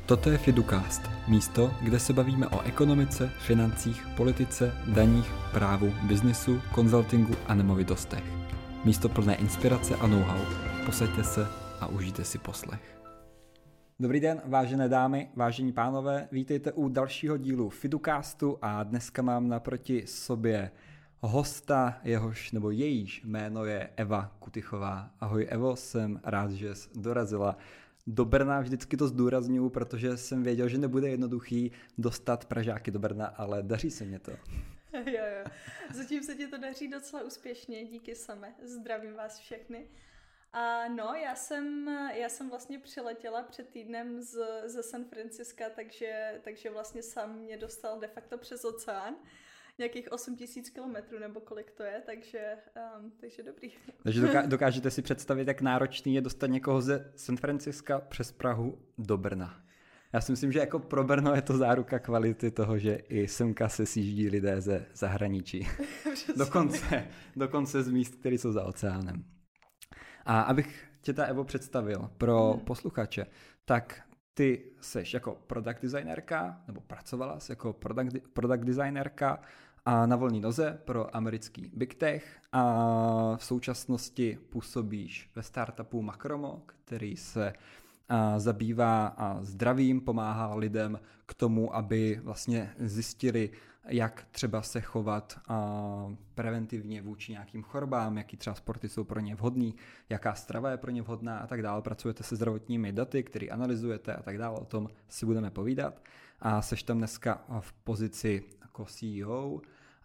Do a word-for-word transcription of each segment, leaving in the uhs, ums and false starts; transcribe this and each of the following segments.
Toto je Fiducast, místo, kde se bavíme o ekonomice, financích, politice, daních, právu, biznisu, konzultingu a nemovitostech. Místo plné inspirace a know-how. Posaďte se a užijte si poslech. Dobrý den, vážené dámy, vážení pánové, vítejte u dalšího dílu Fiducastu a dneska mám naproti sobě hosta, jehož nebo jejíž jméno je Eva Kutychová. Ahoj Evo, jsem rád, že jsi dorazila do Brna. Vždycky to zdůrazňuji, protože jsem věděl, že nebude jednoduchý dostat Pražáky do Brna, ale daří se mě to. Jo, jo. Zatím se ti to daří docela úspěšně, díky same. Zdravím vás všechny. A no, já jsem, já jsem vlastně přiletěla před týdnem z, ze San Franciska, takže, takže vlastně sám mě dostal de facto přes oceán. Nějakých osm tisíc kilometrů, nebo kolik to je, takže, um, takže dobrý. Takže doká- dokážete si představit, jak náročný je dostat někoho ze San Franciska přes Prahu do Brna. Já si myslím, že jako pro Brno je to záruka kvality toho, že i semka se sjíždí lidé ze zahraničí. dokonce, dokonce z míst, které jsou za oceánem. A abych tě ta Evo představil pro hmm. posluchače, tak ty seš jako product designerka, nebo pracovala jsi jako product, product designerka a na volné noze pro americký Big Tech a v současnosti působíš ve startupu Macromo, který se a zabývá a zdravím, pomáhá lidem k tomu, aby vlastně zjistili, jak třeba se chovat a preventivně vůči nějakým chorobám, jaký třeba sporty jsou pro ně vhodný, jaká strava je pro ně vhodná a tak dále. Pracujete se zdravotními daty, které analyzujete a tak dále, o tom si budeme povídat. A seš tam dneska v pozici jako C E O,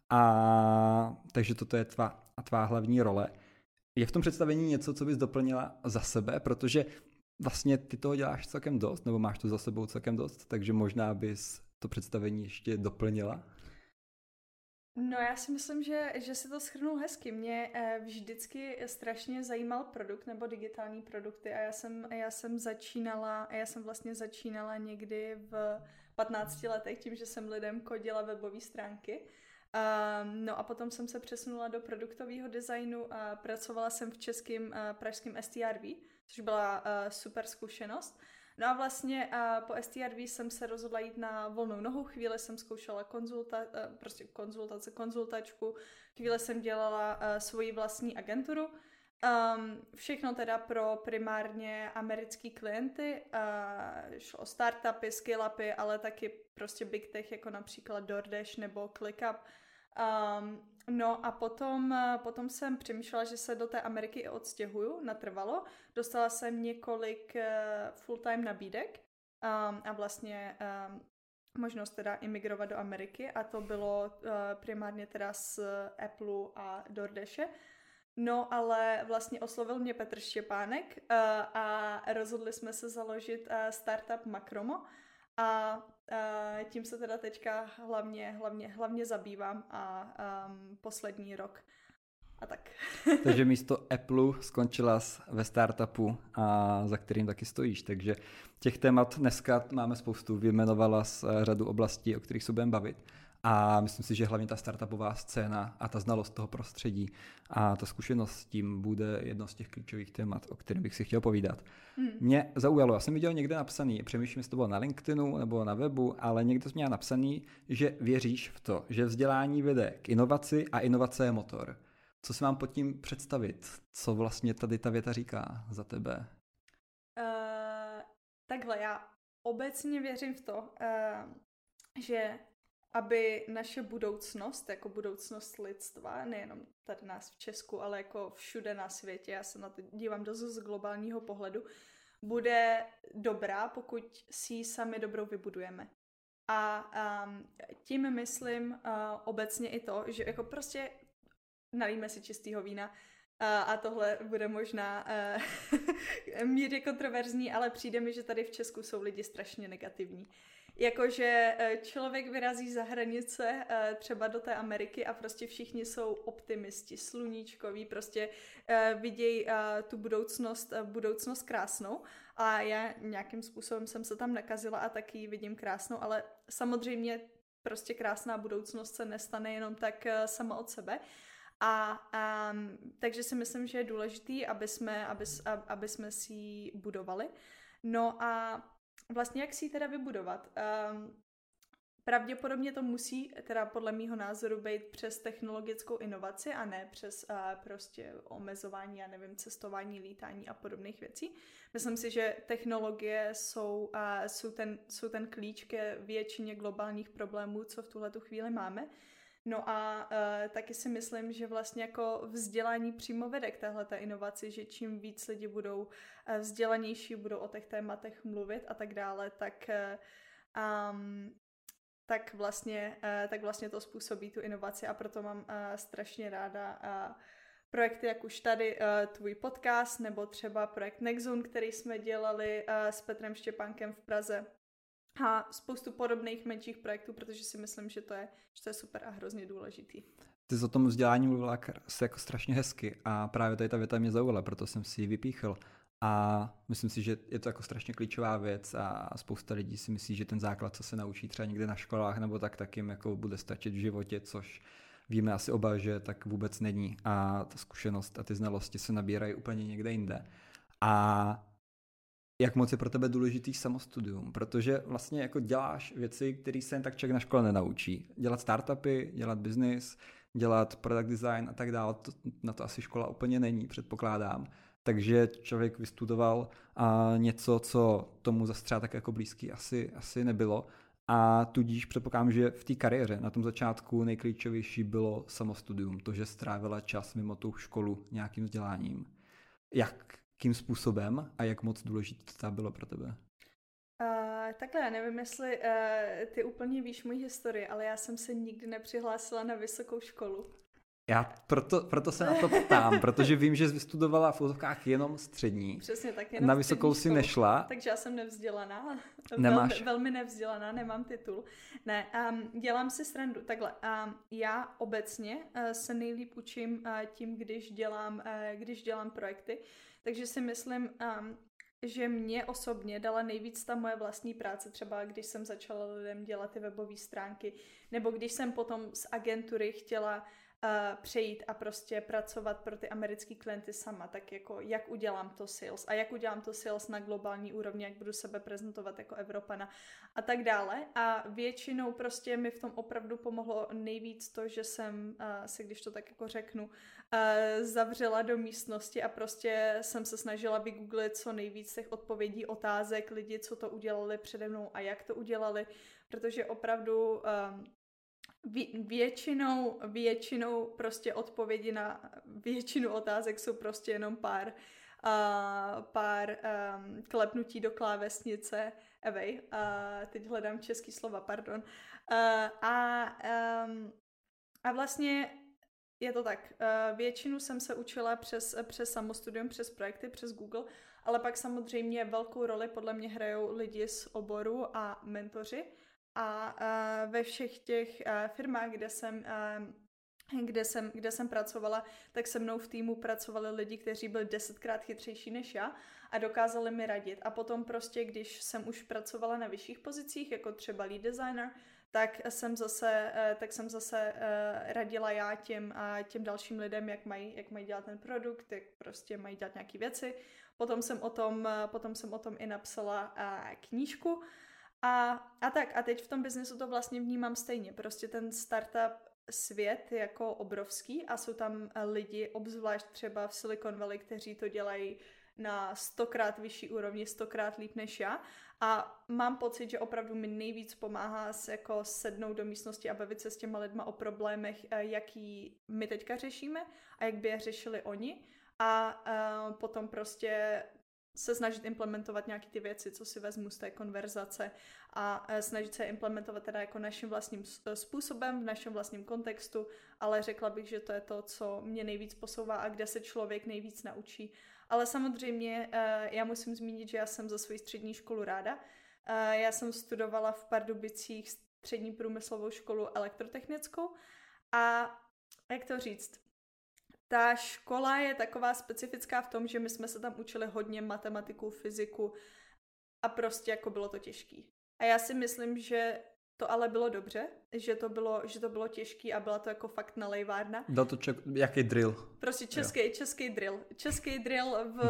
a takže toto je tvá, tvá hlavní role. Je v tom představení něco, co bys doplnila za sebe, protože vlastně ty toho děláš celkem dost, nebo máš to za sebou celkem dost, takže možná bys to představení ještě doplnila? No já si myslím, že, že si to shrnul hezky. Mě eh, vždycky strašně zajímal produkt nebo digitální produkty a já jsem, já jsem začínala, já jsem vlastně začínala někdy v patnácti letech tím, že jsem lidem kodila webové stránky. Um, no a potom jsem se přesunula do produktového designu a pracovala jsem v českém uh, pražském S T R V, což byla uh, super zkušenost. No a vlastně uh, po S T R V jsem se rozhodla jít na volnou nohu, chvíli jsem zkoušela konzulta, uh, prostě konzultace, konzultačku, chvíli jsem dělala uh, svoji vlastní agenturu. Um, všechno teda pro primárně americký klienty, uh, šlo o startupy, scale-upy, ale taky prostě big tech, jako například DoorDash nebo ClickUp. Um, no a potom, potom jsem přemýšlela, že se do té Ameriky i odstěhuju, natrvalo. Dostala jsem několik uh, full-time nabídek um, a vlastně um, možnost teda imigrovat do Ameriky a to bylo uh, primárně teda z Apple a DoorDashe. No, ale vlastně oslovil mě Petr Štěpánek uh, a rozhodli jsme se založit uh, startup Macromo a uh, tím se teda teďka hlavně, hlavně, hlavně zabývám a um, poslední rok a tak. Takže místo Apple skončila jsi ve startupu, a za kterým taky stojíš, takže těch témat dneska máme spoustu, vyjmenovala jsi řadu oblastí, o kterých se budeme bavit. A myslím si, že hlavně ta startupová scéna a ta znalost toho prostředí a ta zkušenost s tím bude jedno z těch klíčových témat, o kterých bych si chtěl povídat. Hmm. Mě zaujalo, já jsem viděl někde napsaný, přemýšlím, jestli to bylo na LinkedInu nebo na webu, ale někde jsi měl napsaný, že věříš v to, že vzdělání vede k inovaci a inovace je motor. Co si mám pod tím představit? Co vlastně tady ta věta říká za tebe? Uh, takhle, já obecně věřím v to, uh, že aby naše budoucnost, jako budoucnost lidstva, nejenom tady nás v Česku, ale jako všude na světě, já se na to dívám dost z globálního pohledu, bude dobrá, pokud si ji sami dobrou vybudujeme. A um, tím myslím uh, obecně i to, že jako prostě nalíme si čistýho vína uh, a tohle bude možná uh, mírně kontroverzní, ale přijde mi, že tady v Česku jsou lidi strašně negativní. Jakože člověk vyrazí za hranice třeba do té Ameriky a prostě všichni jsou optimisti, sluníčkoví, prostě vidějí tu budoucnost, budoucnost krásnou a já nějakým způsobem jsem se tam nakazila a taky vidím krásnou, ale samozřejmě prostě krásná budoucnost se nestane jenom tak sama od sebe. A, a takže si myslím, že je důležitý, aby jsme, aby, aby jsme si ji budovali. No a vlastně jak si ji teda vybudovat? Um, Pravděpodobně to musí, teda podle mýho názoru, být přes technologickou inovaci a ne přes uh, prostě omezování, já nevím, cestování, lítání a podobných věcí. Myslím si, že technologie jsou, uh, jsou, ten, jsou ten klíč ke většině globálních problémů, co v tuhletu chvíli máme. No a uh, taky si myslím, že vlastně jako vzdělání přímo vede k téhleté inovaci, že čím víc lidi budou uh, vzdělanější, budou o těch tématech mluvit a tak dále, tak... Uh, um, tak vlastně, tak vlastně to způsobí tu inovaci a proto mám strašně ráda projekty, jak už tady tvůj podcast, nebo třeba projekt Nexzone, který jsme dělali s Petrem Štěpánkem v Praze a spoustu podobných menších projektů, protože si myslím, že to je, že to je super a hrozně důležitý. Ty jsi o tom vzdělání mluvila jako strašně hezky a právě tady ta věta mě zaujala, proto jsem si ji vypíchl. A myslím si, že je to jako strašně klíčová věc a spousta lidí si myslí, že ten základ, co se naučí třeba někde na školách nebo tak, tak jim jako bude stačit v životě, což víme asi oba, že tak vůbec není. A ta zkušenost a ty znalosti se nabírají úplně někde jinde. A jak moc je pro tebe důležitý samostudium? Protože vlastně jako děláš věci, které se jen tak člověk na škole nenaučí. Dělat startupy, dělat business, dělat product design a tak dále. To, na to asi škola úplně není, předpokládám. Takže člověk vystudoval a něco, co tomu zase třeba tak jako blízký asi, asi nebylo. A tudíž předpokládám, že v té kariéře na tom začátku nejklíčovější bylo samostudium, to, že strávila čas mimo tu školu nějakým vzděláním. Jakým způsobem a jak moc důležité to bylo pro tebe? Uh, takhle, já nevím, jestli uh, ty úplně víš můj historii, ale já jsem se nikdy nepřihlásila na vysokou školu. Já proto, proto se na to ptám, protože vím, že jsi vystudovala v úzovkách jenom střední. Přesně tak, jenom na vysokou si nešla. Takže já jsem nevzdělaná. Nemáš. Velmi, velmi nevzdělaná, nemám titul. Ne, um, dělám si srandu. Takhle, um, já obecně uh, se nejlíp učím uh, tím, když dělám, uh, když dělám projekty. Takže si myslím, um, že mě osobně dala nejvíc ta moje vlastní práce, třeba když jsem začala lidem dělat ty webové stránky, nebo když jsem potom z agentury chtěla Uh, přejít a prostě pracovat pro ty americký klienty sama, tak jako jak udělám to sales a jak udělám to sales na globální úrovni, jak budu sebe prezentovat jako Evropana a tak dále. A většinou prostě mi v tom opravdu pomohlo nejvíc to, že jsem uh, se, když to tak jako řeknu, uh, zavřela do místnosti a prostě jsem se snažila vygooglit co nejvíc těch odpovědí, otázek, lidi, co to udělali přede mnou a jak to udělali, protože opravdu um, Většinou, většinou prostě odpovědi na většinu otázek jsou prostě jenom pár, uh, pár um, klepnutí do klávesnice. Evej, uh, teď hledám český slova, pardon. Uh, a, um, a vlastně je to tak. Uh, většinu jsem se učila přes, přes samostudium, přes projekty, přes Google, ale pak samozřejmě velkou roli podle mě hrajou lidi z oboru a mentoři. A uh, ve všech těch uh, firmách, kde jsem, uh, kde, jsem, kde jsem pracovala, tak se mnou v týmu pracovali lidi, kteří byli desetkrát chytřejší než já a dokázali mi radit. A potom prostě, když jsem už pracovala na vyšších pozicích, jako třeba lead designer, tak jsem zase, uh, tak jsem zase uh, radila já těm, uh, těm dalším lidem, jak mají, jak mají dělat ten produkt, jak prostě mají dělat nějaké věci. Potom jsem o tom, uh, potom jsem o tom i napsala uh, knížku. A, a tak, a teď v tom biznesu to vlastně vnímám stejně. Prostě ten startup svět je jako obrovský a jsou tam lidi, obzvlášť třeba v Silicon Valley, kteří to dělají na stokrát vyšší úrovni, stokrát líp než já. A mám pocit, že opravdu mi nejvíc pomáhá se jako sednout do místnosti a bavit se s těma lidma o problémech, jaký my teďka řešíme a jak by je řešili oni. A uh, potom prostě se snažit implementovat nějaké ty věci, co si vezmu z té konverzace a snažit se implementovat teda jako naším vlastním způsobem, v našem vlastním kontextu, ale řekla bych, že to je to, co mě nejvíc posouvá a kde se člověk nejvíc naučí. Ale samozřejmě já musím zmínit, že já jsem za svoji střední školu ráda. Já jsem studovala v Pardubicích střední průmyslovou školu elektrotechnickou a jak to říct, ta škola je taková specifická v tom, že my jsme se tam učili hodně matematiku, fyziku a prostě jako bylo to těžký. A já si myslím, že to ale bylo dobře, že to bylo, že to bylo těžký a byla to jako fakt nalejvárna. Byl to ček, jaký drill? Prostě český, český drill. Český drill v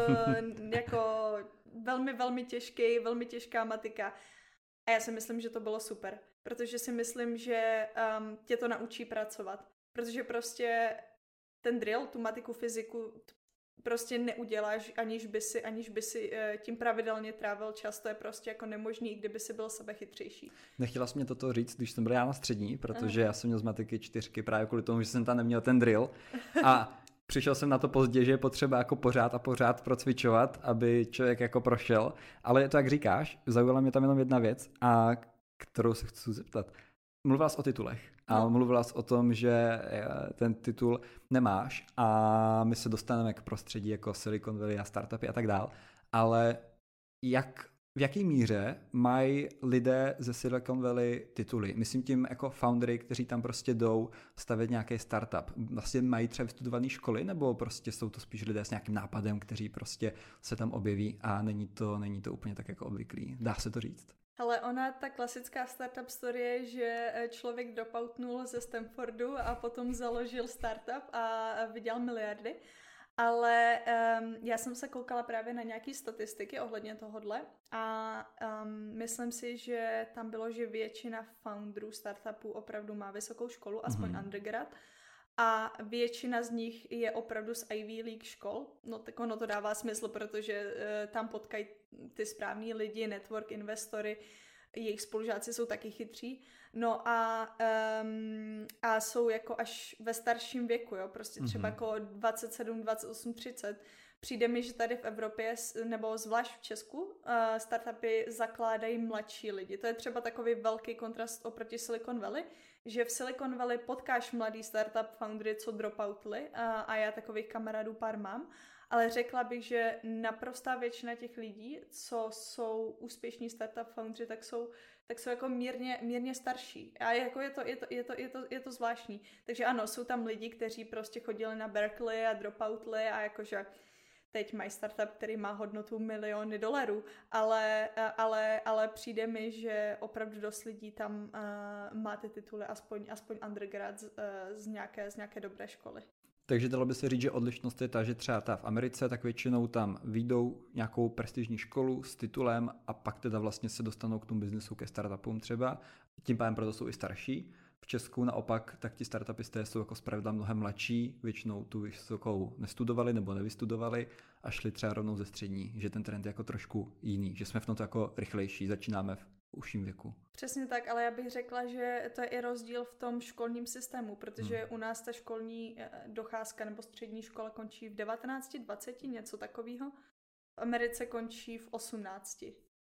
jako velmi, velmi těžký, velmi těžká matika. A já si myslím, že to bylo super, protože si myslím, že um, tě to naučí pracovat. Protože prostě ten drill, tu matiku, fyziku prostě neuděláš, aniž by si, aniž by si uh, tím pravidelně trávil čas. To je prostě jako nemožný, kdyby si byl sebechytřejší. Nechtěla jsi mě toto říct, když jsem byl já na střední, protože Aha. já jsem měl z matiky čtyřky právě kvůli tomu, že jsem tam neměl ten drill. A přišel jsem na to pozdě, že je potřeba jako pořád a pořád procvičovat, aby člověk jako prošel. Ale to, jak říkáš, zaujala mě tam jenom jedna věc, a kterou se chci zeptat. Mluvila jsi o titulech a no. mluvila jsi o tom, že ten titul nemáš a my se dostaneme k prostředí jako Silicon Valley a startupy a tak dál, ale jak, v jaké míře mají lidé ze Silicon Valley tituly? Myslím tím jako foundery, kteří tam prostě jdou stavět nějaký startup. Vlastně mají třeba vystudované školy, nebo prostě jsou to spíš lidé s nějakým nápadem, kteří prostě se tam objeví a není to, není to úplně tak jako obvyklý. Dá se to říct? Ale ona, ta klasická startup story je, že člověk dopautnul ze Stanfordu a potom založil startup a vydělal miliardy. Ale um, já jsem se koukala právě na nějaké statistiky ohledně tohodle a um, myslím si, že tam bylo, že většina founderů startupů opravdu má vysokou školu, aspoň mm-hmm. undergrad, a většina z nich je opravdu z Ivy League škol. No tak ono to dává smysl, protože uh, tam potkají ty správní lidi, network investory, jejich spolužáci jsou taky chytří. No a, um, a jsou jako až ve starším věku, jo, prostě třeba mm-hmm. jako dvacet sedm, dvacet osm, třicet. Přijde mi, že tady v Evropě, nebo zvlášť v Česku, uh, startupy zakládají mladší lidi. To je třeba takový velký kontrast oproti Silicon Valley, že v Silicon Valley potkáš mladý startup foundery, co dropoutli, uh, a já takových kamarádů pár mám. Ale řekla bych, že naprostá většina těch lidí, co jsou úspěšní startup foundři, tak jsou, tak jsou jako mírně, mírně starší. A jako je, to, je, to, je, to, je, to, je to zvláštní. Takže ano, jsou tam lidi, kteří prostě chodili na Berkeley a dropoutli a jakože teď mají startup, který má hodnotu miliony dolarů, ale, ale, ale přijde mi, že opravdu dost lidí tam uh, má ty tituly, aspoň, aspoň undergrad z, uh, z, nějaké, z nějaké dobré školy. Takže dalo by se říct, že odlišnost je ta, že třeba ta v Americe, tak většinou tam vyjdou nějakou prestižní školu s titulem a pak teda vlastně se dostanou k tomu biznesu, ke startupům třeba. Tím pádem proto jsou i starší. V Česku naopak, tak ti startupisté jsou jako zpravidla mnohem mladší, většinou tu vysokou nestudovali nebo nevystudovali a šli třeba rovnou ze střední, že ten trend je jako trošku jiný, že jsme v tom to jako rychlejší, začínáme v užším věku. Přesně tak, ale já bych řekla, že to je i rozdíl v tom školním systému, protože hmm. u nás ta školní docházka nebo střední škola končí v devatenácti, dvaceti, něco takového. V Americe končí v osmnácti.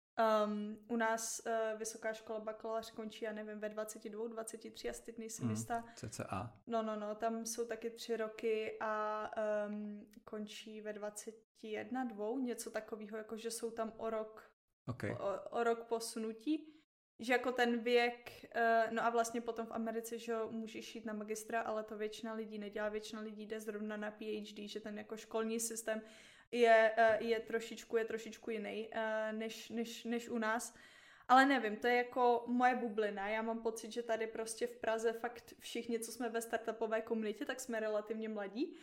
Um, u nás uh, vysoká škola bakalář končí, já nevím, ve dvaceti dvou, dvaceti tři, asi teď nejsem jistá. Hmm, cca. No, no, no, tam jsou taky tři roky a um, končí ve dvaceti jedné, dvou, něco takového, jakože jsou tam o rok, okay. o, o rok posunutí. Že jako ten věk, uh, no a vlastně potom v Americe, že můžeš jít na magistra, ale to většina lidí nedělá, většina lidí jde zrovna na PhD, že ten jako školní systém je, je trošičku, je trošičku jiný než, než, než u nás. Ale nevím, to je jako moje bublina. Já mám pocit, že tady prostě v Praze fakt všichni, co jsme ve startupové komunitě, tak jsme relativně mladí.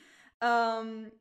Um,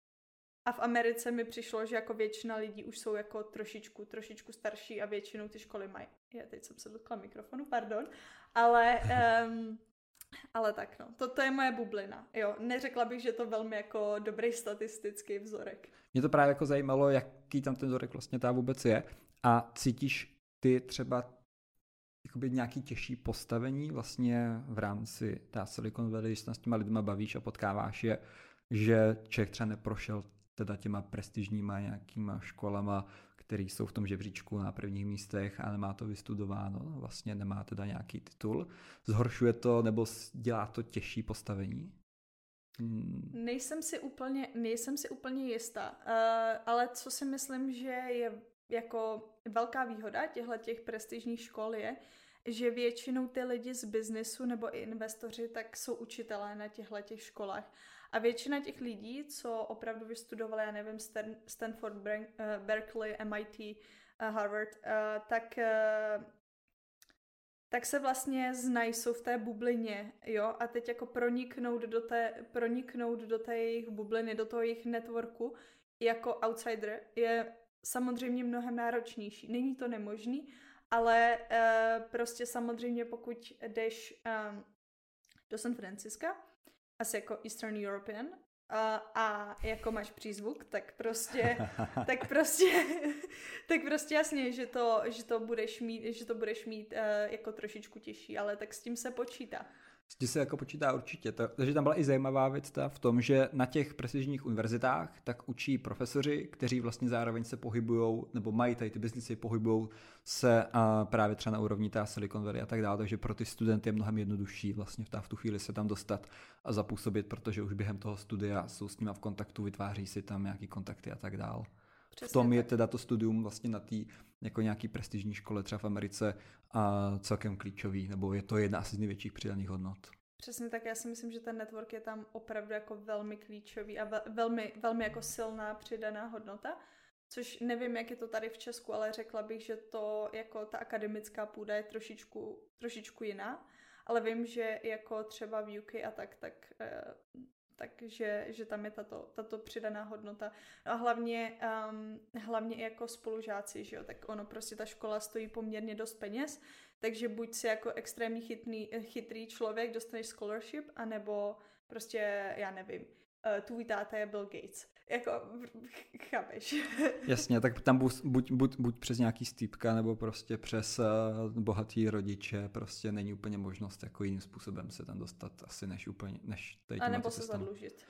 a v Americe mi přišlo, že jako většina lidí už jsou jako trošičku, trošičku starší a většinou ty školy mají. Já teď jsem se dotkla mikrofonu, pardon. Ale... Um, Ale tak no, to, to je moje bublina, jo. Neřekla bych, že to velmi jako dobrý statistický vzorek. Mě to právě jako zajímalo, jaký tam ten vzorek vlastně ta vůbec je a cítíš ty třeba jakoby nějaký těžší postavení vlastně v rámci ta Silicon Valley, když se s těma lidma bavíš a potkáváš je, že člověk třeba neprošel teda těma prestižníma nějakýma školama, který jsou v tom žebříčku na prvních místech a nemá to vystudováno, vlastně nemá teda nějaký titul. Zhoršuje to nebo dělá to těžší postavení? Hmm. Nejsem si úplně, nejsem si úplně jistá, uh, ale co si myslím, že je jako velká výhoda těchto těch prestižních škol je, že většinou ty lidi z biznesu nebo i investoři tak jsou učitelé na těchto těch školách. A většina těch lidí, co opravdu vystudovali, já nevím, Stanford, Berkeley, M I T, Harvard, tak tak se vlastně znají, jsou v té bublině, jo, a teď jako proniknout do té, proniknout do té jejich bubliny, do toho jejich networku jako outsider je samozřejmě mnohem náročnější. Není to nemožný, ale uh, prostě samozřejmě pokud jdeš um, do San Franciska, asi jako Eastern European, a, a jako máš přízvuk, tak prostě, tak prostě, tak prostě jasně, že to, že to budeš mít, že to budeš mít uh, jako trošičku těžší, ale tak s tím se počítá. S tím se jako počítá určitě. To, takže tam byla i zajímavá věc ta v tom, že na těch prestižních univerzitách tak učí profesoři, kteří vlastně zároveň se pohybujou, nebo mají tady ty biznesy, pohybujou se a právě třeba na úrovni té Silicon Valley a tak dále, takže pro ty studenty je mnohem jednodušší vlastně v, ta, v tu chvíli se tam dostat a zapůsobit, protože už během toho studia jsou s nima v kontaktu, vytváří si tam nějaký kontakty a tak dále. V tom je teda to studium vlastně na té jako nějaký prestižní škole třeba v Americe a celkem klíčový, nebo je to jedna asi z největších přidaných hodnot. Přesně tak, já si myslím, že ten network je tam opravdu jako velmi klíčový a ve, velmi, velmi jako silná přidaná hodnota, což nevím, jak je to tady v Česku, ale řekla bych, že to jako ta akademická půda je trošičku, trošičku jiná, ale vím, že jako třeba v U K a tak, tak eh, takže že tam je tato, tato přidaná hodnota. No a hlavně, um, hlavně i jako spolužáci, že jo, tak ono prostě ta škola stojí poměrně dost peněz, takže buď si jako extrémně chytrý, chytrý člověk dostaneš scholarship, anebo prostě, já nevím, uh, tvůj táta je Bill Gates. Jako, chápeš. Jasně, tak tam buď, buď, buď, buď přes nějaký stýpka, nebo prostě přes uh, bohatý rodiče, prostě není úplně možnost jako jiným způsobem se tam dostat asi než úplně, než tady a nebo se zadlužit.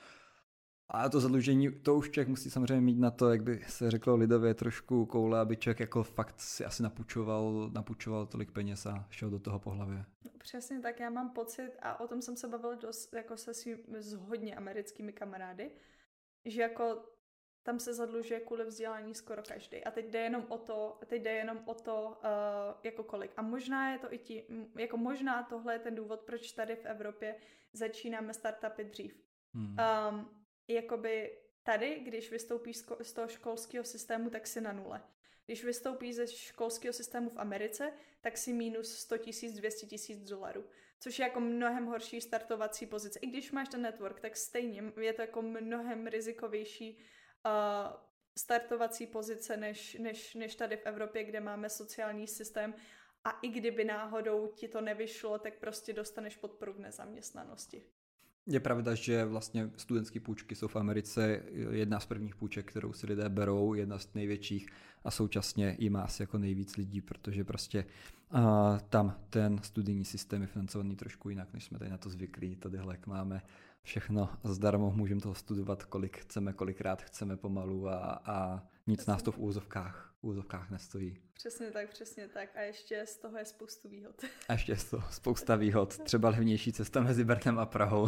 A to zadlužení, to už člověk musí samozřejmě mít na to, jak by se řeklo lidově, trošku koule, aby člověk jako fakt si asi napůjčoval, napůjčoval tolik peněz a šel do toho po hlavě. Přesně tak, já mám pocit, a o tom jsem se bavila dost jako se svým, s hodně americkými kamarády, že jako tam se zadlužuje kvůli vzdělání skoro každý. A teď jde jenom o to, teď jde jenom o to, uh, jako kolik. A možná je to i tí, jako možná tohle je ten důvod, proč tady v Evropě začínáme startupy dřív. Hmm. Um, jakoby tady, když vystoupíš z toho školského systému, tak si na nule. Když vystoupíš ze školského systému v Americe, tak si minus sto tisíc, dvě stě tisíc dolarů. Což je jako mnohem horší startovací pozice. I když máš ten network, tak stejně je to jako mnohem rizikovější uh, startovací pozice než, než, než tady v Evropě, kde máme sociální systém. A i kdyby náhodou ti to nevyšlo, tak prostě dostaneš podporu v nezaměstnanosti. Je pravda, že vlastně studentské půjčky jsou v Americe jedna z prvních půjček, kterou si lidé berou, jedna z největších a současně jí má asi jako nejvíc lidí, protože prostě uh, tam ten studijní systém je financovaný trošku jinak, než jsme tady na to zvyklí. Tadyhle jak máme všechno zdarma, můžeme toho studovat, kolik chceme, kolikrát chceme pomalu a, a nic přesně nás to v úvozovkách, v úvozovkách nestojí. Přesně tak, přesně tak. A ještě z toho je spoustu výhod. A ještě z toho spousta výhod. Třeba levnější cesta mezi Brnem a Prahou.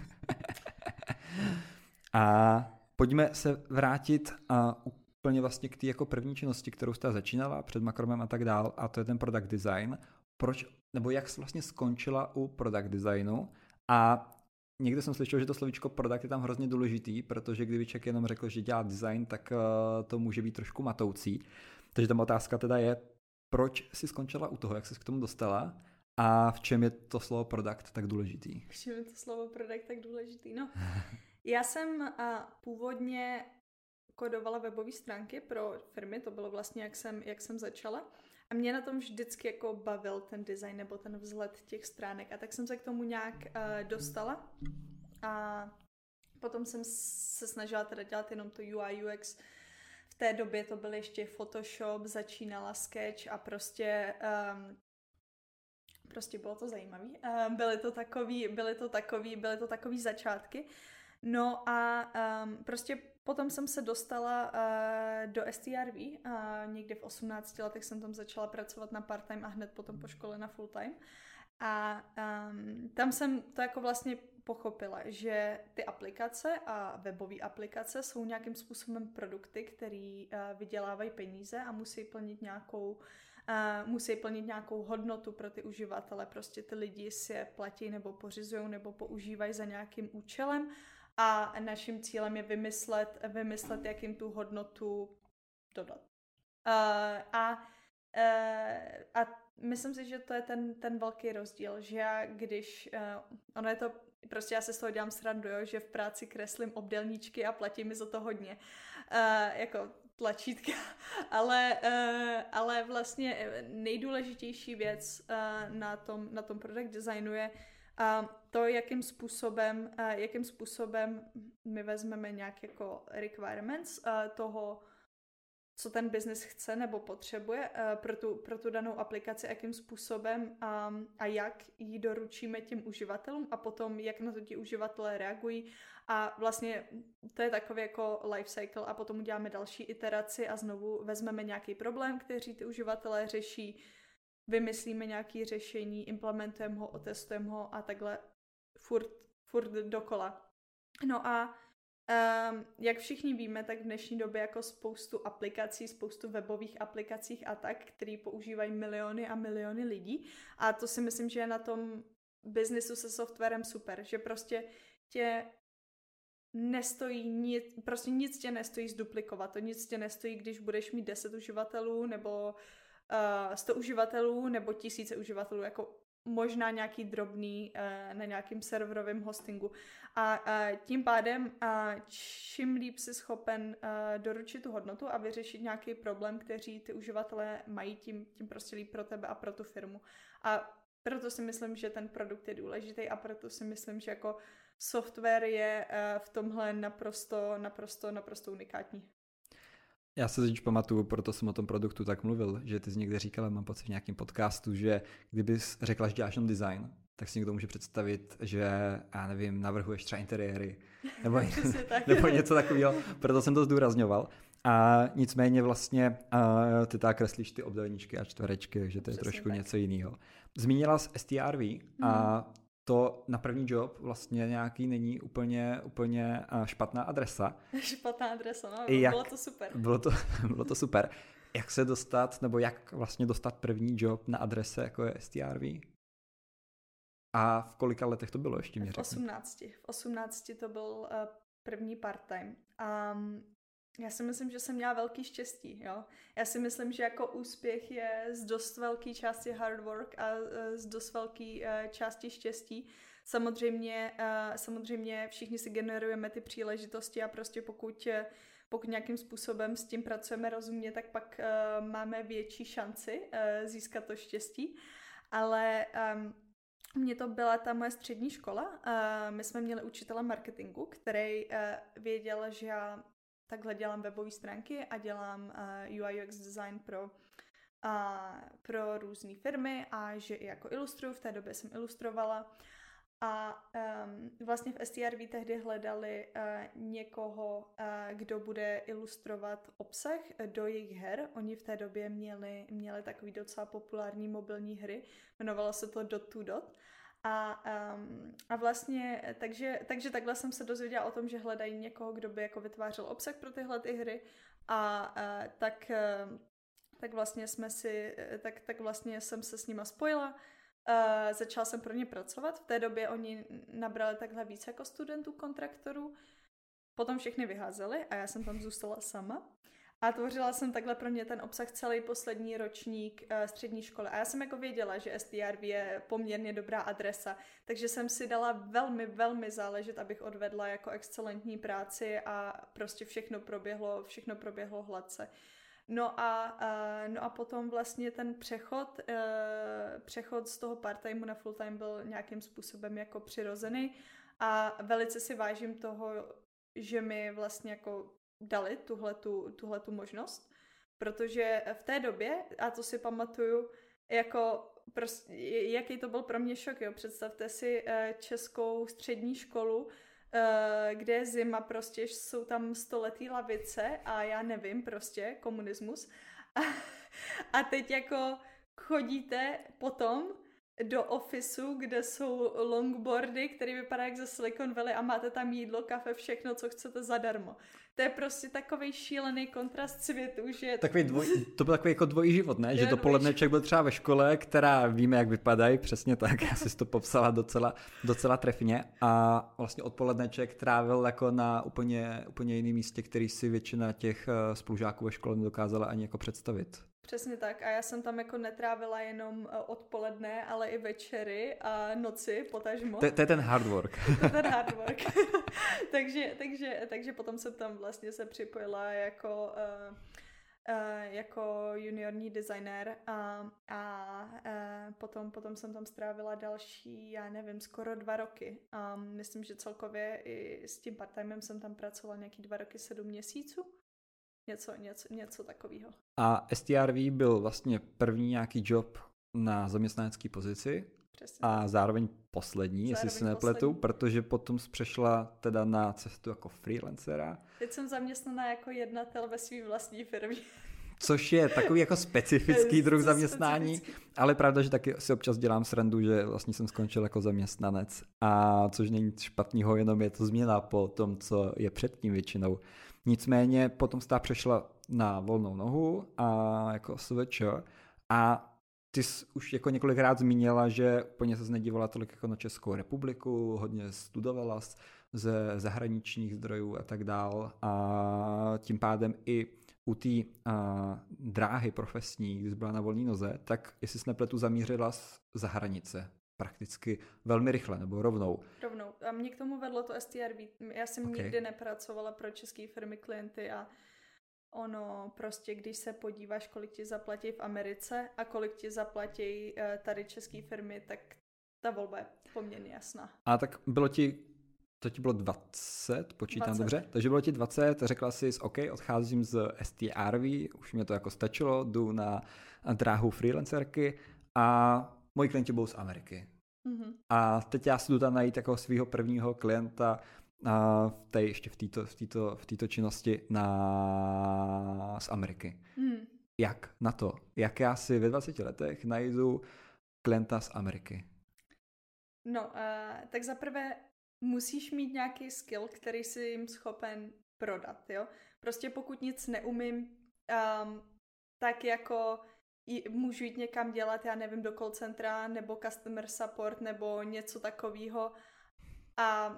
A pojďme se vrátit a úplně vlastně k té jako první činnosti, kterou jste začínala před Makromem a tak dál, a to je ten product design. Proč, nebo jak jsi vlastně skončila u product designu? A někde jsem slyšel, že to slovíčko product je tam hrozně důležitý, protože kdyby člověk jenom řekl, že dělá design, tak uh, to může být trošku matoucí. Takže tam otázka teda je, proč jsi skončila u toho, jak jsi k tomu dostala a v čem je to slovo product tak důležitý? V čem je to slovo product tak důležitý? No, já jsem uh, původně kodovala webové stránky pro firmy, to bylo vlastně, jak jsem, jak jsem začala. A mě na tom vždycky jako bavil ten design nebo ten vzhled těch stránek. A tak jsem se k tomu nějak uh, dostala. A potom jsem se snažila teda dělat jenom to U I U X. V té době to byl ještě Photoshop, začínala Sketch a prostě um, prostě bylo to zajímavý. Uh, byly to takový, byly to takový, byly to takový začátky. No a um, prostě potom jsem se dostala uh, do S T R V. Uh, někdy v osmnácti letech jsem tam začala pracovat na part-time a hned potom po škole na full-time. A um, tam jsem to jako vlastně pochopila, že ty aplikace a webové aplikace jsou nějakým způsobem produkty, které uh, vydělávají peníze a musí plnit nějakou Uh, musí plnit nějakou hodnotu pro ty uživatele. Prostě ty lidi si je platí nebo pořizují nebo používají za nějakým účelem a naším cílem je vymyslet, vymyslet jak jim tu hodnotu dodat. Uh, a, uh, a myslím si, že to je ten, ten velký rozdíl, že já když, uh, ono je to, prostě já se z toho dělám srandu, jo, že v práci kreslím obdélníčky a platí mi za to hodně, uh, jako tlačítka, ale, uh, ale vlastně nejdůležitější věc uh, na tom, na tom product designu je uh, to, jakým způsobem, uh, jakým způsobem my vezmeme nějak jako requirements uh, toho, co ten biznis chce nebo potřebuje uh, pro, tu, pro tu danou aplikaci, jakým způsobem um, a jak ji doručíme těm uživatelům a potom, jak na to ti uživatelé reagují. A vlastně to je takový jako life cycle a potom uděláme další iteraci a znovu vezmeme nějaký problém, který ty uživatelé řeší, vymyslíme nějaké řešení, implementujeme ho, otestujeme ho a takhle furt, furt dokola. No a Um, jak všichni víme, tak v dnešní době jako spoustu aplikací, spoustu webových aplikacích a tak, který používají miliony a miliony lidí a to si myslím, že je na tom biznisu se softwarem super, že prostě tě nestojí nic, prostě nic tě nestojí zduplikovat, to nic tě nestojí, když budeš mít deset uživatelů nebo uh, sto uživatelů nebo tisíce uživatelů, jako možná nějaký drobný uh, na nějakým serverovém hostingu. A uh, tím pádem, uh, čím líp jsi schopen uh, doručit tu hodnotu a vyřešit nějaký problém, který ty uživatelé mají, tím, tím prostě líp pro tebe a pro tu firmu. A proto si myslím, že ten produkt je důležitý a proto si myslím, že jako software je uh, v tomhle naprosto, naprosto, naprosto unikátní. Já se teď pamatuju, proto jsem o tom produktu tak mluvil, že ty jsi někde říkala, mám pocit v nějakém podcastu, že kdybys řekla, že děláš jenom design, tak si někdo může představit, že, já nevím, navrhuješ třeba interiéry, nebo, nebo něco takového, proto jsem to zdůrazňoval. A nicméně vlastně uh, ty tak kreslíš ty obdélníčky a čtverečky, takže to je Přesně trošku tak. něco jiného. Zmínila jsi S T R V mm. a to na první job vlastně nějaký není úplně, úplně špatná adresa. Špatná adresa, no, jak, bylo to super. Bylo to, bylo to super. Jak se dostat, nebo jak vlastně dostat první job na adrese, jako je S T R V? A v kolika letech to bylo, ještě mě řekni? V osmnácti. V osmnácti to byl uh, první part-time. Um, já si myslím, že jsem měla velký štěstí, jo. Já si myslím, že jako úspěch je z dost velké části hard work a z dost velké uh, části štěstí. Samozřejmě, uh, samozřejmě všichni si generujeme ty příležitosti a prostě pokud, pokud nějakým způsobem s tím pracujeme rozumně, tak pak uh, máme větší šanci uh, získat to štěstí. Ale um, mně to byla ta moje střední škola. Uh, my jsme měli učitele marketingu, který uh, věděl, že já takhle dělám webové stránky a dělám uh, U I U X design pro, uh, pro různé firmy a že i jako ilustruju, v té době jsem ilustrovala a um, vlastně v S T R V tehdy hledali uh, někoho, uh, kdo bude ilustrovat obsah do jejich her. Oni v té době měli, měli takový docela populární mobilní hry, jmenovalo se to Dot to Dot. A, um, a vlastně, takže, takže takhle jsem se dozvěděla o tom, že hledají někoho, kdo by jako vytvářel obsah pro tyhle ty hry a uh, tak, uh, tak vlastně jsme si, tak, tak vlastně jsem se s nima spojila, uh, začala jsem pro ně pracovat, v té době oni nabrali takhle víc jako studentů, kontraktorů, potom všechny vyházeli a já jsem tam zůstala sama. A tvořila jsem takhle pro mě ten obsah celý poslední ročník uh, střední školy. A já jsem jako věděla, že S T R V je poměrně dobrá adresa, takže jsem si dala velmi, velmi záležet, abych odvedla jako excelentní práci a prostě všechno proběhlo, všechno proběhlo hladce. No a, uh, no a potom vlastně ten přechod, uh, přechod z toho part-timeu na full-time byl nějakým způsobem jako přirozený a velice si vážím toho, že mi vlastně jako dali tuhletu, tuhletu možnost, protože v té době, a to si pamatuju, jako prostě, jaký to byl pro mě šok, jo, představte si českou střední školu, kde je zima, prostě jsou tam stoletý lavice a já nevím, prostě komunismus a, a teď jako chodíte potom do ofisu, kde jsou longboardy, které vypadají jak ze Silicon Valley a máte tam jídlo, kafe, všechno, co chcete zadarmo. To je prostě takovej šílený kontrast světu, že... Takový dvoj, to byl takový jako dvojí život, ne? Že dopoledneček byl třeba ve škole, která víme, jak vypadají, přesně tak, já jsi to popsala docela, docela trefně a vlastně odpoledneček trávil jako na úplně, úplně jiném místě, který si většina těch spolužáků ve škole nedokázala ani jako představit. Přesně tak a já jsem tam jako netrávila jenom odpoledne, ale i večery a noci potažmo. To, to je ten hard work. To je ten hard work. takže, takže, takže potom jsem tam vlastně se připojila jako, uh, uh, jako juniorní designér a, a uh, potom, potom jsem tam strávila další, já nevím, skoro dva roky. A myslím, že celkově i s tím part-timem jsem tam pracovala nějaký dva roky, sedm měsíců. Něco, něco, něco takového. A S T R V byl vlastně první nějaký job na zaměstnanecké pozici. Přesně. A zároveň poslední, zároveň jestli si nepletu, poslední. Protože potom jsi přešla teda na cestu jako freelancera. Teď jsem zaměstnaná jako jednatel ve své vlastní firmě. Což je takový jako specifický druh zaměstnání, specifický. Ale pravda, že taky si občas dělám srandu, že vlastně jsem skončil jako zaměstnanec. A což není špatného, jenom je to změna po tom, co je předtím většinou. Nicméně potom jsi přešla na volnou nohu a jako S V Č a ty jsi už jako několikrát zmínila, že úplně se nedívala tolik jako na Českou republiku, hodně studovala ze zahraničních zdrojů a tak dál a tím pádem i u té dráhy profesní, když jsi byla na volné noze, tak jestli jsi nepletu zamířila za hranice. Prakticky velmi rychle, nebo rovnou. Rovnou. A mě k tomu vedlo to S T R V. Já jsem okay. nikdy nepracovala pro české firmy klienty a ono prostě, když se podíváš, kolik ti zaplatí v Americe a kolik ti zaplatí tady české firmy, tak ta volba je poměrně jasná. A tak bylo ti, to ti bylo dvacet, počítám dvacet. Dobře? Takže bylo ti dvacet, řekla jsi, OK, odcházím z S T R V, už mě to jako stačilo, jdu na dráhu freelancerky a moji klienti budou z Ameriky. Mm-hmm. A teď já si jdu tam najít jako svého prvního klienta a v té, ještě v této v této, v této činnosti na, z Ameriky. Mm. Jak na to? Jak já si ve dvaceti letech najdu klienta z Ameriky? No, uh, tak zaprvé musíš mít nějaký skill, který si jim schopen prodat, jo? Prostě pokud nic neumím, um, tak jako můžu jít někam dělat, já nevím, do call centra nebo customer support nebo něco takového a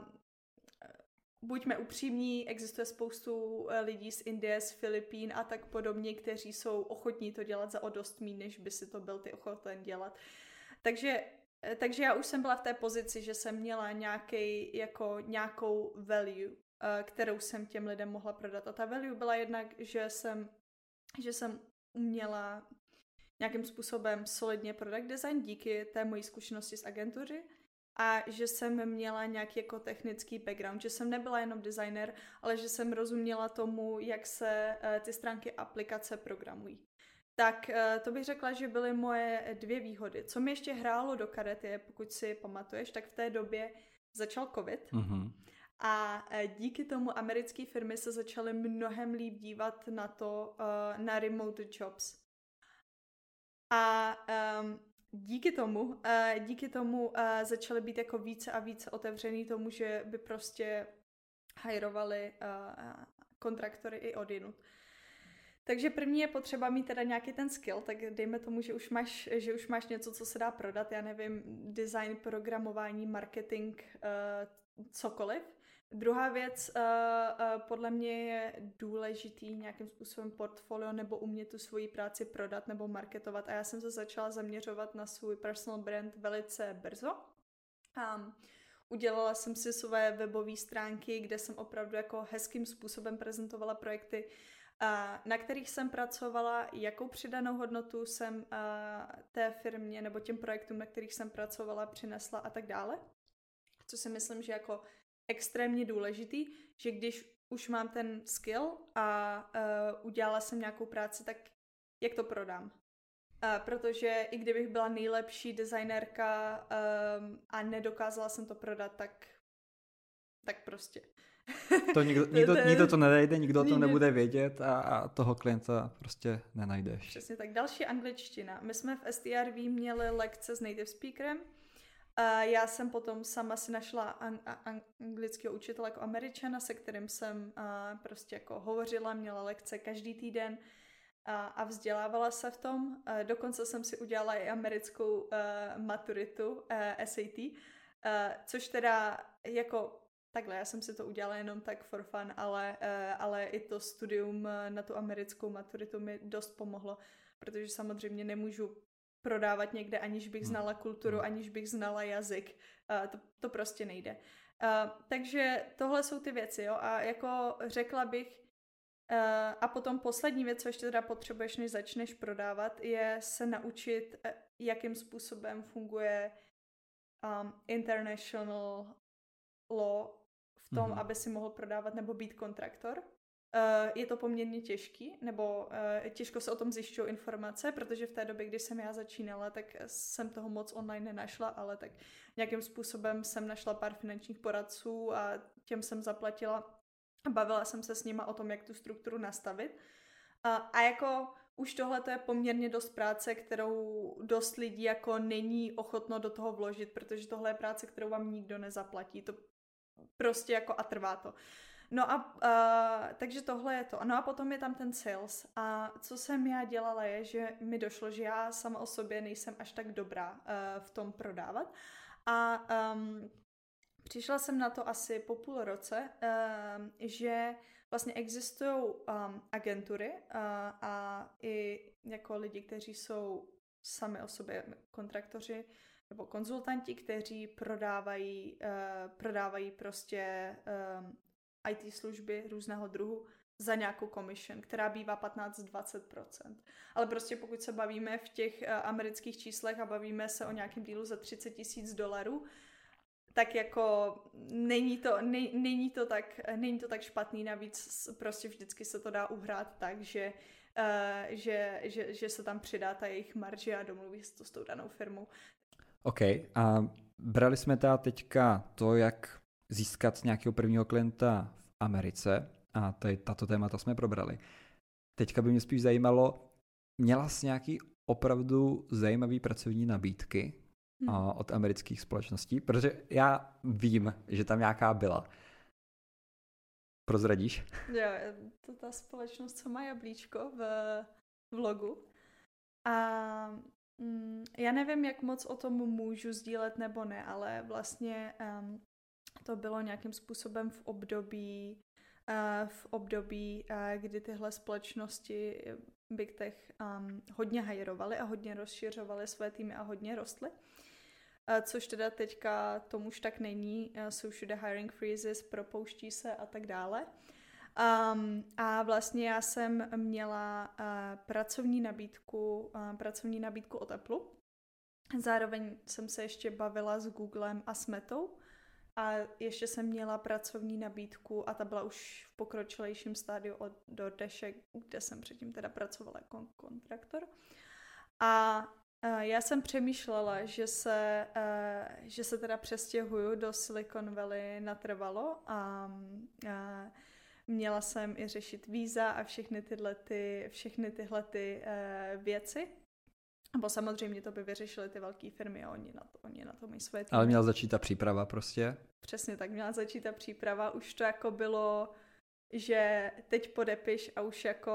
buďme upřímní, existuje spoustu lidí z Indie, z Filipín a tak podobně, kteří jsou ochotní to dělat za o dost míň, než by si to byl ty ochoten dělat. Takže, takže já už jsem byla v té pozici, že jsem měla nějaký, jako nějakou value, kterou jsem těm lidem mohla prodat. A ta value byla jednak, že jsem, že jsem uměla nějakým způsobem solidně product design díky té mojí zkušenosti z agentury a že jsem měla nějaký jako technický background, že jsem nebyla jenom designer, ale že jsem rozuměla tomu, jak se uh, ty stránky aplikace programují. Tak uh, to bych řekla, že byly moje dvě výhody. Co mi ještě hrálo do karet je, pokud si pamatuješ, tak v té době začal covid mm-hmm. a uh, díky tomu americké firmy se začaly mnohem líp dívat na to, uh, na remote jobs. A um, díky tomu, uh, díky tomu uh, začaly být jako více a více otevřený tomu, že by prostě hajrovali uh, kontraktory i odinut. Takže první je potřeba mít teda nějaký ten skill, tak dejme tomu, že už máš, že už máš něco, co se dá prodat, já nevím, design, programování, marketing, uh, cokoliv. Druhá věc, uh, uh, podle mě je důležitý nějakým způsobem portfolio nebo umět tu svoji práci prodat nebo marketovat a já jsem se začala zaměřovat na svůj personal brand velice brzo. Um, udělala jsem si své webové stránky, kde jsem opravdu jako hezkým způsobem prezentovala projekty, uh, na kterých jsem pracovala, jakou přidanou hodnotu jsem uh, té firmě nebo těm projektům, na kterých jsem pracovala, přinesla a tak dále. Co si myslím, že jako extrémně důležitý, že když už mám ten skill a uh, udělala jsem nějakou práci, tak jak to prodám? Uh, protože i kdybych byla nejlepší designérka um, a nedokázala jsem to prodat, tak, tak prostě. To nikdo, nikdo, nikdo to nenajde, nikdo o tom nebude vědět a, a toho klienta prostě nenajdeš. Přesně tak. Další angličtina. My jsme v S T R V měli lekce s native speakerem. Uh, já jsem potom sama si našla ang- ang- anglického učitele jako Američana, se kterým jsem uh, prostě jako hovořila, měla lekce každý týden uh, a vzdělávala se v tom. Uh, dokonce jsem si udělala i americkou uh, maturitu, uh, S A T, uh, což teda jako takhle, já jsem si to udělala jenom tak for fun, ale, uh, ale i to studium uh, na tu americkou maturitu mi dost pomohlo, protože samozřejmě nemůžu prodávat někde, aniž bych znala kulturu, aniž bych znala jazyk. Uh, to, to prostě nejde. Uh, takže tohle jsou ty věci, jo. A jako řekla bych, uh, a potom poslední věc, co ještě teda potřebuješ, než začneš prodávat, je se naučit, jakým způsobem funguje um, international law v tom, mm-hmm. aby si mohl prodávat nebo být kontraktor. Uh, je to poměrně těžký, nebo uh, těžko se o tom zjišťují informace, protože v té době, kdy jsem já začínala, tak jsem toho moc online nenašla, ale tak nějakým způsobem jsem našla pár finančních poradců a těm jsem zaplatila a bavila jsem se s nima o tom, jak tu strukturu nastavit. Uh, a jako už tohle to je poměrně dost práce, kterou dost lidí jako není ochotno do toho vložit, protože tohle je práce, kterou vám nikdo nezaplatí. To prostě jako a trvá to. No a uh, takže tohle je to. No a potom je tam ten sales. A co jsem já dělala je, že mi došlo, že já sama o sobě nejsem až tak dobrá uh, v tom prodávat. A um, přišla jsem na to asi po půl roce, uh, že vlastně existují um, agentury uh, a i jako lidi, kteří jsou sami o sobě kontraktoři nebo konzultanti, kteří prodávají, uh, prodávají prostě um, í té služby různého druhu za nějakou commission, která bývá patnáct až dvacet procent. Ale prostě pokud se bavíme v těch uh, amerických číslech a bavíme se o nějakém dílu za třicet tisíc dolarů, tak jako není to, ne, není, to tak, není to tak špatný, navíc prostě vždycky se to dá uhrát tak, že, uh, že, že, že se tam přidá ta jejich marže a domluví se to s tou danou firmou. OK, a brali jsme teda teďka to, jak získat nějakého prvního klienta v Americe a tady tato témata jsme probrali. Teďka by mě spíš zajímalo, měla jsi nějaký opravdu zajímavý pracovní nabídky hmm. od amerických společností? Protože já vím, že tam nějaká byla. Prozradíš? Jo, to ta společnost, co má jablíčko v vlogu. A mm, já nevím, jak moc o tom můžu sdílet nebo ne, ale vlastně um, to bylo nějakým způsobem v období, uh, v období, uh, kdy tyhle společnosti Big Tech um, hodně hajrovaly a hodně rozšiřovaly své týmy a hodně rostly. Uh, což teda teďka tomu už tak není, uh, jsou všude hiring freezes, propouští se a tak dále. Um, a vlastně já jsem měla uh, pracovní nabídku, uh, pracovní nabídku od Apple. Zároveň jsem se ještě bavila s Googlem a s Metou. A ještě jsem měla pracovní nabídku a ta byla už v pokročilejším stádiu od DoorDashe, kde jsem předtím teda pracovala jako kontraktor. A uh, já jsem přemýšlela, že se, uh, že se teda přestěhuju do Silicon Valley natrvalo a uh, měla jsem i řešit víza a všechny tyhle, ty, všechny tyhle ty, uh, věci. Bo samozřejmě to by vyřešily ty velké firmy a oni na to, oni na to mají své týmy. Ale měla začít ta příprava prostě? Přesně tak, měla začít ta příprava. Už to jako bylo, že teď podepiš a už jako,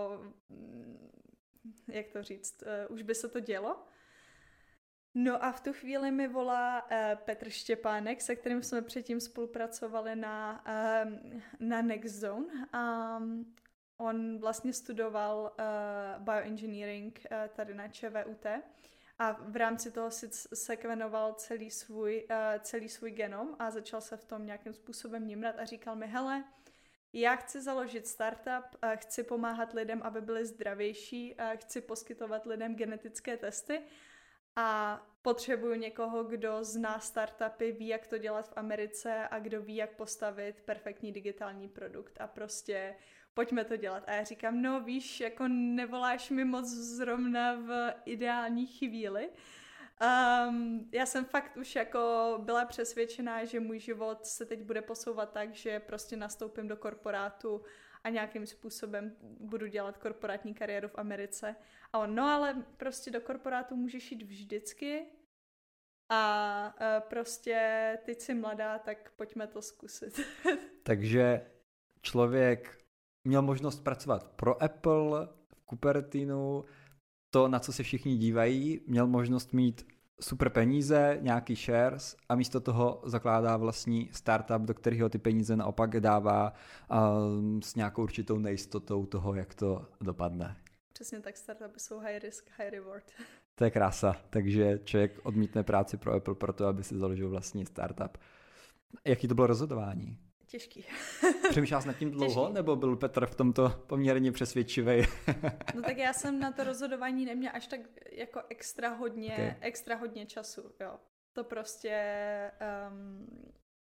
jak to říct, uh, už by se to dělo. No a v tu chvíli mi volá uh, Petr Štěpánek, se kterým jsme předtím spolupracovali na, uh, na Next Zone. Um, On vlastně studoval uh, bioengineering uh, tady na ČVUT a v rámci toho si sekvenoval celý svůj, uh, celý svůj genom a začal se v tom nějakým způsobem nimrat a říkal mi, hele, já chci založit startup, uh, chci pomáhat lidem, aby byli zdravější, uh, chci poskytovat lidem genetické testy a potřebuju někoho, kdo zná startupy, ví, jak to dělat v Americe a kdo ví, jak postavit perfektní digitální produkt a prostě pojďme to dělat. A já říkám, no víš, jako nevoláš mi moc zrovna v ideální chvíli. Um, já jsem fakt už jako byla přesvědčená, že můj život se teď bude posouvat tak, že prostě nastoupím do korporátu a nějakým způsobem budu dělat korporátní kariéru v Americe. A on, no ale prostě do korporátu můžeš jít vždycky a uh, prostě teď jsi mladá, tak pojďme to zkusit. Takže člověk měl možnost pracovat pro Apple, v Cupertinu, to, na co se všichni dívají, měl možnost mít super peníze, nějaký shares a místo toho zakládá vlastní startup, do kterého ty peníze naopak dává um, s nějakou určitou nejistotou toho, jak to dopadne. Přesně tak, startupy jsou high risk, high reward. To je krása, takže člověk odmítne práci pro Apple proto, aby si založil vlastní startup. Jaký to bylo rozhodování? Těžký. Přemýšlel jsi nad tím dlouho, Těžký. nebo byl Petr v tomto poměrně přesvědčivý? No tak já jsem na to rozhodování neměla až tak jako extra hodně, okay. extra hodně času, jo. To prostě... Um...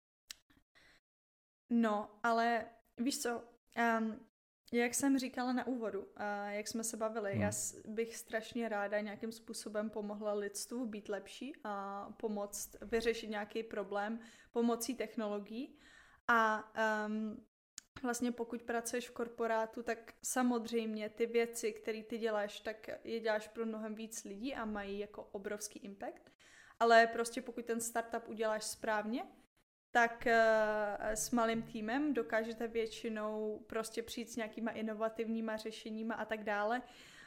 No, ale víš co, um, jak jsem říkala na úvodu, uh, jak jsme se bavili, hmm. já bych strašně ráda nějakým způsobem pomohla lidstvu být lepší a pomoct vyřešit nějaký problém pomocí technologií. A um, vlastně pokud pracuješ v korporátu, tak samozřejmě ty věci, které ty děláš, tak je děláš pro mnohem víc lidí a mají jako obrovský impact. Ale prostě pokud ten startup uděláš správně, tak uh, s malým týmem dokážete většinou prostě přijít s nějakýma inovativníma řešeníma a tak dále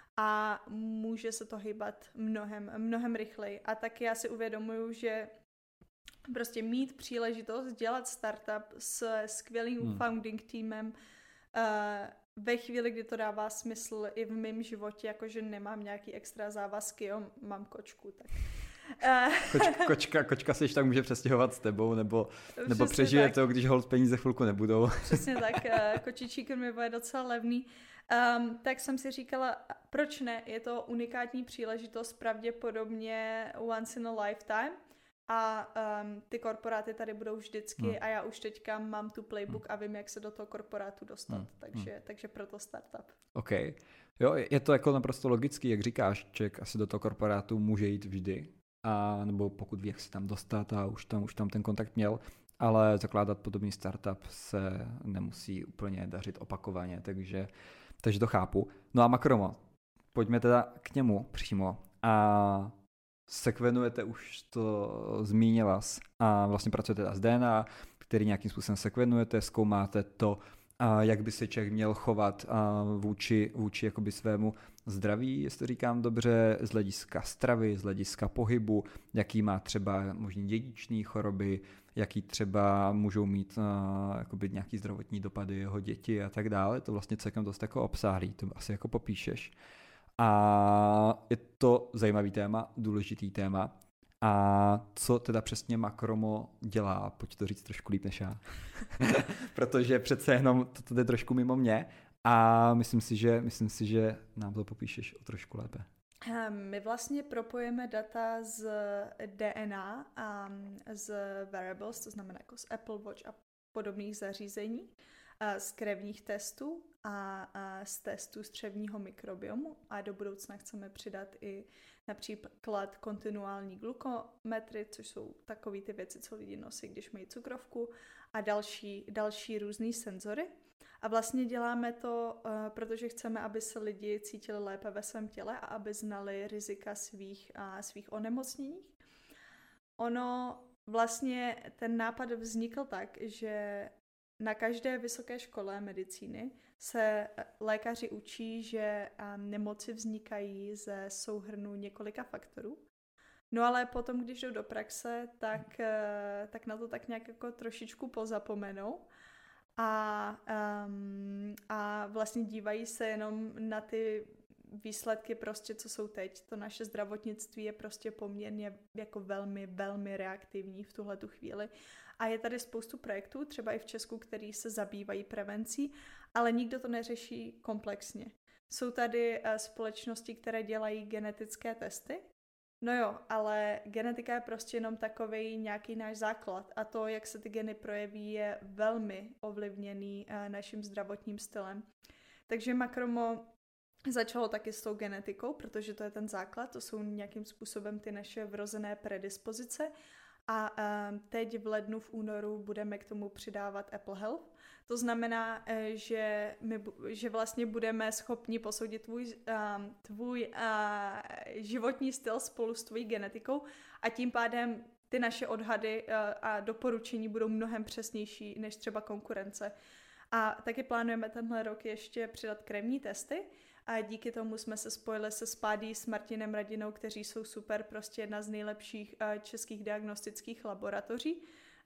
a může se to hýbat mnohem, mnohem rychleji. A taky já si uvědomuju, že prostě mít příležitost dělat startup s skvělým hmm. founding týmem uh, ve chvíli, kdy to dává smysl i v mém životě, jakože nemám nějaký extra závazky, jo, mám kočku, tak... Koč, kočka, kočka se tak může přestěhovat s tebou, nebo, nebo přežije tak. To, když hold peníze chvilku nebudou. Přesně tak, kočičí krmivo je docela levný. Um, tak jsem si říkala, proč ne, je to unikátní příležitost, pravděpodobně once in a lifetime a um, ty korporáty tady budou vždycky hmm. a já už teďka mám tu playbook hmm. a vím, jak se do toho korporátu dostat, hmm. takže, hmm. takže proto startup. OK. Jo, je to jako naprosto logický, jak říkáš, člověk asi do toho korporátu může jít vždy, a nebo pokud ví, jak se tam dostat a už tam, už tam ten kontakt měl, ale zakládat podobný startup se nemusí úplně dařit opakovaně, takže, takže to chápu. No a Makromo, pojďme teda k němu přímo. A sekvenujete, už to zmínila jsi, a vlastně pracujete teda s D N A, který nějakým způsobem sekvenujete, zkoumáte to, a jak by se člověk měl chovat a vůči, vůči jakoby svému zdraví, jestli to říkám dobře, z hlediska stravy, z hlediska pohybu, jaký má třeba možný dědičný choroby, jaký třeba můžou mít uh, jakoby nějaký zdravotní dopady jeho děti a tak dále. To vlastně celkem dost jako obsáhlý, to asi jako popíšeš. A je to zajímavý téma, důležitý téma. A co teda přesně Makromo dělá? Pojď to říct trošku líp než já. Protože přece jenom to, to jde trošku mimo mě a myslím si, že, myslím si, že nám to popíšeš o trošku lépe. My vlastně propojíme data z D N A a z wearables, to znamená jako z Apple Watch a podobných zařízení, z krevních testů a z testů střevního mikrobiomu a do budoucna chceme přidat i například kontinuální glukometry, což jsou takové ty věci, co lidi nosí, když mají cukrovku a další, další různý senzory. A vlastně děláme to, protože chceme, aby se lidi cítili lépe ve svém těle a aby znali rizika svých, svých onemocnění. Ono vlastně, ten nápad vznikl tak, že na každé vysoké škole medicíny se lékaři učí, že nemoci vznikají ze souhrnu několika faktorů. No ale potom, když jdou do praxe, tak, tak na to tak nějak jako trošičku pozapomenou a, um, a vlastně dívají se jenom na ty výsledky prostě, co jsou teď. To naše zdravotnictví je prostě poměrně jako velmi, velmi reaktivní v tuhletu chvíli. A je tady spoustu projektů, třeba i v Česku, který se zabývají prevencí, ale nikdo to neřeší komplexně. Jsou tady uh, společnosti, které dělají genetické testy. No jo, ale genetika je prostě jenom takovej nějaký náš základ a to, jak se ty geny projeví, je velmi ovlivněný uh, naším zdravotním stylem. Takže Makromo začalo taky s tou genetikou, protože to je ten základ, to jsou nějakým způsobem ty naše vrozené predispozice. A um, teď v lednu, v únoru budeme k tomu přidávat Apple Health. To znamená, že, my, že vlastně budeme schopni posoudit tvůj, um, tvůj uh, životní styl spolu s tvojí genetikou a tím pádem ty naše odhady uh, a doporučení budou mnohem přesnější než třeba konkurence. A taky plánujeme tenhle rok ještě přidat krevní testy. A díky tomu jsme se spojili se Spádí s Martinem Radinou, kteří jsou super, prostě jedna z nejlepších uh, českých diagnostických laboratoří.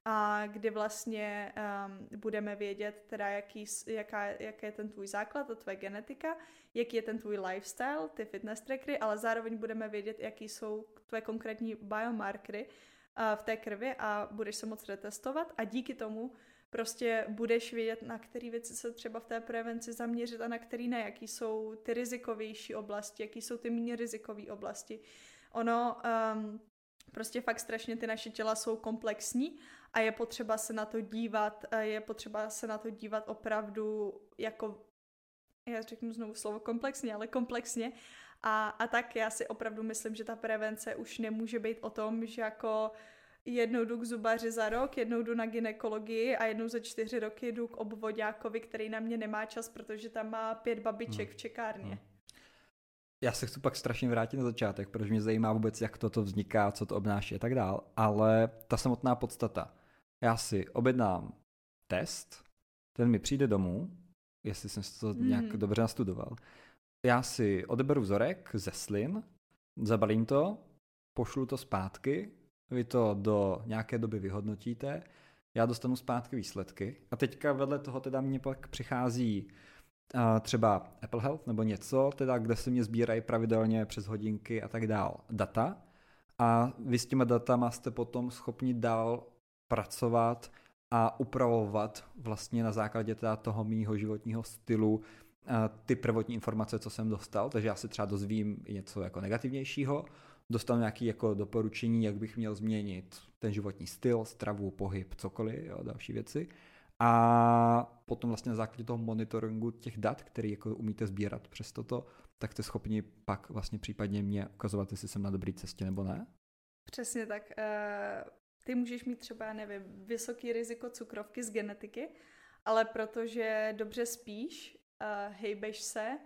a kdy vlastně um, budeme vědět teda, jaký, jaká, jaký je ten tvůj základ, to tvoje genetika, jaký je ten tvůj lifestyle, ty fitness trackery, ale zároveň budeme vědět, jaký jsou tvoje konkrétní biomarkery uh, v té krvi a budeš se moct retestovat a díky tomu prostě budeš vědět, na které věci se třeba v té prevenci zaměřit a na který ne, jaký jsou ty rizikovější oblasti, jaký jsou ty méně rizikové oblasti. Ono um, prostě fakt strašně ty naše těla jsou komplexní a je potřeba se na to dívat, je potřeba se na to dívat opravdu jako, já řeknu znovu slovo komplexně, ale komplexně. A, a tak já si opravdu myslím, že ta prevence už nemůže být o tom, že jako jednou jdu k zubaři za rok, jednou jdu na gynekologii a jednou za čtyři roky jdu k obvoďákovi, který na mě nemá čas, protože tam má pět babiček hmm. v čekárně. Hmm. Já se chci pak strašně vrátit na začátek, protože mě zajímá vůbec, jak toto vzniká, co to obnáší a tak dál, ale ta samotná podstata. Já si objednám test, ten mi přijde domů, jestli jsem to hmm. nějak dobře nastudoval. Já si odeberu vzorek ze slin, zabalím to, pošlu to zpátky, vy to do nějaké doby vyhodnotíte, já dostanu zpátky výsledky a teďka vedle toho teda mě pak přichází uh, třeba Apple Health nebo něco, teda kde se mě sbírají pravidelně přes hodinky a tak dál data a vy s těma datama jste potom schopni dál pracovat a upravovat vlastně na základě teda toho mýho životního stylu uh, ty prvotní informace, co jsem dostal, takže já si třeba dozvím něco jako negativnějšího, dostanu nějaké jako doporučení, jak bych měl změnit ten životní styl, stravu, pohyb, cokoliv, jo, další věci. A potom vlastně na základě toho monitoringu těch dat, který jako umíte sbírat přes toto, tak jste schopni pak vlastně případně mě ukazovat, jestli jsem na dobré cestě nebo ne? Přesně tak. Uh, ty můžeš mít třeba, nevím, vysoký riziko cukrovky z genetiky, ale protože dobře spíš, uh, hejbeš se,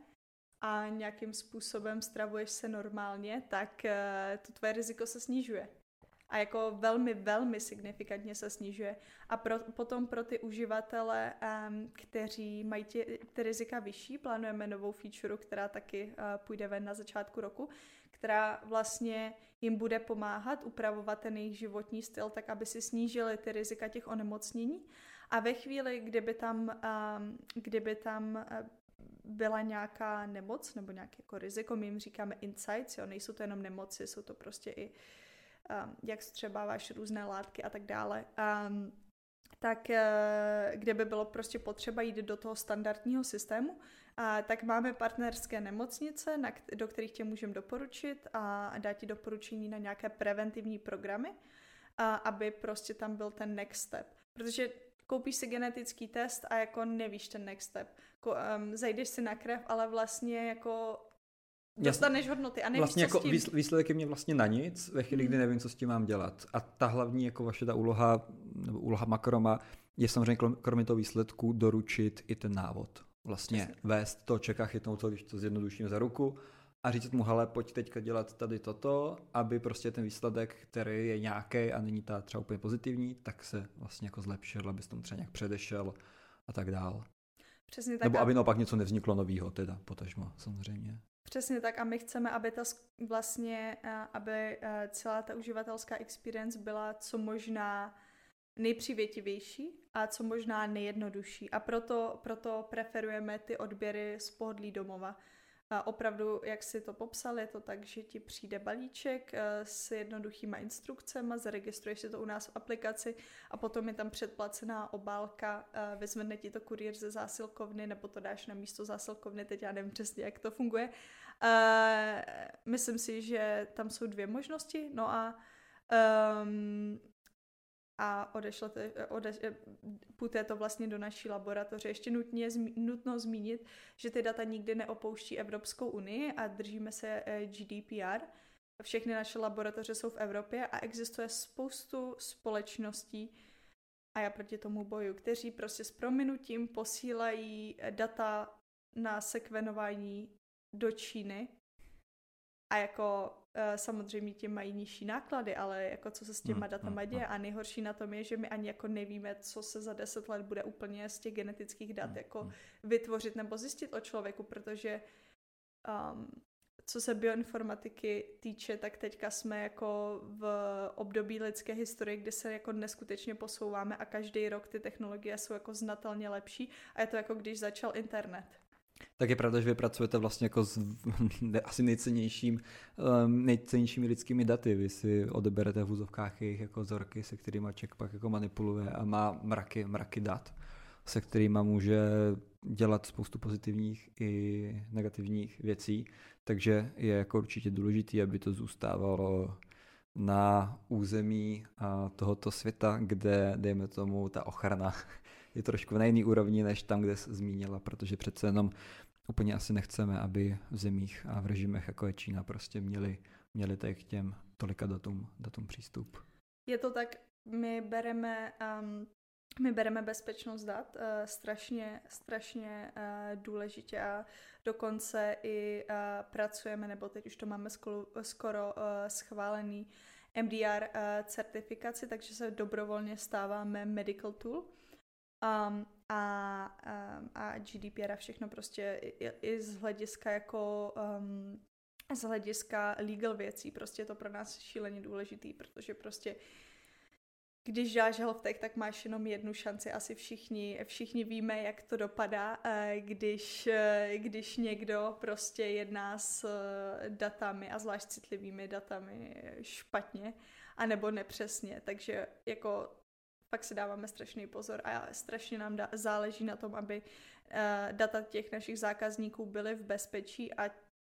a nějakým způsobem stravuješ se normálně, tak uh, to tvoje riziko se snižuje. A jako velmi, velmi signifikantně se snižuje. A pro, potom pro ty uživatele, um, kteří mají tě, ty rizika vyšší, plánujeme novou feature, která taky uh, půjde ven na začátku roku, která vlastně jim bude pomáhat upravovat ten jejich životní styl, tak aby si snížili ty rizika těch onemocnění. A ve chvíli, kdyby tam, um, kdyby tam uh, byla nějaká nemoc nebo nějaké jako riziko, my jim říkáme insights, jo, nejsou to jenom nemoci, jsou to prostě i um, jak střebáváš různé látky a tak dále, um, tak uh, kde by bylo prostě potřeba jít do toho standardního systému, uh, tak máme partnerské nemocnice, na, do kterých tě můžeme doporučit a dát ti doporučení na nějaké preventivní programy, uh, aby prostě tam byl ten next step, protože koupíš si genetický test a jako nevíš ten next step. Ko, um, zajdeš si na krev, ale vlastně jako dostaneš hodnoty a nevíš, vlastně co jako s tím. Výsledek je mě vlastně na nic, ve chvíli, kdy nevím, co s tím mám dělat. A ta hlavní jako vaše ta úloha, nebo úloha Makroma je samozřejmě kromě toho výsledku doručit i ten návod. Vlastně Přesně. vést to, čeka, chytnout to, když to zjednoduším za ruku a říct mu, hele, pojď teďka dělat tady toto, aby prostě ten výsledek, který je nějaký a není ta třeba úplně pozitivní, tak se vlastně jako zlepšil, abys tomu třeba nějak předešel a tak dál. Přesně tak. Nebo aby naopak něco nevzniklo novýho, teda potažmo samozřejmě. Přesně tak a my chceme, aby ta vlastně, aby celá ta uživatelská experience byla co možná nejpřívětivější a co možná nejjednodušší. A proto, proto preferujeme ty odběry z pohodlí domova. A opravdu, jak si to popsal, je to tak, že ti přijde balíček s jednoduchýma instrukcemi, zaregistruješ si to u nás v aplikaci a potom je tam předplacená obálka, vezme ti to kurýr ze zásilkovny nebo to dáš na místo zásilkovny, teď já nevím přesně, jak to funguje. Myslím si, že tam jsou dvě možnosti, no a um, a odešlete, odeš, půjde to vlastně do naší laboratoře. Ještě nutně, nutno zmínit, že ty data nikdy neopouští Evropskou unii a držíme se G D P R. Všechny naše laboratoře jsou v Evropě a existuje spoustu společností, a já proti tomu boju, kteří prostě s prominutím posílají data na sekvenování do Číny a jako samozřejmě tím mají nižší náklady, ale jako co se s těma datama děje a nejhorší na tom je, že my ani jako nevíme, co se za deset let bude úplně z těch genetických dat jako vytvořit nebo zjistit o člověku, protože um, co se bioinformatiky týče, tak teďka jsme jako v období lidské historie, kde se jako neskutečně posouváme a každý rok ty technologie jsou jako znatelně lepší a je to jako když začal internet. Tak je pravda, že vy pracujete vlastně jako s asi nejcennějším, um, nejcennějšími lidskými daty. Vy si odeberete v úzovkách jejich jako vzorky, se kterými Czech pak jako manipuluje a má mraky, mraky dat, se kterými může dělat spoustu pozitivních i negativních věcí. Takže je jako určitě důležité, aby to zůstávalo na území tohoto světa, kde, dejme tomu, ta ochrana je trošku na jiný úrovni, než tam, kde se zmínila, protože přece jenom úplně asi nechceme, aby v zemích a v režimech, jako je Čína, prostě měli, měli tady k těm tolika datům, datům přístup. Je to tak, my bereme, um, my bereme bezpečnost dat uh, strašně, strašně uh, důležitě a dokonce i uh, pracujeme, nebo teď už to máme skoro, skoro uh, schválený M D R uh, certifikaci, takže se dobrovolně stáváme medical tool. Um, a, um, a G D P R a všechno prostě i, i z hlediska jako um, z hlediska legal věcí, prostě je to pro nás šíleně důležitý, protože prostě když děláš health tech, tak máš jenom jednu šanci, asi všichni, všichni víme, jak to dopadá, když, když někdo prostě jedná s datami a zvlášť citlivými datami špatně, anebo nepřesně, takže jako pak si dáváme strašný pozor a strašně nám dá, záleží na tom, aby uh, data těch našich zákazníků byly v bezpečí a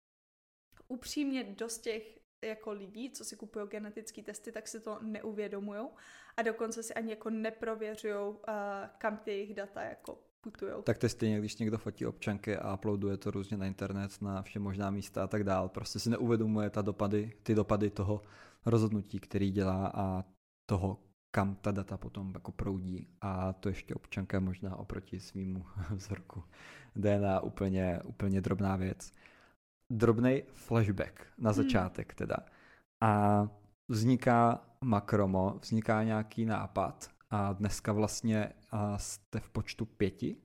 upřímně dost těch jako lidí, co si kupují genetické testy, tak si to neuvědomujou a dokonce si ani jako neprověřují, uh, kam ty jejich data jako putujou. Tak to je stejně, když někdo fotí občanky a uploaduje to různě na internet, na vše možná místa a tak dál. Prostě si neuvědomuje ta dopady, ty dopady toho rozhodnutí, který dělá a toho, kam ta data potom jako proudí a to ještě občanka možná oproti svýmu vzorku D N A úplně, úplně drobná věc. Drobnej flashback na začátek teda. A vzniká Makromo, vzniká nějaký nápad a dneska vlastně jste v počtu pěti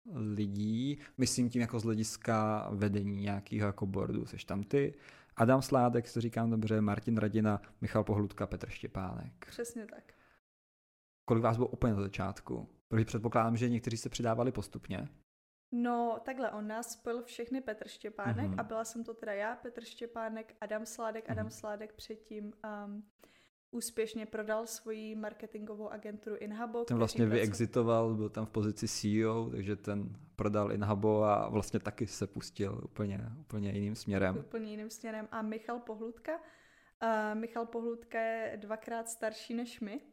lidí, myslím tím jako z hlediska vedení nějakého jako boardu, seš tam ty, Adam Sládek, to říkám dobře, Martin Radina, Michal Pohludka, Petr Štěpánek. Přesně tak. Kolik vás bylo úplně na začátku? Protože předpokládám, že někteří se přidávali postupně. No takhle, on nás spojil všechny Petr Štěpánek mm-hmm. a byla jsem to teda já, Petr Štěpánek, Adam Sládek. Mm-hmm. Adam Sládek předtím um, úspěšně prodal svoji marketingovou agenturu Inhabo. Ten vlastně vyexitoval, byl tam v pozici C E O, takže ten prodal Inhabo a vlastně taky se pustil úplně, úplně jiným směrem. Úplně jiným směrem. A Michal Pohludka. Uh, Michal Pohludka je dvakrát starší než my.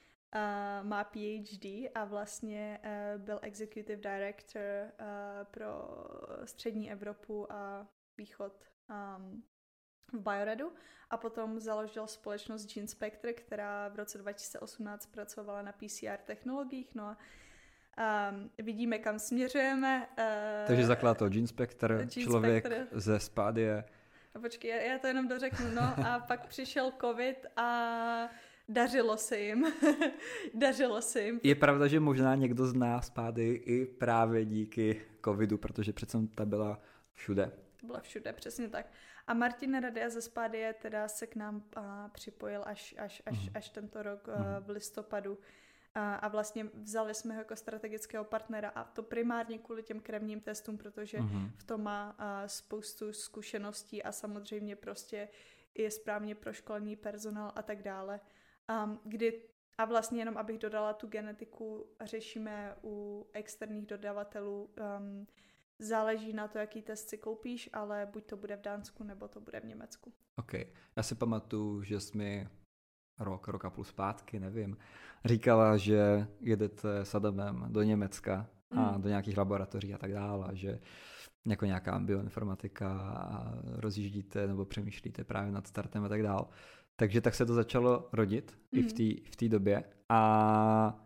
Uh, má P H D a vlastně uh, byl executive director uh, pro střední Evropu a východ um, v Bioredu a potom založil společnost GenSpectre, která v roce dva tisíce osmnáct pracovala na P C R technologiích. No a um, vidíme, kam směřujeme. Uh, Takže zakládal GenSpectre, člověk ze Spádie. A počkej, já, já to jenom dořeknu. No a pak přišel covid a dařilo se jim. dařilo se jim. Je pravda, že možná někdo zná Spádii i právě díky covidu, protože přece ta byla všude. Byla všude, přesně tak. A Martin Radia ze Spádie teda se k nám a, připojil až, až, až, mm. až tento rok mm. a, v listopadu. A, a vlastně vzali jsme ho jako strategického partnera a to primárně kvůli těm krevním testům, protože mm. v tom má a, spoustu zkušeností a samozřejmě prostě je správně proškolený personál a tak dále. Um, kdy, a vlastně jenom abych dodala tu genetiku, řešíme u externích dodavatelů. Um, záleží na to, jaký test si koupíš, ale buď to bude v Dánsku, nebo to bude v Německu. OK. Já si pamatuju, že jsi mi rok, rok a půl zpátky, nevím, říkala, že jedete s Adamem do Německa a mm. do nějakých laboratoří a tak dále, že jako nějaká bioinformatika a rozjíždíte nebo přemýšlíte právě nad startem a tak dále. Takže tak se to začalo rodit mm. i v té v té době a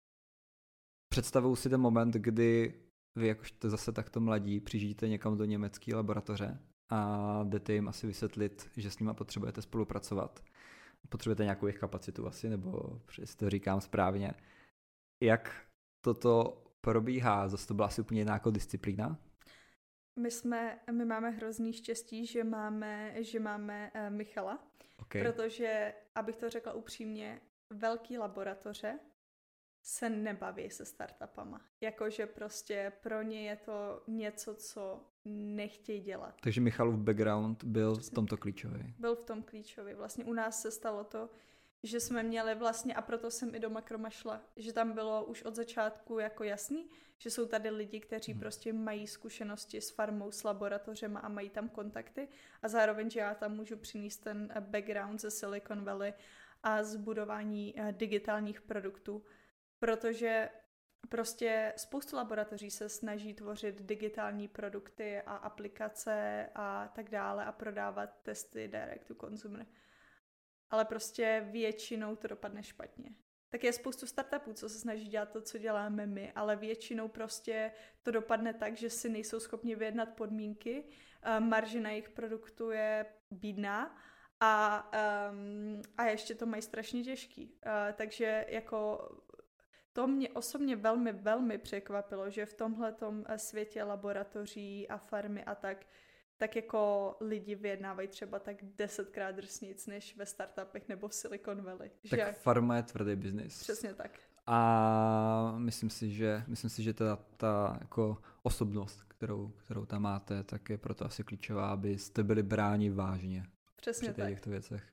představuju si ten moment, kdy vy jakožto zase takto mladí přijíždíte někam do německé laboratoře a jdete jim asi vysvětlit, že s nima potřebujete spolupracovat. Potřebujete nějakou jejich kapacitu asi, nebo jestli to říkám správně. Jak toto probíhá? Zase to byla asi úplně jiná jako disciplína? my jsme, my máme hrozný štěstí, že máme, že máme uh, Michala, okay. Protože, abych to řekla upřímně, velký laboratoře se nebaví se startupama. Jakože prostě pro ně je to něco, co nechtějí dělat. Takže Michalův background byl v tomto klíčový. Byl v tom klíčový. Vlastně u nás se stalo to, že jsme měli vlastně, a proto jsem i do Makroma šla, že tam bylo už od začátku jako jasný, že jsou tady lidi, kteří hmm. prostě mají zkušenosti s farmou, s laboratořema a mají tam kontakty a zároveň, že já tam můžu přinést ten background ze Silicon Valley a z budování digitálních produktů, protože prostě spoustu laboratoří se snaží tvořit digitální produkty a aplikace a tak dále a prodávat testy direct to consumer. Ale prostě většinou to dopadne špatně. Tak je spoustu startupů, co se snaží dělat to, co děláme my, ale většinou prostě to dopadne tak, že si nejsou schopni vyjednat podmínky, marže na jejich produktu je bídná a, um, a ještě to mají strašně těžký. Uh, takže jako to mě osobně velmi, velmi překvapilo, že v tomhletom světě laboratoří a farmy a tak tak jako lidi vyjednávají třeba tak desetkrát drsnic než ve startupech nebo v Silicon Valley. Tak že... farma je tvrdý biznis. Přesně tak. A myslím si, že, myslím si, že ta, ta jako osobnost, kterou, kterou tam máte, tak je proto asi klíčová, abyste byli bráni vážně. Přesně při tak. těchto věcech.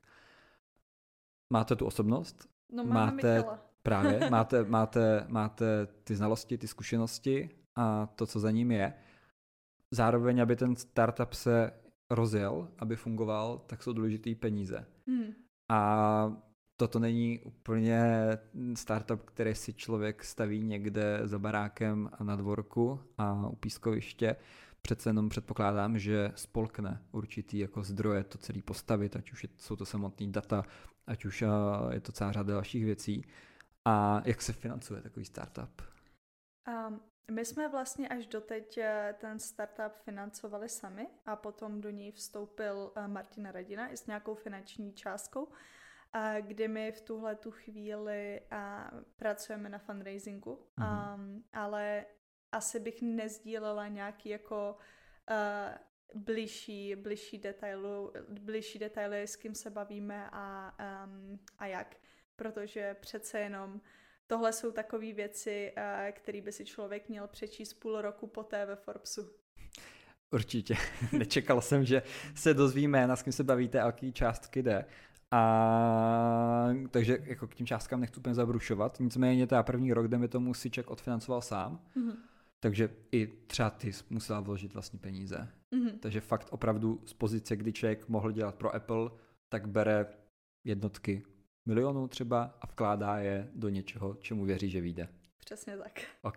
Máte tu osobnost? No máme máte, Michala. Právě, máte, máte, máte ty znalosti, ty zkušenosti a to, co za ním je. Zároveň, aby ten startup se rozjel, aby fungoval, tak jsou důležitý peníze. Hmm. A toto není úplně startup, který si člověk staví někde za barákem a na dvorku a u pískoviště. Přece jenom předpokládám, že spolkne určitý jako zdroje to celý postavit, ať už jsou to samotný data, ať už je to celá řada dalších věcí. A jak se financuje takový startup? Um. My jsme vlastně až doteď ten startup financovali sami a potom do něj vstoupil Martin Radina i s nějakou finanční částkou, kdy my v tuhle tu chvíli pracujeme na fundraisingu, mm-hmm. um, ale asi bych nezdílela nějaký jako uh, bližší, bližší, detailu, bližší detaily, s kým se bavíme a, um, a jak, protože přece jenom tohle jsou takové věci, které by si člověk měl přečíst půl roku poté ve Forbesu. Určitě. Nečekal jsem, že se dozvíme, na s kým se bavíte a jaký částky jde. A takže jako k tím částkám nechci úplně zabrušovat. Nicméně ta první rok, kde mi tomu Siček odfinancoval sám. Mm-hmm. Takže i třeba ty musela vložit vlastní peníze. Mm-hmm. Takže fakt opravdu z pozice, kdy člověk mohl dělat pro Apple, tak bere jednotky milionů třeba a vkládá je do něčeho, čemu věří, že vyjde. Přesně tak. OK.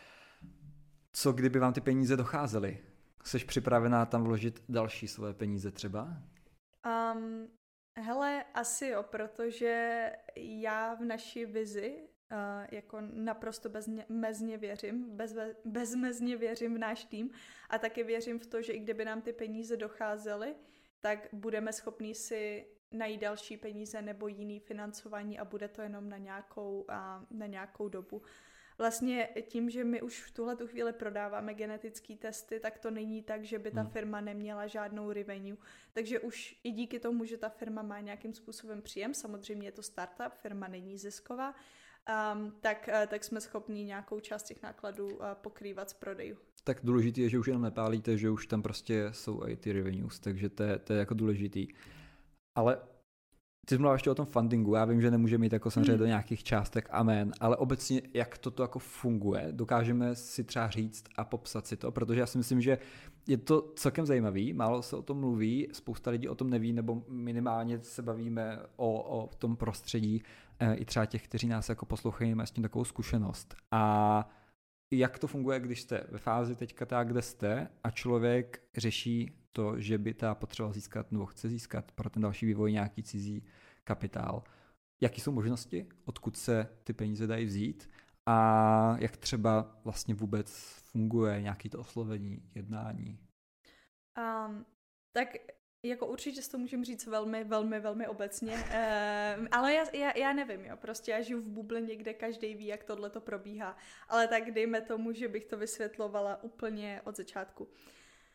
Co kdyby vám ty peníze docházely? Jsi připravená tam vložit další svoje peníze třeba? Um, hele, asi jo, protože já v naší vizi uh, jako naprosto bezmezně věřím, bez, bezmezně věřím v náš tým a taky věřím v to, že i kdyby nám ty peníze docházely, tak budeme schopní si najít další peníze nebo jiný financování a bude to jenom na nějakou, a, na nějakou dobu. Vlastně tím, že my už v tuhle tu chvíli prodáváme genetické testy, tak to není tak, že by ta firma neměla žádnou revenue. Takže už i díky tomu, že ta firma má nějakým způsobem příjem, samozřejmě je to startup, firma není zisková, um, tak, tak jsme schopni nějakou část těch nákladů uh, pokrývat z prodejů. Tak důležitý je, že už jenom nepálíte, že už tam prostě jsou i ty revenues, takže to je, to je jako důležitý. Ale ty jsi mluvila ještě o tom fundingu, já vím, že nemůžeme mít jako samozřejmě hmm. do nějakých částek, amen, ale obecně jak toto jako funguje, dokážeme si třeba říct a popsat si to, protože já si myslím, že je to celkem zajímavý, málo se o tom mluví, spousta lidí o tom neví, nebo minimálně se bavíme o, o tom prostředí, e, i třeba těch, kteří nás jako poslouchají, mají s tím takovou zkušenost. A jak to funguje, když jste ve fázi teďka tak, kde jste a člověk řeší to, že by ta potřeba získat nebo chce získat pro ten další vývoj nějaký cizí kapitál. Jaký jsou možnosti, odkud se ty peníze dají vzít a jak třeba vlastně vůbec funguje nějaké to oslovení, jednání? Um, tak jako určitě s to můžeme říct velmi, velmi, velmi obecně, um, ale já, já, já nevím, jo, prostě já žiju v bublině, kde každý ví, jak tohle to probíhá, ale tak dejme tomu, že bych to vysvětlovala úplně od začátku.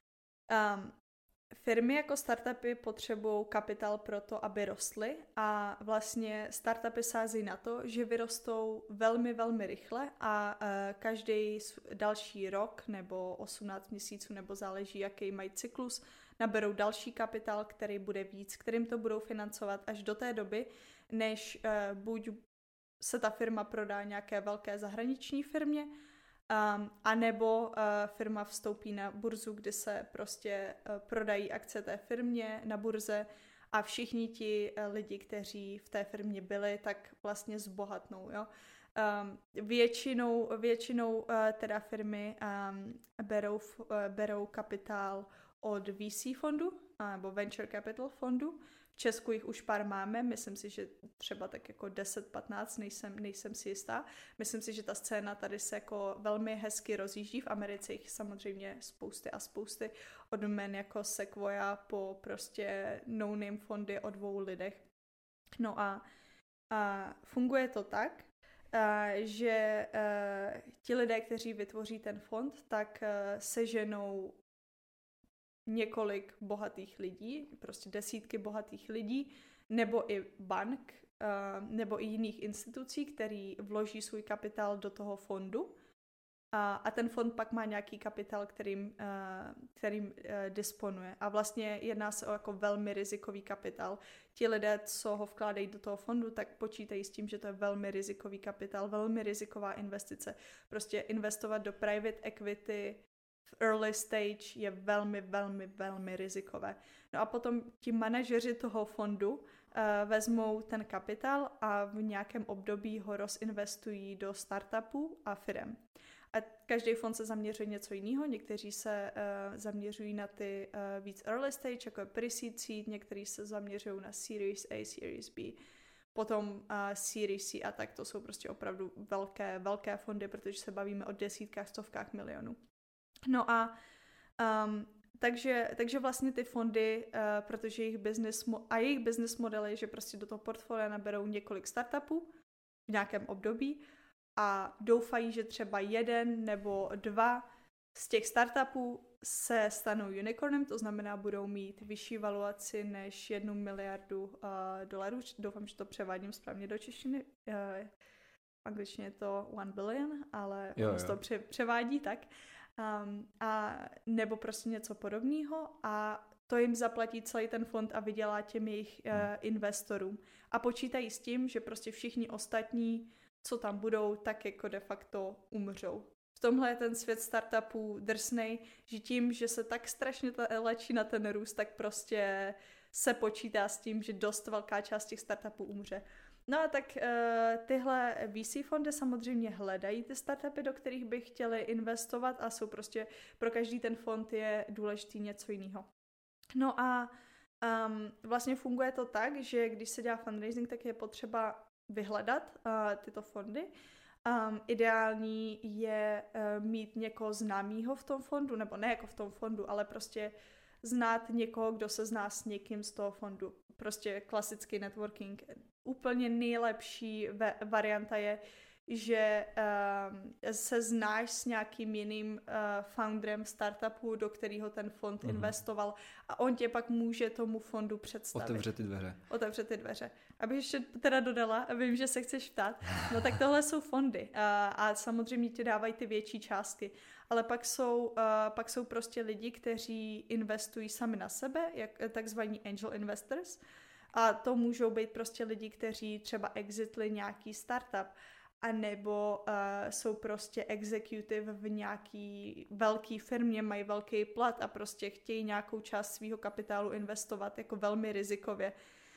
Um, Firmy jako startupy potřebují kapitál pro to, aby rostly a vlastně startupy sází na to, že vyrostou velmi, velmi rychle a uh, každý další rok nebo osmnáct měsíců, nebo záleží, jaký mají cyklus, naberou další kapitál, který bude víc, kterým to budou financovat až do té doby, než uh, buď se ta firma prodá nějaké velké zahraniční firmě, Um, a nebo uh, firma vstoupí na burzu, kde se prostě uh, prodají akce té firmě na burze a všichni ti uh, lidi, kteří v té firmě byli, tak vlastně zbohatnou. Jo? Um, většinou většinou uh, teda firmy um, berou, uh, berou kapitál od V C fondu uh, nebo Venture Capital fondu. V Česku jich už pár máme, myslím si, že třeba tak jako deset patnáct, nejsem, nejsem si jistá. Myslím si, že ta scéna tady se jako velmi hezky rozjíždí, v Americe jich samozřejmě spousty a spousty, od men jako Sequoia po prostě no-name fondy o dvou lidech. No a, a funguje to tak, a, že a, ti lidé, kteří vytvoří ten fond, tak a, seženou několik bohatých lidí, prostě desítky bohatých lidí, nebo i bank, uh, nebo i jiných institucí, který vloží svůj kapitál do toho fondu. A, a ten fond pak má nějaký kapitál, kterým, uh, kterým uh, disponuje. A vlastně jedná se o jako velmi rizikový kapitál. Ti lidé, co ho vkládají do toho fondu, tak počítají s tím, že to je velmi rizikový kapitál, velmi riziková investice. Prostě investovat do private equity v early stage je velmi, velmi, velmi rizikové. No a potom ti manažeři toho fondu uh, vezmou ten kapitál a v nějakém období ho rozinvestují do startupů a firem. A každý fond se zaměřuje něco jiného, někteří se uh, zaměřují na ty uh, víc early stage, jako je pre-seed seed, někteří se zaměřují na Series A, Series B, potom uh, Series C a tak, to jsou prostě opravdu velké, velké fondy, protože se bavíme o desítkách, stovkách milionů. No a um, takže, takže vlastně ty fondy, uh, protože jejich business mo- a jejich business model je, že prostě do toho portfolia naberou několik startupů v nějakém období a doufají, že třeba jeden nebo dva z těch startupů se stanou unicornem, to znamená, budou mít vyšší valuaci než jednu miliardu uh, dolarů. Doufám, že to převádím správně do češtiny. Uh, v angličtině je to one billion, ale jo, ono se to pře- převádí tak. Um, a nebo prostě něco podobného a to jim zaplatí celý ten fond a vydělá těm jejich uh, investorům. A počítají s tím, že prostě všichni ostatní, co tam budou, tak jako de facto umřou. V tomhle je ten svět startupů drsnej, že tím, že se tak strašně léčí na ten růst, tak prostě se počítá s tím, že dost velká část těch startupů umře. No a tak uh, tyhle V C fondy samozřejmě hledají ty startupy, do kterých by chtěli investovat a jsou prostě, pro každý ten fond je důležitý něco jiného. No a um, vlastně funguje to tak, že když se dělá fundraising, tak je potřeba vyhledat uh, tyto fondy. Um, ideální je uh, mít někoho známého v tom fondu, nebo ne jako v tom fondu, ale prostě znát někoho, kdo se zná s někým z toho fondu. Prostě klasický networking. Úplně nejlepší ve- varianta je, že uh, se znáš s nějakým jiným uh, founderem startupu, do kterého ten fond mm-hmm. investoval a on tě pak může tomu fondu představit. Otevře ty dveře. Otevře ty dveře. Abych ještě teda dodala, vím, že se chceš ptát, no tak tohle jsou fondy uh, a samozřejmě ti dávají ty větší částky, ale pak jsou, uh, pak jsou prostě lidi, kteří investují sami na sebe, jak takzvaní angel investors, a to můžou být prostě lidi, kteří třeba exitli nějaký startup, a nebo uh, jsou prostě executive v nějaký velký firmě, mají velký plat a prostě chtějí nějakou část svého kapitálu investovat jako velmi rizikově.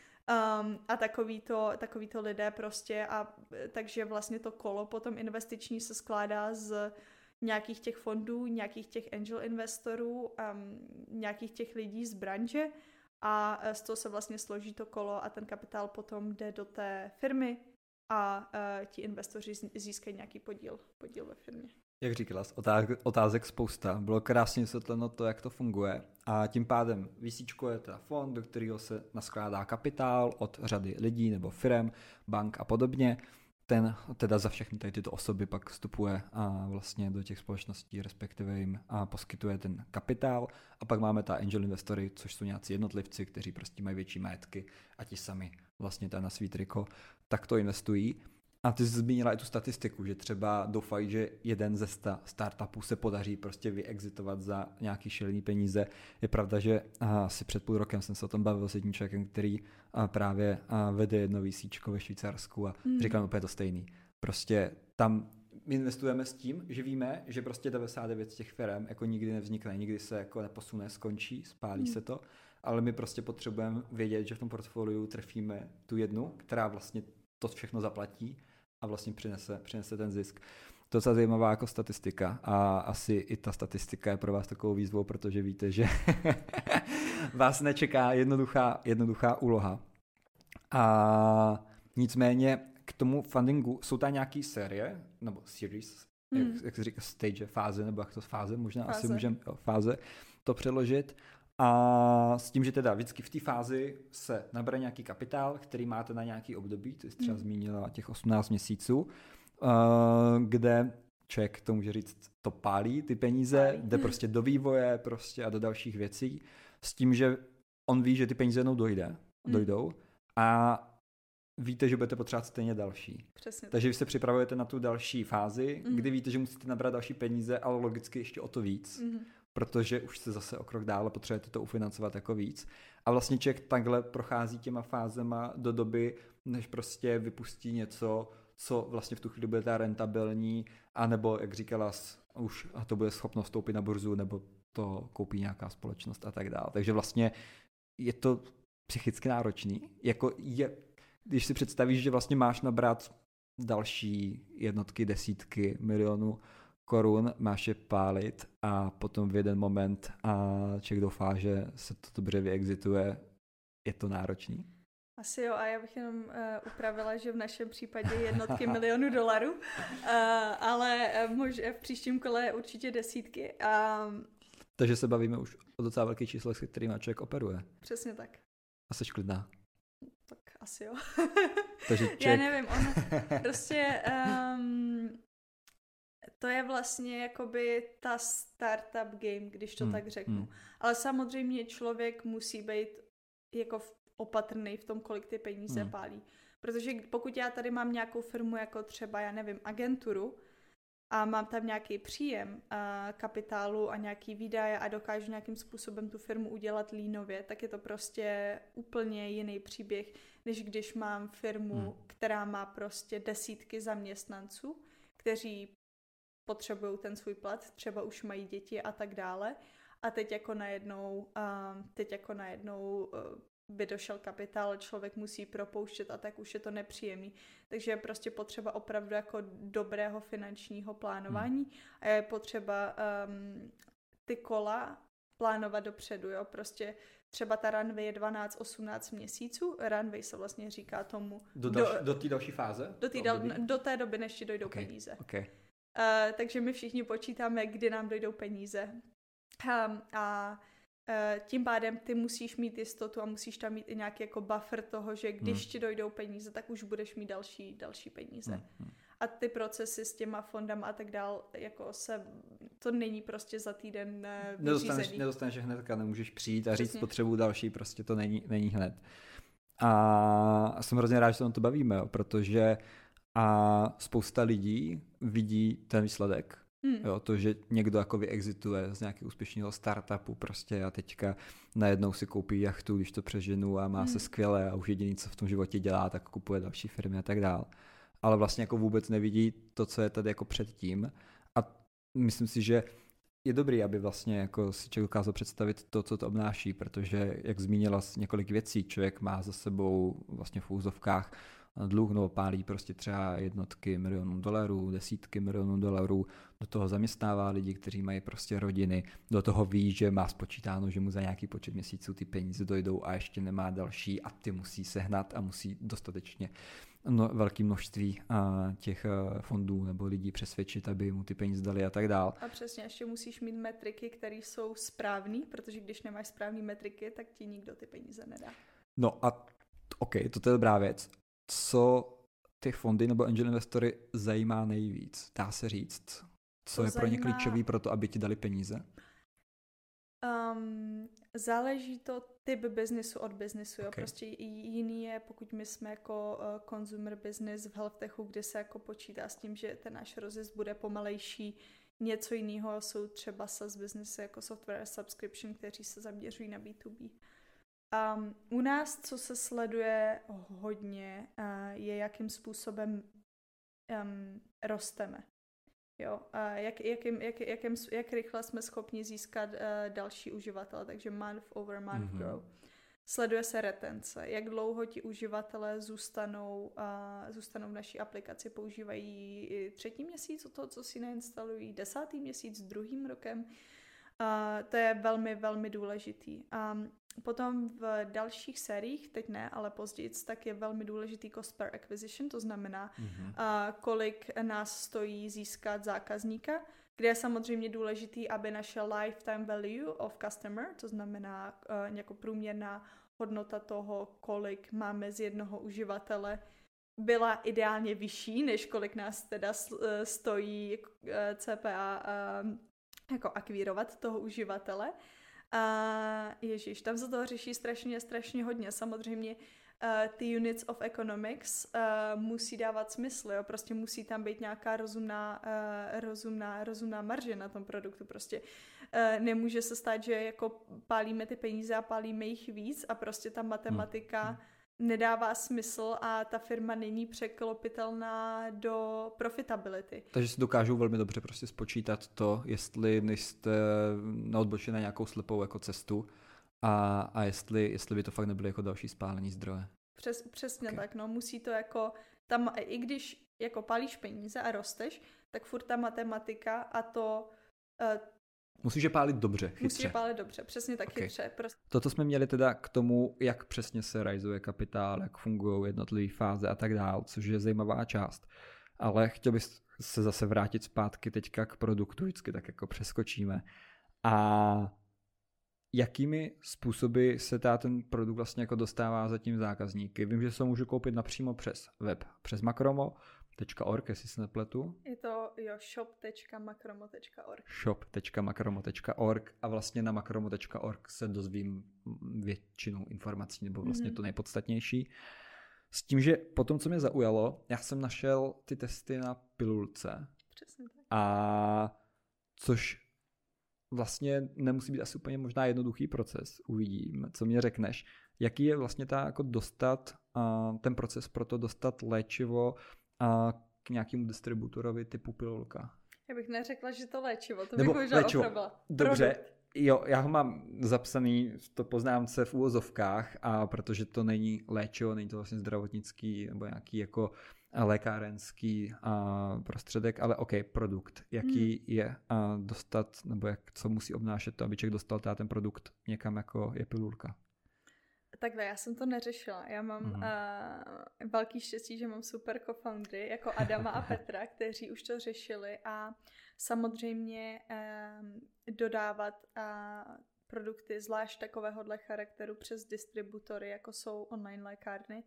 Um, a takovýto, takovýto lidé prostě a takže vlastně to kolo potom investiční se skládá z nějakých těch fondů, nějakých těch angel investorů, um, nějakých těch lidí z branže a z toho se vlastně složí to kolo a ten kapitál potom jde do té firmy a uh, ti investoři získají nějaký podíl, podíl ve firmě. Jak říkala, otázek, otázek spousta. Bylo krásně vysvětleno to, jak to funguje a tím pádem VCčko je teda fond, do kterého se naskládá kapitál od řady lidí nebo firem, bank a podobně. ten teda za všechny tady tyto osoby pak vstupuje a vlastně do těch společností, respektive jim a poskytuje ten kapitál. A pak máme ta angel investory, což jsou nějací jednotlivci, kteří prostě mají větší majetky a ti sami vlastně ta na svý triko, tak to investují. A ty jsi zmínila i tu statistiku, že třeba doufají, že jeden ze sta startupů se podaří prostě vyexitovat za nějaký šílený peníze. Je pravda, že asi před půl rokem jsem se o tom bavil s jedním člověkem, který právě vede jedno VCčko ve Švýcarsku a mm. říkám úplně to stejný. Prostě tam investujeme s tím, že víme, že prostě devadesát devět z těch firm jako nikdy nevznikne, nikdy se jako neposune, skončí, spálí mm. se to, ale my prostě potřebujeme vědět, že v tom portfoliu trefíme tu jednu, která vlastně to všechno zaplatí a vlastně přinese, přinese ten zisk. To je docela zajímavá jako statistika a asi i ta statistika je pro vás takovou výzvou, protože víte, že vás nečeká jednoduchá, jednoduchá úloha. A nicméně k tomu fundingu jsou tam nějaký série, nebo series, hmm. jak, jak se říká stage, fáze, nebo jak to fáze, možná fáze. Asi můžeme fáze to přeložit. A s tím, že teda vždycky v té fázi se nabere nějaký kapitál, který máte na nějaký období, ty jsi třeba mm. zmínila těch osmnáct měsíců, kde člověk, to může říct, to pálí ty peníze, pálí. Jde prostě do vývoje prostě a do dalších věcí, s tím, že on ví, že ty peníze jednou dojde, mm. dojdou a víte, že budete potřebovat stejně další. Přesně. Takže vy se připravujete na tu další fázi, mm. kdy víte, že musíte nabrat další peníze, ale logicky ještě o to víc. Mm. Protože už se zase o krok dále potřebujete to ufinancovat jako víc. A vlastně člověk takhle prochází těma fázema do doby, než prostě vypustí něco, co vlastně v tu chvíli bude ta rentabilní, anebo, jak říkala, už to bude schopno vstoupit na burzu, nebo to koupí nějaká společnost a tak dále. Takže vlastně je to psychicky náročný. Jako je, když si představíš, že vlastně máš nabrat další jednotky, desítky milionů korun, máš je pálit a potom v jeden moment a člověk doufá, že se to dobře vyexituje, je to náročný? Asi jo, a já bych jenom uh, upravila, že v našem případě jednotky milionů dolarů, uh, ale mož, v příštím kole určitě desítky. Uh, Takže se bavíme už o docela velký číslo, s kterými člověk operuje. Přesně tak. A jsi klidná? Tak asi jo. Takže člověk... Já nevím, on prostě... Um, to je vlastně jakoby ta startup game, když to hmm, tak řeknu. Hmm. Ale samozřejmě člověk musí být jako opatrný v tom, kolik ty peníze hmm. pálí. Protože pokud já tady mám nějakou firmu jako třeba, já nevím, agenturu a mám tam nějaký příjem a kapitálu a nějaký výdaje a dokážu nějakým způsobem tu firmu udělat línově, tak je to prostě úplně jiný příběh, než když mám firmu, hmm. která má prostě desítky zaměstnanců, kteří potřebují ten svůj plat, třeba už mají děti a tak dále. A teď jako najednou, uh, teď jako najednou uh, by došel kapitál, člověk musí propouštět a tak už je to nepříjemný. Takže je prostě potřeba opravdu jako dobrého finančního plánování hmm. a je potřeba um, ty kola plánovat dopředu, jo, prostě třeba ta runway je dvanáct osmnáct měsíců, runway se vlastně říká tomu. Do, další, do, do té další fáze? Do, tý dal, do té doby, než ti dojdou okay. peníze. Okay. Uh, takže my všichni počítáme, kdy nám dojdou peníze. Um, a uh, tím pádem ty musíš mít jistotu a musíš tam mít i nějaký jako buffer toho, že když hmm. ti dojdou peníze, tak už budeš mít další, další peníze. Hmm. A ty procesy s těma fondama a tak dál, jako se, to není prostě za týden uh, vyřízený. Nedostaneš, nedostaneš hnedka, nemůžeš přijít a říct Přesně. Potřebuji další, prostě to není, není hned. A jsem hrozně rád, že se o to bavíme, jo, protože a spousta lidí vidí ten výsledek. Hmm. Jo, to, že někdo jako vyexituje z nějakého úspěšného startupu prostě a teďka najednou si koupí jachtu, když to přeženu a má hmm. se skvěle a už jediný, co v tom životě dělá, tak kupuje další firmy a tak dál. Ale vlastně jako vůbec nevidí to, co je tady jako předtím. A myslím si, že je dobrý, aby vlastně jako si člověk dokázal představit to, co to obnáší, protože, jak zmínila několik věcí, člověk má za sebou vlastně v úzovkách dluh, nebo pálí prostě třeba jednotky milionů dolarů, desítky milionů dolarů, do toho zaměstnává lidi, kteří mají prostě rodiny, do toho ví, že má spočítáno, že mu za nějaký počet měsíců ty peníze dojdou a ještě nemá další a ty musí sehnat a musí dostatečně no, velké množství a, těch a, fondů nebo lidí přesvědčit, aby mu ty peníze dali a tak dál. A přesně, ještě musíš mít metriky, které jsou správný, protože když nemáš správný metriky, tak ti nikdo ty peníze nedá. No a OK, to je dobrá věc. Co ty fondy nebo angel investory zajímá nejvíc? Dá se říct, co to je zajímá... pro ně klíčový pro to, aby ti dali peníze? Um, záleží to typ biznesu od biznesu. Jo? Okay. Prostě jiný je, pokud my jsme jako uh, consumer business v healthtechu, kde se jako počítá s tím, že ten náš rozjezd bude pomalejší. Něco jiného jsou třeba SaaS businessy jako software subscription, kteří se zaměřují na bé dvě bé. Um, u nás, co se sleduje hodně, uh, je, jakým způsobem um, rosteme. Jo, uh, jak, jakým, jak, jakým, jak rychle jsme schopni získat uh, další uživatele, takže month over month mm-hmm. grow. Sleduje se retence, jak dlouho ti uživatelé zůstanou, uh, zůstanou v naší aplikaci, používají třetí měsíc od toho, co si nainstalují, desátý měsíc, druhým rokem. Uh, to je velmi, velmi důležitý. Um, potom v dalších sériích, teď ne, ale později, tak je velmi důležitý cost per acquisition, to znamená, mm-hmm. uh, kolik nás stojí získat zákazníka, kde je samozřejmě důležitý, aby naše lifetime value of customer, to znamená uh, jako průměrná hodnota toho, kolik máme z jednoho uživatele, byla ideálně vyšší, než kolik nás teda stojí uh, C P A uh, jako akvírovat toho uživatele. A ježiš, tam se toho řeší strašně, strašně hodně. Samozřejmě uh, ty units of economics uh, musí dávat smysl, jo? Prostě musí tam být nějaká rozumná, uh, rozumná, rozumná marže na tom produktu. Prostě uh, nemůže se stát, že jako pálíme ty peníze a pálíme jich víc a prostě ta matematika hmm. nedává smysl a ta firma není překlopitelná do profitability. Takže si dokážou velmi dobře prostě spočítat to, jestli nejste neodbočili na nějakou slepou jako cestu a, a jestli, jestli by to fakt nebyly jako další spálení zdroje. Přes, přesně okay. tak, no musí to jako, tam i když jako pálíš peníze a rosteš, tak furt ta matematika a to uh, musíš je pálit dobře, chytře. Musíš je pálit dobře, přesně tak okay. chytře. Prostě. Toto jsme měli teda k tomu, jak přesně se rajzuje kapitál, jak fungují jednotlivé fáze a tak dál, což je zajímavá část. Ale chtěl bych se zase vrátit zpátky teďka k produktu, vždycky tak jako přeskočíme. A jakými způsoby se ta ten produkt vlastně jako dostává za tím zákazníky? Vím, že se ho můžu koupit napřímo přes web, přes makromo tečka org, jestli se nepletu. Je to jo, shop tečka makromo tečka org. shop tečka makromo tečka org a vlastně na makromo tečka org se dozvím většinu informací, nebo vlastně mm-hmm. to nejpodstatnější. S tím, že potom, co mě zaujalo, já jsem našel ty testy na pilulce. Přesně tak. A což vlastně nemusí být asi úplně možná jednoduchý proces. Uvidím, co mě řekneš. Jaký je vlastně ta jako dostat, uh, ten proces pro to dostat léčivo a k nějakému distributorovi typu pilulka. Já bych neřekla, že to léčivo, to Nebo bych možná opravila. Dobře, produkt. Jo, já ho mám zapsaný v to poznámce v úvozovkách, a protože to není léčivo, není to vlastně zdravotnický nebo nějaký jako lékárenský a, prostředek, ale OK, produkt. Jaký hmm. je a, dostat, nebo jak, co musí obnášet to, aby člověk dostal ten produkt někam jako je pilulka? Takhle, já jsem to neřešila. Já mám mm-hmm. uh, velký štěstí, že mám super co-foundry, jako Adama a Petra, kteří už to řešili a samozřejmě um, dodávat uh, produkty, zvlášť takovéhohle charakteru přes distributory, jako jsou online lékárny,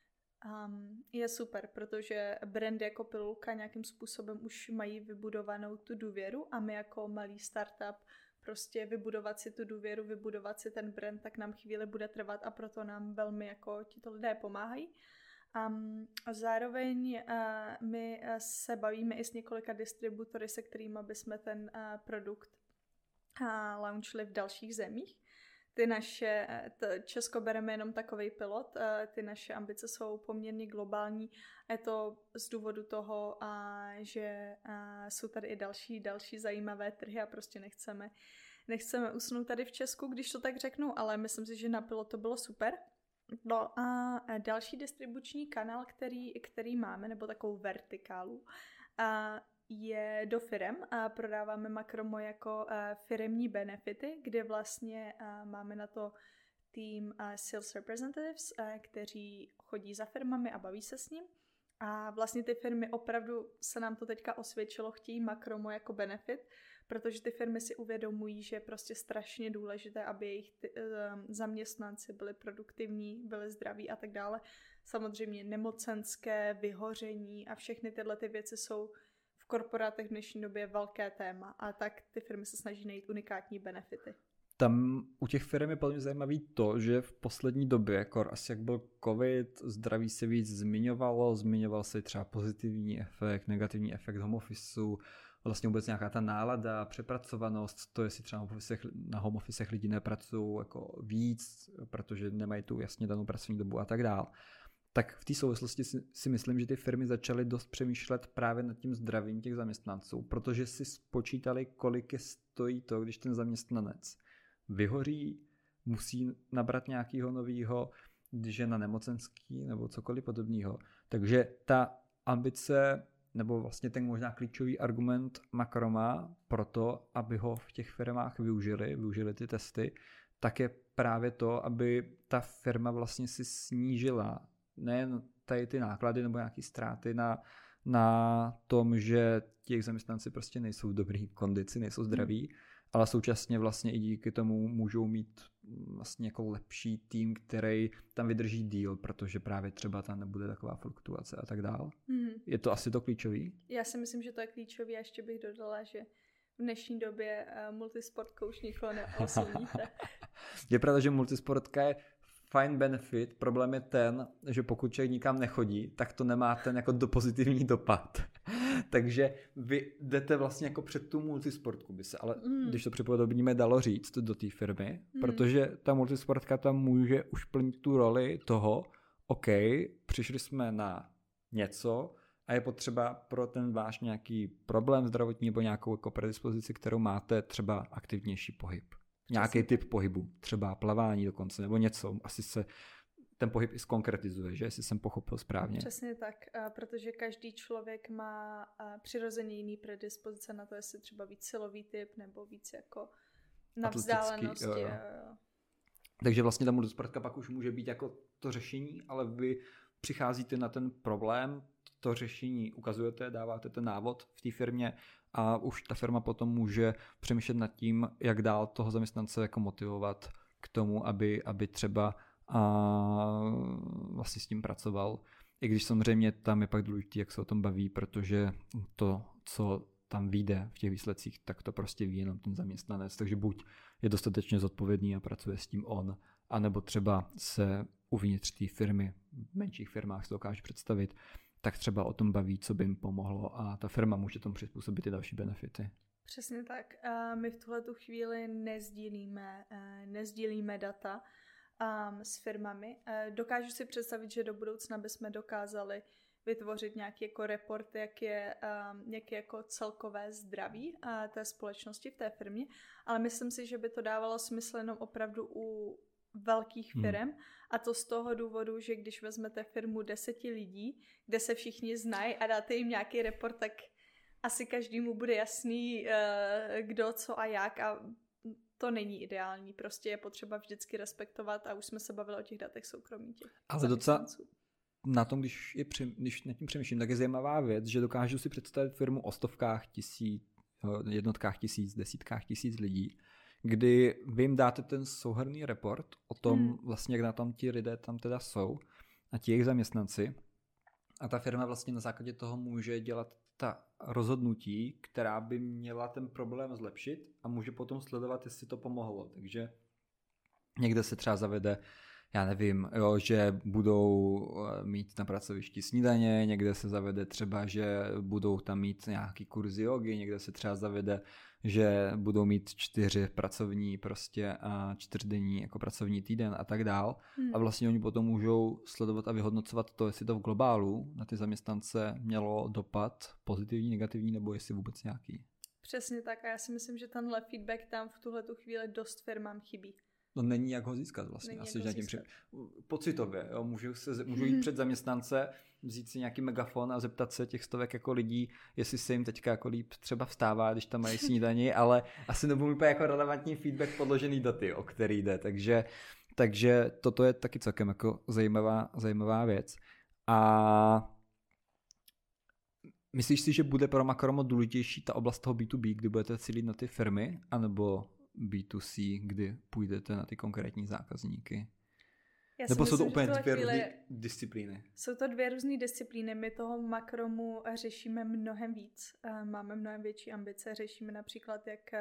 um, je super, protože brandy jako pilulka nějakým způsobem už mají vybudovanou tu důvěru a my jako malý startup prostě vybudovat si tu důvěru, vybudovat si ten brand, tak nám chvíli bude trvat a proto nám velmi jako tito lidé pomáhají. Um, a zároveň uh, my se bavíme i s několika distributory, se kterými bychom ten uh, produkt uh, launchli v dalších zemích. Ty naše, t- Česko bereme jenom takovej pilot, uh, ty naše ambice jsou poměrně globální. Je to z důvodu toho, uh, že uh, jsou tady i další, další zajímavé trhy a prostě nechceme, nechceme usnout tady v Česku, když to tak řeknu, ale myslím si, že na pilot to bylo super. No a další distribuční kanál, který, který máme, nebo takovou vertikálu, uh, je do firem a prodáváme Makromo jako uh, firemní benefity, kde vlastně uh, máme na to tým uh, sales representatives, uh, kteří chodí za firmami a baví se s ním. A vlastně ty firmy opravdu se nám to teďka osvědčilo, chtějí Makromo jako benefit, protože ty firmy si uvědomují, že je prostě strašně důležité, aby jejich ty, uh, zaměstnanci byli produktivní, byli zdraví a tak dále. samozřejmě nemocenské, vyhoření a všechny tyhle ty věci jsou v korporátech v dnešní době velké téma a tak ty firmy se snaží najít unikátní benefity. Tam u těch firm je podle mě zajímavý to, že v poslední době, kor asi jak byl covid, zdraví se víc zmiňovalo, zmiňoval se třeba pozitivní efekt, negativní efekt home officeu, vlastně vůbec nějaká ta nálada, přepracovanost, to jestli třeba na home officech, na home officech lidi nepracují jako víc, protože nemají tu jasně danou pracovní dobu a tak dál. Tak v té souvislosti si, si myslím, že ty firmy začaly dost přemýšlet právě nad tím zdravím těch zaměstnanců, protože si spočítali, kolik je stojí to, když ten zaměstnanec vyhoří, musí nabrat nějakého nového, když je na nemocenský nebo cokoliv podobného. Takže ta ambice, nebo vlastně ten možná klíčový argument Macroma pro to, aby ho v těch firmách využili, využili ty testy, tak je právě to, aby ta firma vlastně si snížila nejen tady ty náklady nebo nějaké ztráty na, na tom, že těch zaměstnanci prostě nejsou v dobré kondici, nejsou zdraví, hmm. ale současně vlastně i díky tomu můžou mít vlastně jako lepší tým, který tam vydrží díl, protože právě třeba tam nebude taková fluktuace a tak dál. Mm. Je to asi to klíčový? Já si myslím, že to je klíčový a ještě bych dodala, že v dnešní době uh, multisport coach nikoho neoslníte. Je pravda, že multisportka je fajn benefit, problém je ten, že pokud člověk nikam nechodí, tak to nemá ten jako do pozitivní dopad. Takže vy jdete vlastně jako před tu multisportku, by se, ale mm. když to připodobníme, dalo říct do té firmy, mm. protože ta multisportka tam může už plnit tu roli toho, OK, přišli jsme na něco a je potřeba pro ten váš nějaký problém zdravotní nebo nějakou jako predispozici, kterou máte, třeba aktivnější pohyb. Nějaký typ pohybu, třeba plavání dokonce, nebo něco. Asi se ten pohyb i zkonkretizuje, že? Jestli jsem pochopil správně. Přesně tak, protože každý člověk má přirozeně jiný predispozice na to, jestli třeba víc silový typ, nebo víc jako na vzdálenosti. Jo, jo. Takže vlastně ta multisportka pak už může být jako to řešení, ale vy přicházíte na ten problém, to řešení ukazujete, dáváte ten návod v té firmě a už ta firma potom může přemýšlet nad tím, jak dál toho zaměstnance jako motivovat k tomu, aby, aby třeba a vlastně s tím pracoval. I když samozřejmě tam je pak důležité, jak se o tom baví, protože to, co tam vyjde v těch výsledcích, tak to prostě ví jenom ten zaměstnanec. Takže buď je dostatečně zodpovědný a pracuje s tím on, anebo třeba se uvnitř té firmy, v menších firmách se dokáže představit, tak třeba o tom baví, co by jim pomohlo a ta firma může tomu přizpůsobit i další benefity. Přesně tak. My v tuhletu chvíli nezdílíme, nezdílíme data s firmami. Dokážu si představit, že do budoucna bychom dokázali vytvořit nějaký jako report, jak je, jak je jako celkové zdraví té společnosti v té firmě, ale myslím si, že by to dávalo smysl jenom opravdu u velkých firm hmm. a to z toho důvodu, že když vezmete firmu deseti lidí, kde se všichni znají a dáte jim nějaký report, tak asi každému bude jasný, kdo, co a jak a to není ideální. Prostě je potřeba vždycky respektovat a už jsme se bavili o těch datech soukromí těch ale docela na tom, když, je, když nad tím přemýšlím, tak je zajímavá věc, že dokážu si představit firmu o stovkách tisíc, jednotkách tisíc, desítkách tisíc lidí, kdy vy jim dáte ten souhrnný report o tom hmm. vlastně, jak na tom ti lidé tam teda jsou a ti jejich zaměstnanci a ta firma vlastně na základě toho může dělat ta rozhodnutí, která by měla ten problém zlepšit a může potom sledovat, jestli to pomohlo. Takže někde se třeba zavede, já nevím, jo, že budou mít na pracovišti snídaně, někde se zavede třeba, že budou tam mít nějaký kurzy jogy, někde se třeba zavede, že budou mít čtyři pracovní prostě a čtyřdenní jako pracovní týden a tak dál. Hmm. A vlastně oni potom můžou sledovat a vyhodnocovat to, jestli to v globálu na ty zaměstnance mělo dopad pozitivní, negativní nebo jestli vůbec nějaký. Přesně tak a já si myslím, že tenhle feedback tam v tuhletu chvíli dost firmám chybí. No není jak ho získat vlastně. Není Asi, jako že tím při... Pocitově, jo, můžu, se, můžu jít před zaměstnance, vzít si nějaký megafon a zeptat se těch stovek jako lidí, jestli se jim teďka jako líp třeba vstává, když tam mají snídani, ale asi nebudu úplně jako relevantní feedback podložený daty, o který jde, takže, takže toto je taky celkem jako zajímavá, zajímavá věc. A myslíš si, že bude pro Macromo důležitější ta oblast toho bé dvě bé, kdy budete cílit na ty firmy, anebo bé dvě cé, kdy půjdete na ty konkrétní zákazníky? Já Nebo jsou to myslím, úplně dvě chvíli... různé disciplíny? Jsou to dvě různé disciplíny. My toho makromu řešíme mnohem víc. Máme mnohem větší ambice. Řešíme například, jak,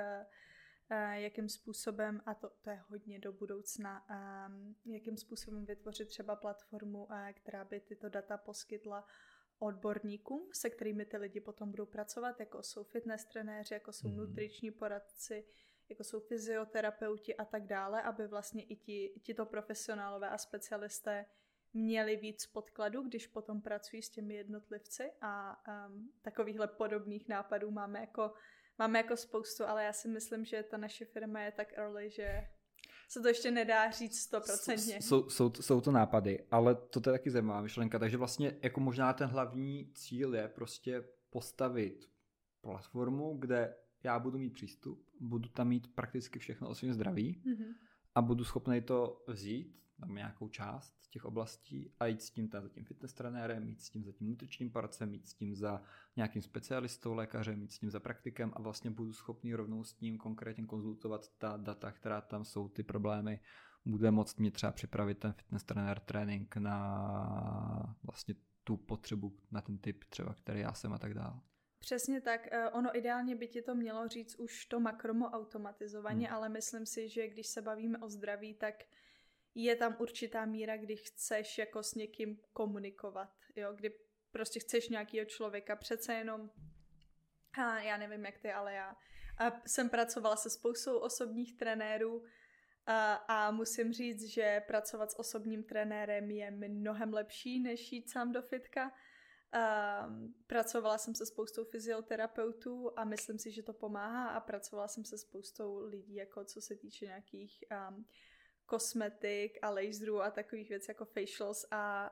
jakým způsobem, a to, to je hodně do budoucna, jakým způsobem vytvořit třeba platformu, která by tyto data poskytla odborníkům, se kterými ty lidi potom budou pracovat, jako jsou fitness trenéři, jako jsou mm. nutriční poradci, jako jsou fyzioterapeuti a tak dále, aby vlastně i ti, tito profesionálové a specialisté měli víc podkladu, když potom pracují s těmi jednotlivci a um, takovýchhle podobných nápadů máme jako, máme jako spoustu, ale já si myslím, že ta naše firma je tak early, že se to ještě nedá říct stoprocentně. Jsou, jsou, jsou to nápady, ale to je taky zajímavá myšlenka, takže vlastně jako možná ten hlavní cíl je prostě postavit platformu, kde já budu mít přístup, budu tam mít prakticky všechno o svém zdraví mm-hmm. a budu schopný to vzít, tam nějakou část těch oblastí a jít s tím za tím fitness trenérem, jít s tím za tím nutričním poradcem, jít s tím za nějakým specialistou, lékařem, jít s tím za praktikem a vlastně budu schopný rovnou s ním konkrétně konzultovat ta data, která tam jsou, ty problémy. Bude moct mě třeba připravit ten fitness trenér trénink na vlastně tu potřebu, na ten typ třeba, který já jsem a tak dále. Přesně tak. Ono ideálně by ti to mělo říct už to makromo automatizovaně, hmm. ale myslím si, že když se bavíme o zdraví, tak je tam určitá míra, kdy chceš jako s někým komunikovat, jo, kdy prostě chceš nějakého člověka, přece jenom, a já nevím jak ty, ale já a jsem pracovala se spoustou osobních trenérů a, a musím říct, že pracovat s osobním trenérem je mnohem lepší, než jít sám do fitka. Um, pracovala jsem se spoustou fyzioterapeutů a myslím si, že to pomáhá a pracovala jsem se spoustou lidí, jako co se týče nějakých um, kosmetik a laserů a takových věcí jako facials a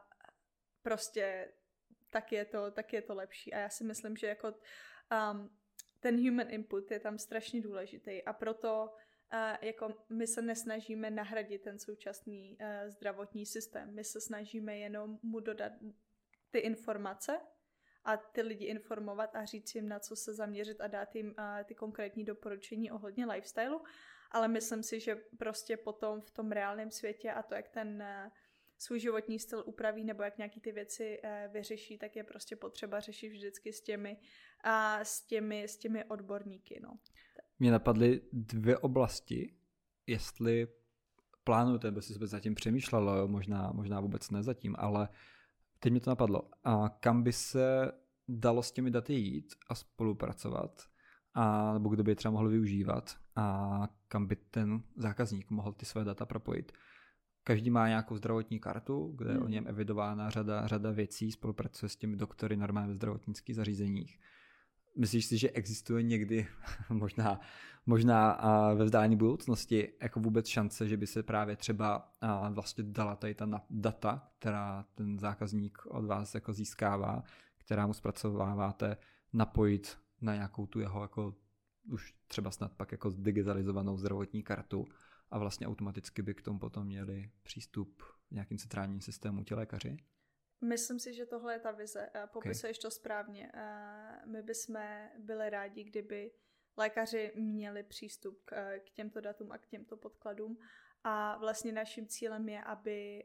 prostě tak je to, tak je to lepší a já si myslím, že jako um, ten human input je tam strašně důležitý a proto uh, jako my se nesnažíme nahradit ten současný uh, zdravotní systém, my se snažíme jenom mu dodat ty informace a ty lidi informovat a říct jim, na co se zaměřit a dát jim uh, ty konkrétní doporučení ohledně lifestylu. Ale myslím si, že prostě potom v tom reálném světě a to, jak ten uh, svůj životní styl upraví nebo jak nějaký ty věci uh, vyřeší, tak je prostě potřeba řešit vždycky s těmi, uh, s těmi, s těmi odborníky. No. Mě napadly dvě oblasti, jestli plánujete, by si se zatím přemýšlelo, možná, možná vůbec ne zatím, ale teď mi to napadlo. A kam by se dalo s těmi daty jít a spolupracovat? A, nebo kdo by je třeba mohl využívat a kam by ten zákazník mohl ty své data propojit. Každý má nějakou zdravotní kartu, kde je mm. o něm evidována řada, řada věcí, spolupracuje s těmi doktory normálně ve zdravotnických zařízeních. Myslíš si, že existuje někdy, možná, možná a ve vzdálení budoucnosti, jako vůbec šance, že by se právě třeba a vlastně dala tady ta data, která ten zákazník od vás jako získává, která mu zpracováváte, napojit na nějakou tu jeho jako už třeba snad pak jako digitalizovanou zdravotní kartu a vlastně automaticky by k tomu potom měli přístup v nějakým centrálním systému ti lékaři? Myslím si, že tohle je ta vize. Popisuješ okay. to správně. My bychom byli rádi, kdyby lékaři měli přístup k těmto datům a k těmto podkladům a vlastně naším cílem je, aby,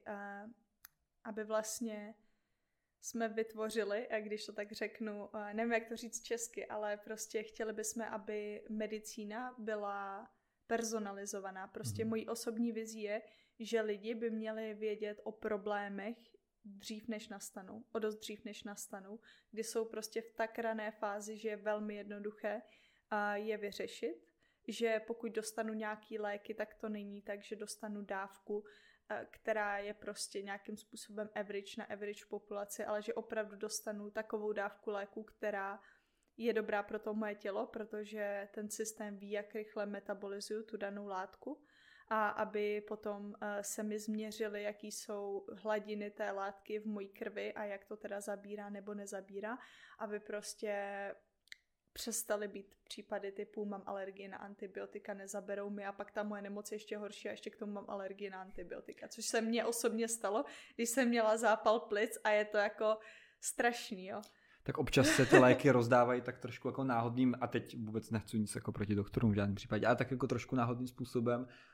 aby vlastně jsme vytvořili, když to tak řeknu, nevím, jak to říct česky, ale prostě chtěli bychom, aby medicína byla personalizovaná. Prostě mm. mojí osobní vizí je, že lidi by měli vědět o problémech dřív, než nastanou, o dost dřív, než nastanou, kdy jsou prostě v tak rané fázi, že je velmi jednoduché je vyřešit, že pokud dostanu nějaký léky, tak to není tak, že dostanu dávku, která je prostě nějakým způsobem average na average populaci, ale že opravdu dostanu takovou dávku léku, která je dobrá pro to moje tělo, protože ten systém ví, jak rychle metabolizuju tu danou látku a aby potom se mi změřily, jaký jsou hladiny té látky v mojí krvi a jak to teda zabírá nebo nezabírá, aby prostě přestaly být případy typu mám alergii na antibiotika, nezaberou mi a pak ta moje nemoc je ještě horší a ještě k tomu mám alergii na antibiotika, což se mně osobně stalo, když jsem měla zápal plic a je to jako strašný, jo. Tak občas se ty léky rozdávají tak trošku jako náhodným, a teď vůbec nechci nic jako proti doktorům v žádném případě, ale tak jako trošku náhodným způsobem.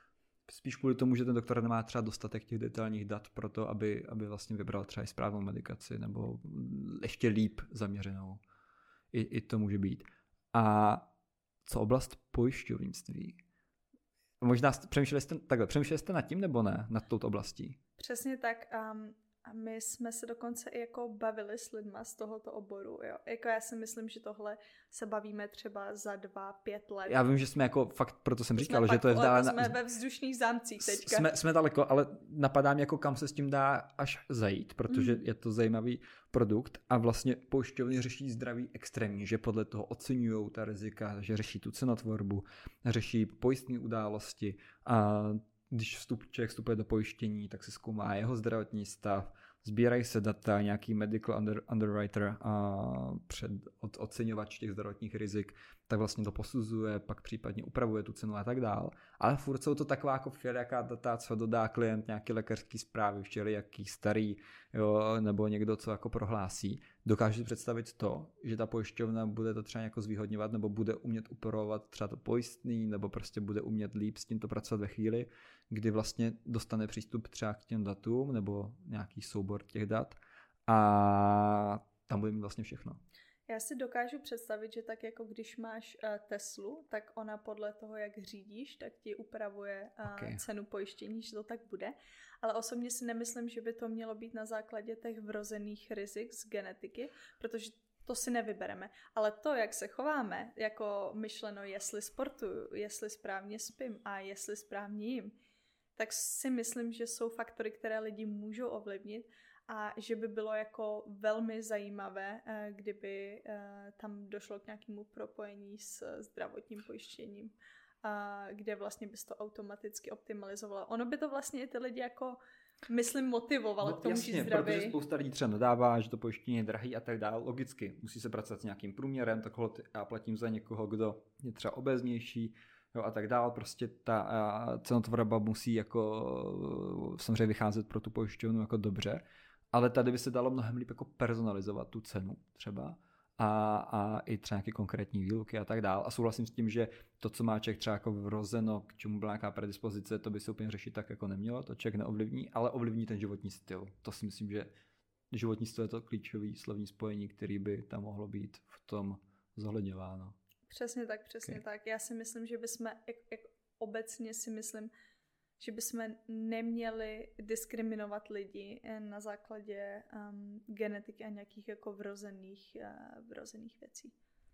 spíš kvůli tomu, že ten doktor nemá třeba dostatek těch detailních dat pro to, aby, aby vlastně vybral třeba i správnou medikaci nebo ještě líp zaměřenou. I, i to může být. A co oblast pojišťovnictví? Možná přemýšleli jste, takhle, přemýšleli jste nad tím nebo ne, nad touto oblastí? Přesně tak. Um, a my jsme se dokonce i jako bavili s lidma z tohoto oboru. Jo. Jako já si myslím, že tohle se bavíme třeba za dva, pět let. Já vím, že jsme jako fakt, proto jsem to říkal, že fakt, to je vzdálené. Jsme ve vzdušných zámcích teďka. Jsme, jsme daleko, ale napadá mě, jako kam se s tím dá až zajít, protože mm. je to zajímavý produkt a vlastně pojišťovny řeší zdraví extrémně, že podle toho oceňují ta rizika, že řeší tu cenotvorbu, řeší pojistné události a když vstup, člověk vstupuje do pojištění, tak se zkoumá jeho zdravotní stav, sbírají se data, nějaký medical under, underwriter a před od, oceňovač těch zdravotních rizik, tak vlastně to posuzuje, pak případně upravuje tu cenu a tak dál. Ale furt jsou to taková jako všelijaká data, co dodá klient, nějaké lékařské zprávy, všelijaký starý, jo, nebo někdo, co jako prohlásí. Dokážu si představit to, že ta pojišťovna bude to třeba jako zvýhodňovat, nebo bude umět upravovat třeba to pojistný, nebo prostě bude umět líp s tímto pracovat ve chvíli, kdy vlastně dostane přístup třeba k těm datům, nebo nějaký soubor těch dat a tam bude mít vlastně všechno. Já si dokážu představit, že tak jako když máš uh, Teslu, tak ona podle toho, jak řídíš, tak ti upravuje uh, okay. cenu pojištění, že to tak bude. Ale osobně si nemyslím, že by to mělo být na základě těch vrozených rizik z genetiky, protože to si nevybereme. Ale to, jak se chováme, jako myšleno, jestli sportuju, jestli správně spím a jestli správně jím, tak si myslím, že jsou faktory, které lidi můžou ovlivnit a že by bylo jako velmi zajímavé, kdyby tam došlo k nějakému propojení s zdravotním pojištěním, kde vlastně bys to automaticky optimalizovalo. Ono by to vlastně i ty lidi jako, myslím, motivovalo no, k tomu jasně, žít zdraví. Protože spousta lidí třeba nadává, že to pojištění je drahý a tak dále. Logicky, musí se pracovat s nějakým průměrem, tak já platím za někoho, kdo je třeba obéznější, jo, a tak dále. Prostě ta cenotvorba musí jako samozřejmě vycházet pro tu pojišťovnu jako dobře. Ale tady by se dalo mnohem líp jako personalizovat tu cenu třeba a, a i třeba nějaké konkrétní výluky a tak dál. A souhlasím s tím, že to, co má člověk třeba jako vrozeno, k čemu byla nějaká predispozice, to by se úplně řešit tak jako nemělo, to člověk neovlivní, ale ovlivní ten životní styl. To si myslím, že životní styl je to klíčový slovní spojení, který by tam mohlo být v tom zohledňováno. Přesně tak, přesně okay. tak. Já si myslím, že bychom, jak, jak obecně si myslím, že bychom neměli diskriminovat lidi na základě um, genetiky a nějakých jako vrozených, uh, vrozených věcí.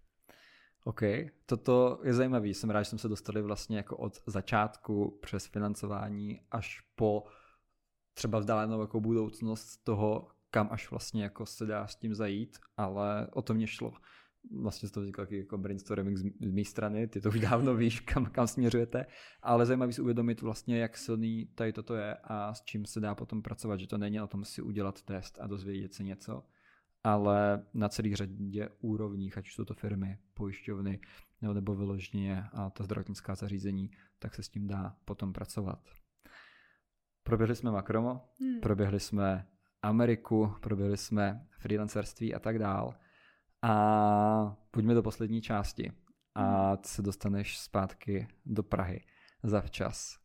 OK, toto je zajímavé. Jsem rád, že jsme se dostali vlastně jako od začátku přes financování až po třeba vzdálenou jako budoucnost toho, kam až vlastně jako se dá s tím zajít, ale o to mě šlo. Vlastně z toho vznikl jako brainstorming z mé strany, ty to už dávno víš, kam, kam směřujete, ale zajímavý si uvědomit vlastně, jak silný tady toto je a s čím se dá potom pracovat, že to není o tom si udělat test a dozvědět se něco, ale na celý řadě úrovních, ať už jsou to firmy, pojišťovny nebo, nebo vyloženě a ta zdravotnická zařízení, tak se s tím dá potom pracovat. Proběhli jsme Makromo, hmm. proběhli jsme Ameriku, proběhli jsme freelancerství a tak dál. A pojďme do poslední části a se dostaneš zpátky do Prahy zavčas.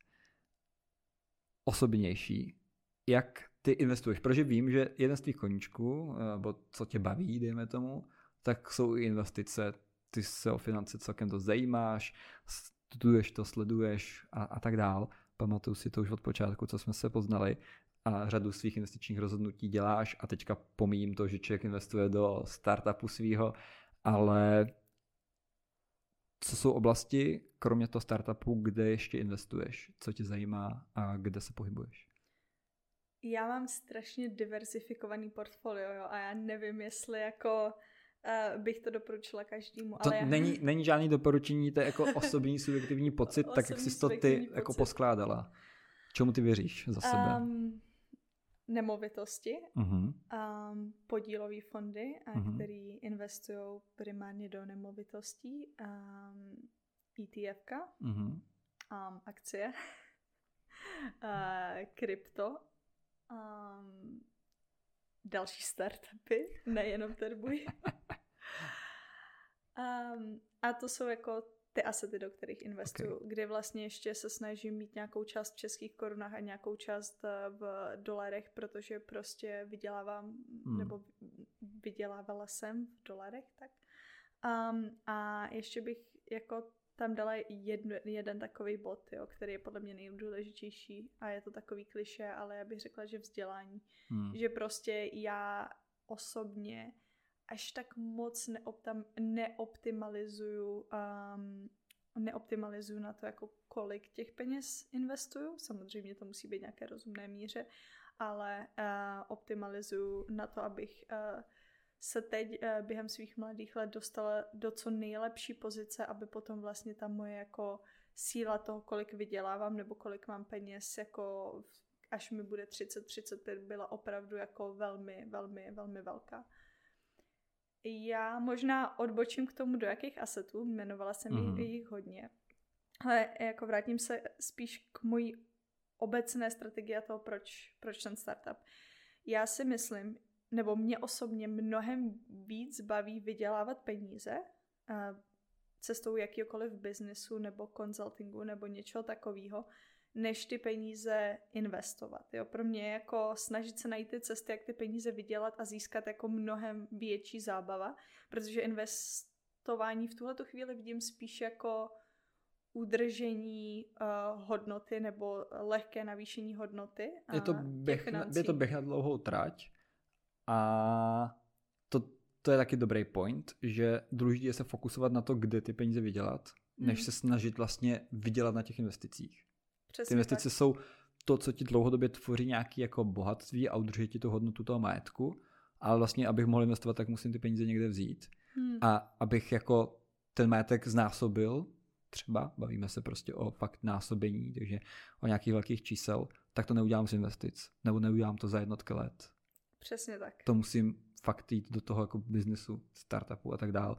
Osobnější. Jak ty investuješ? Protože vím, že jeden z tvých koníčků, nebo co tě baví, dejme tomu, tak jsou i investice. Ty se o finance celkem to zajímáš, studuješ to, sleduješ a, a tak dál. Pamatuju si to už od počátku, co jsme se poznali. A řadu svých investičních rozhodnutí děláš a teďka pomíjím to, že člověk investuje do startupu svýho, ale co jsou oblasti, kromě toho startupu, kde ještě investuješ, co tě zajímá a kde se pohybuješ? Já mám strašně diversifikovaný portfolio, jo, a já nevím, jestli jako uh, bych to doporučila každému. To ale já... není, není žádný doporučení, to je jako osobní subjektivní pocit, osobní tak jak jsi to ty pocit. Jako poskládala. Čemu ty věříš za sebe? Um, nemovitosti, uh-huh. um, podílové fondy, uh-huh. který investují primárně do nemovitostí, um, E T F ka, uh-huh. um, akcie, uh, krypto, um, další startupy, nejenom Terbuj. um, a to jsou jako ty asety, do kterých investuju, okay. kdy vlastně ještě se snažím mít nějakou část v českých korunách a nějakou část v dolarech, protože prostě vydělávám, hmm. nebo vydělávala jsem v dolarech, tak. Um, a ještě bych jako tam dala jedno, jeden takový bod, jo, který je podle mě nejdůležitější a je to takový klišé, ale já bych řekla, že vzdělání. Hmm. Že prostě já osobně až tak moc neoptam, neoptimalizuju um, neoptimalizuju na to, jako kolik těch peněz investuju. Samozřejmě to musí být nějaké rozumné míře, ale uh, optimalizuju na to, abych uh, se teď uh, během svých mladých let dostala do co nejlepší pozice, aby potom vlastně ta moje jako síla toho, kolik vydělávám nebo kolik mám peněz, jako až mi bude třicet třicet pět, byla opravdu jako velmi, velmi, velmi velká. Já možná odbočím k tomu, do jakých asetů, jmenovala jsem mm-hmm. jich hodně, ale jako vrátím se spíš k mojí obecné strategii a toho, proč, proč ten startup. Já si myslím, nebo mě osobně mnohem víc baví vydělávat peníze cestou jakýkoliv biznesu nebo konzultingu nebo něčeho takového, než ty peníze investovat. Jo? Pro mě jako snažit se najít ty cesty, jak ty peníze vydělat a získat jako mnohem větší zábava, protože investování v tuhletu chvíli vidím spíš jako udržení uh, hodnoty nebo lehké navýšení hodnoty. Je to běh, je to běh na dlouhou trať a to, to je taky dobrý point, že důležité je se fokusovat na to, kde ty peníze vydělat, než mm. se snažit vlastně vydělat na těch investicích. Přesně ty investice tak. Jsou to, co ti dlouhodobě tvoří nějaké jako bohatství a udrží ti tu hodnotu toho majetku, ale vlastně, abych mohl investovat, tak musím ty peníze někde vzít. Hmm. A abych jako ten majetek znásobil, třeba bavíme se prostě o fakt násobení, takže o nějakých velkých čísel, tak to neudělám z investic, nebo neudělám to za jednotky let. Přesně tak. To musím fakt jít do toho jako biznesu, startupu a tak dál,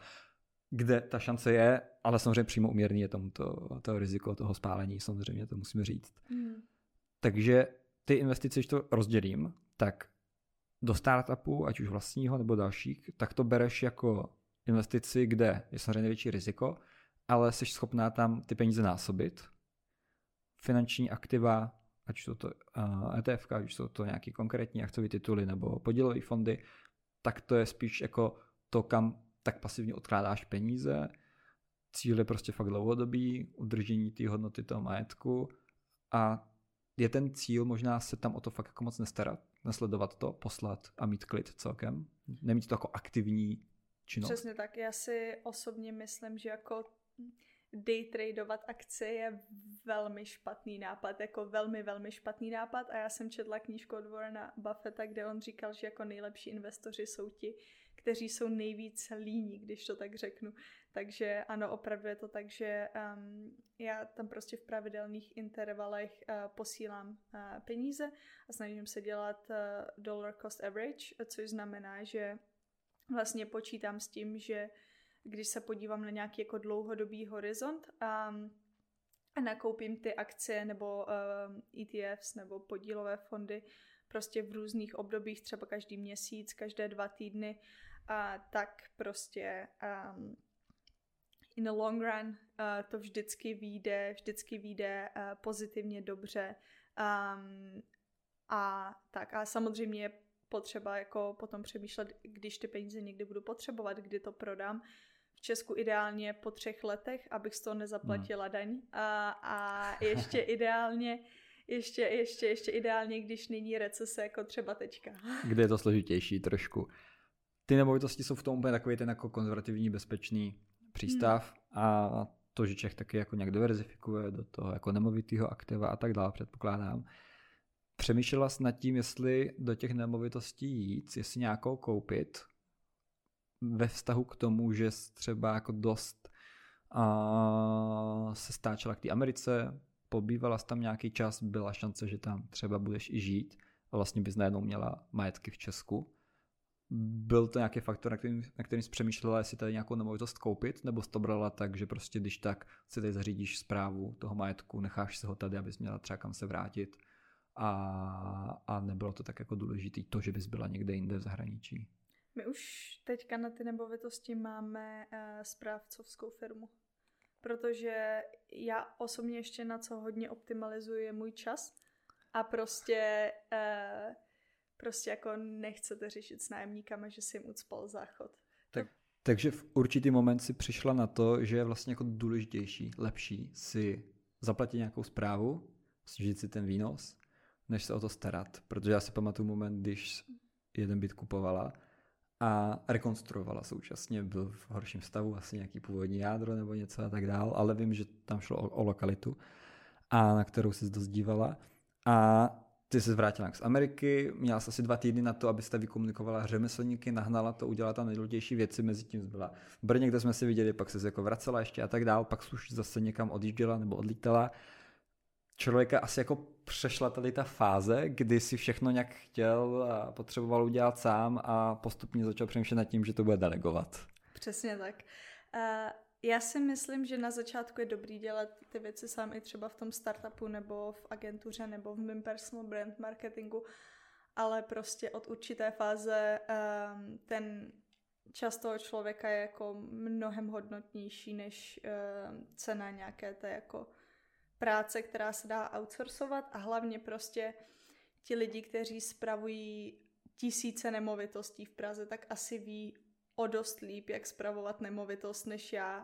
kde ta šance je, ale samozřejmě přímo uměrný je tomu to, to riziko toho spálení, samozřejmě to musíme říct. Hmm. Takže ty investice, když to rozdělím, tak do startupu, ať už vlastního nebo dalších, tak to bereš jako investici, kde je samozřejmě největší riziko, ale jsi schopná tam ty peníze násobit. Finanční aktiva, ať jsou to uh, E T F, ať jsou to nějaké konkrétní akciové tituly nebo podílové fondy, tak to je spíš jako to, kam tak pasivně odkládáš peníze. Cíl je prostě fakt dlouhodobý, udržení té hodnoty toho majetku a je ten cíl možná se tam o to fakt jako moc nestarat, nesledovat to, poslat a mít klid celkem. Nemít to jako aktivní činnost. Přesně tak. Já si osobně myslím, že jako day tradeovat akcie je velmi špatný nápad, jako velmi, velmi špatný nápad a já jsem četla knížku od Warrena Buffetta, kde on říkal, že jako nejlepší investoři jsou ti, kteří jsou nejvíc líní, když to tak řeknu. Takže ano, opravdu je to tak, že um, já tam prostě v pravidelných intervalech uh, posílám uh, peníze a snažím se dělat uh, dollar cost average, což znamená, že vlastně počítám s tím, že když se podívám na nějaký jako dlouhodobý horizont um, a nakoupím ty akcie nebo um, E T Fs nebo podílové fondy prostě v různých obdobích, třeba každý měsíc, každé dva týdny, a tak prostě um, in the long run uh, to vždycky vyjde, vždycky vyjde uh, pozitivně dobře um, a tak a samozřejmě je potřeba jako potom přemýšlet, když ty peníze někdy budu potřebovat, kdy to prodám. V Česku ideálně po třech letech, abych z toho nezaplatila hmm. daň a, a ještě ideálně ještě, ještě, ještě ideálně, když není recese jako třeba teďka. Kde je to složitější trošku. Ty nemovitosti jsou v tom úplně takový ten jako konzervativní, bezpečný přístav hmm. a to, že Čech taky jako nějak diverzifikuje do toho jako nemovitýho aktiva a tak dále, předpokládám. Přemýšlela jsi nad tím, jestli do těch nemovitostí jít, jestli nějakou koupit ve vztahu k tomu, že třeba jako dost a, se stáčela k té Americe, pobývala jsi tam nějaký čas, byla šance, že tam třeba budeš i žít a vlastně bys najednou měla majetky v Česku. Byl to nějaký faktor, na kterým, na kterým jsi přemýšlela, jestli tady nějakou nemovitost koupit, nebo jsi to brala tak, že prostě když tak si tady zařídíš správu toho majetku, necháš se ho tady, abys měla třeba kam se vrátit a, a nebylo to tak jako důležitý to, že bys byla někde jinde v zahraničí. My už teďka na ty nemovitosti máme uh, správcovskou firmu. protože já osobně ještě na co hodně optimalizuji je můj čas a prostě uh, prostě jako nechcete řešit s nájemníkama, že si jim ucpal záchod. Tak, takže v určitý moment si přišla na to, že je vlastně jako důležitější, lepší si zaplatit nějakou správu, snížit si ten výnos, než se o to starat. Protože já si pamatuju moment, když jeden byt kupovala a rekonstruovala současně, byl v horším stavu, asi nějaký původní jádro nebo něco a tak dál, ale vím, že tam šlo o, o lokalitu, a na kterou se dost dívala. A ty se vrátila z Ameriky, měla jsi asi dva týdny na to, abyste vykomunikovala řemeslníky, nahnala to, udělala tam nejdůležitější věci, mezi tím byla v Brně, kde jsme se viděli, pak se jako vracela ještě a tak dál, pak jsi už zase někam odjížděla nebo odlítala. Člověka asi jako přešla tady ta fáze, kdy si všechno nějak chtěl a potřeboval udělat sám a postupně začal přemýšlet nad tím, že to bude delegovat. Přesně tak. Uh, já si myslím, že na začátku je dobrý dělat ty věci sám i třeba v tom startupu nebo v agentuře nebo v mým personal brand marketingu, ale prostě od určité fáze um, ten čas toho člověka je jako mnohem hodnotnější než um, cena nějaké té jako práce, která se dá outsourcovat, a hlavně prostě ti lidi, kteří spravují tisíce nemovitostí v Praze, tak asi ví o dost líp, jak spravovat nemovitost, než já.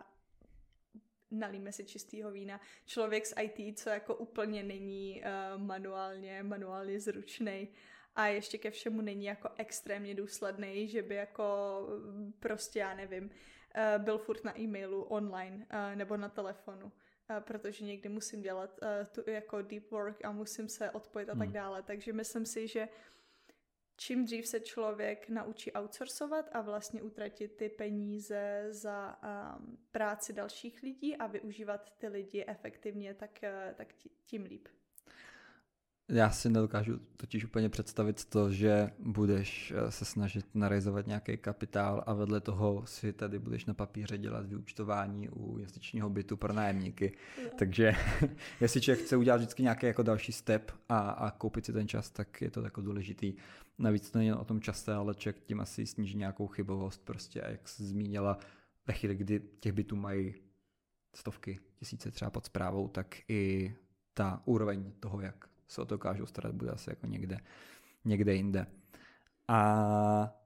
Nalíme si čistýho vína. Člověk z í té, co jako úplně není uh, manuálně, manuálně zručnej a ještě ke všemu není jako extrémně důsledný, že by jako prostě, já nevím, uh, byl furt na e-mailu online uh, nebo na telefonu. Uh, protože někdy musím dělat uh, tu jako deep work a musím se odpojit a hmm. tak dále. Takže myslím si, že čím dřív se člověk naučí outsourcovat a vlastně utratit ty peníze za um, práci dalších lidí a využívat ty lidi efektivně, tak, uh, tak tím líp. Já si nedokážu totiž úplně představit to, že budeš se snažit narealizovat nějaký kapitál a vedle toho si tady budeš na papíře dělat vyúčtování u investičního bytu pro nájemníky. No. Takže jestli člověk chce udělat vždycky nějaký jako další step a, a koupit si ten čas, tak je to jako důležitý. Navíc to není jen o tom čase, ale člověk tím asi sníží nějakou chybovost prostě, a jak jsi zmínila, ve chvíli, kdy těch bytů mají stovky, tisíce třeba pod správou, tak i ta úroveň toho, jak se o to dokážou starat, bude asi jako někde, někde jinde. A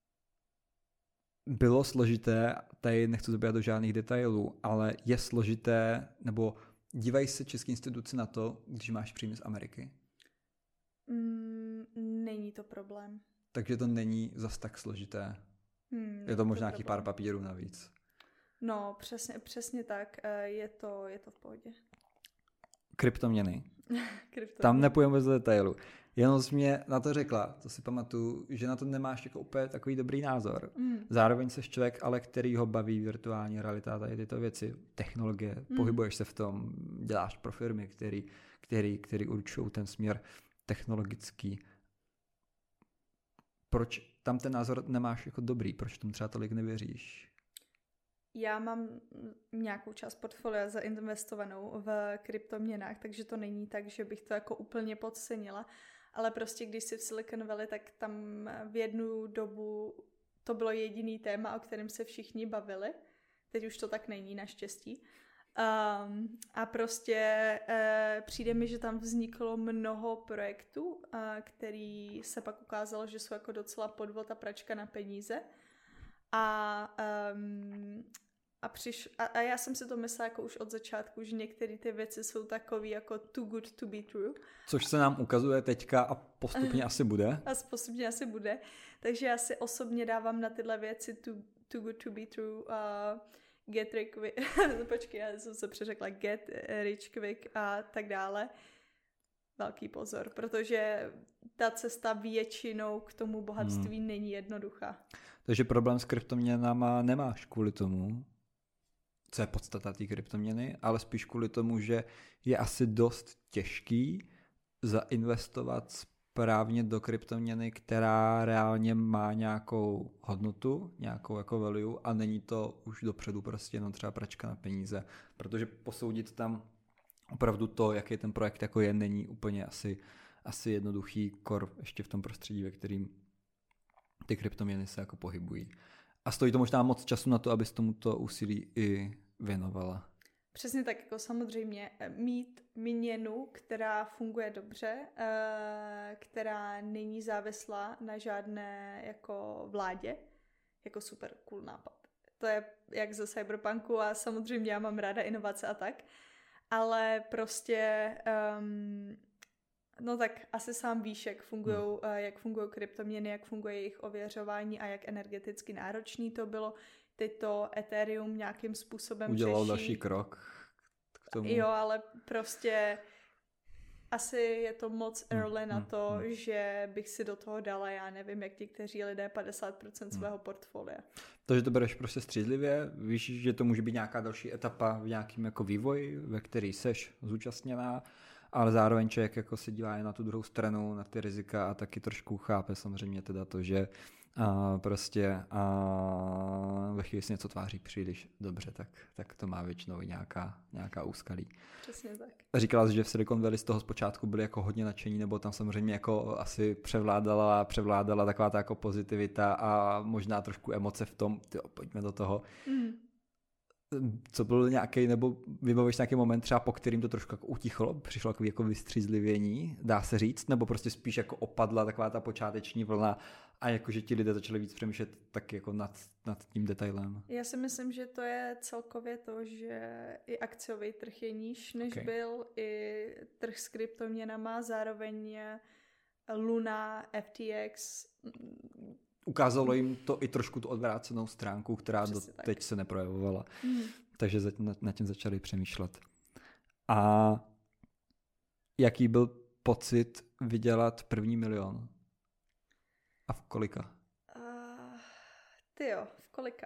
bylo složité, tady nechci zabíhat do žádných detailů, ale je složité, nebo dívají se české instituce na to, když máš příjmy z Ameriky? Mm, není to problém. Takže to není zas tak složité. Hmm, je to možná nějaký pár papírů navíc. No, přesně, přesně tak. Je to, je to v pohodě. Kryptoměny. Kryptoměny. Tam nepůjdeme bez detailu. Jenom jsi mě na to řekla, to si pamatuju, že na to nemáš jako úplně takový dobrý názor. Mm. Zároveň jsi člověk, ale který ho baví virtuální realita, tady tyto věci, technologie, mm. pohybuješ se v tom, děláš pro firmy, který, který, který určují ten směr technologický. Proč tam ten názor nemáš jako dobrý? Proč tomu třeba tolik nevěříš? Já mám nějakou část portfolia zainvestovanou v kryptoměnách, takže to není tak, že bych to jako úplně podcenila, ale prostě když si v Silicon Valley, tak tam v jednu dobu to bylo jediný téma, o kterém se všichni bavili. Teď už to tak není, naštěstí. Um, a prostě uh, přijde mi, že tam vzniklo mnoho projektů, uh, který se pak ukázalo, že jsou jako docela podvod a pračka na peníze. A, um, a, přiš, a, a já jsem si to myslela jako už od začátku, že některé ty věci jsou takový jako too good to be true. Což se nám ukazuje teďka a postupně asi bude. A postupně asi bude. Takže já si osobně dávám na tyhle věci too, too good to be true. Uh, get rich quick. Počkej, já jsem se přeřekla. Get rich quick a tak dále. Velký pozor, protože ta cesta většinou k tomu bohatství hmm. není jednoduchá. Takže problém s kryptoměnama nemáš kvůli tomu, co je podstata té kryptoměny, ale spíš kvůli tomu, že je asi dost těžký zainvestovat správně do kryptoměny, která reálně má nějakou hodnotu, nějakou jako value, a není to už dopředu prostě jenom třeba pračka na peníze, protože posoudit tam opravdu to, jaký ten projekt jako je, není úplně asi, asi jednoduchý, kor ještě v tom prostředí, ve kterým ty kryptoměny se jako pohybují. A stojí to možná moc času na to, abys tomuto úsilí i věnovala. Přesně tak, jako samozřejmě mít měnu, která funguje dobře, která není závislá na žádné jako vládě, jako super cool nápad. To je jak ze Cyberpunku a samozřejmě já mám ráda inovace a tak, ale prostě um, no tak asi sám víš, jak fungují hmm. jak fungují kryptoměny, jak funguje jejich ověřování a jak energeticky náročný to bylo. Teď to Ethereum nějakým způsobem udělal řeší. další krok k tomu. Jo, ale prostě asi je to moc early hmm. na to, hmm. že bych si do toho dala, já nevím, jak někteří lidé, padesát procent svého hmm. portfolia. To, že to bereš prostě střízlivě, víš, že to může být nějaká další etapa v nějakým jako vývoji, ve který seš zúčastněná, ale zároveň člověk jako se dívá i na tu druhou stranu, na ty rizika a taky trošku chápe samozřejmě teda to, že a prostě a ve chvíli si něco tváří příliš dobře, tak, tak to má většinou nějaká, nějaká úskalí. Přesně tak. Říkala jsi, že v Silicon Valley z toho zpočátku byli jako hodně nadšení, nebo tam samozřejmě jako asi převládala, převládala taková ta jako pozitivita a možná trošku emoce v tom, tyjo, pojďme do toho. Mm. Co byl nějaký, nebo vybavíš nějaký moment třeba, po kterým to trošku jako utichlo, přišlo jako, jako vystřízlivění, dá se říct, nebo prostě spíš jako opadla taková ta počáteční vlna a jakože ti lidé začali víc přemýšlet tak jako nad, nad tím detailem? Já si myslím, že to je celkově to, že i akciový trh je níž, než okay. byl, i trh s kryptoměnama, zároveň Luna, F T X. Ukázalo jim to i trošku tu odvrácenou stránku, která do teď se neprojevovala. Mm. Takže nad tím začali přemýšlet. A jaký byl pocit vydělat první milion? A v kolika? Uh, tyjo, v kolika?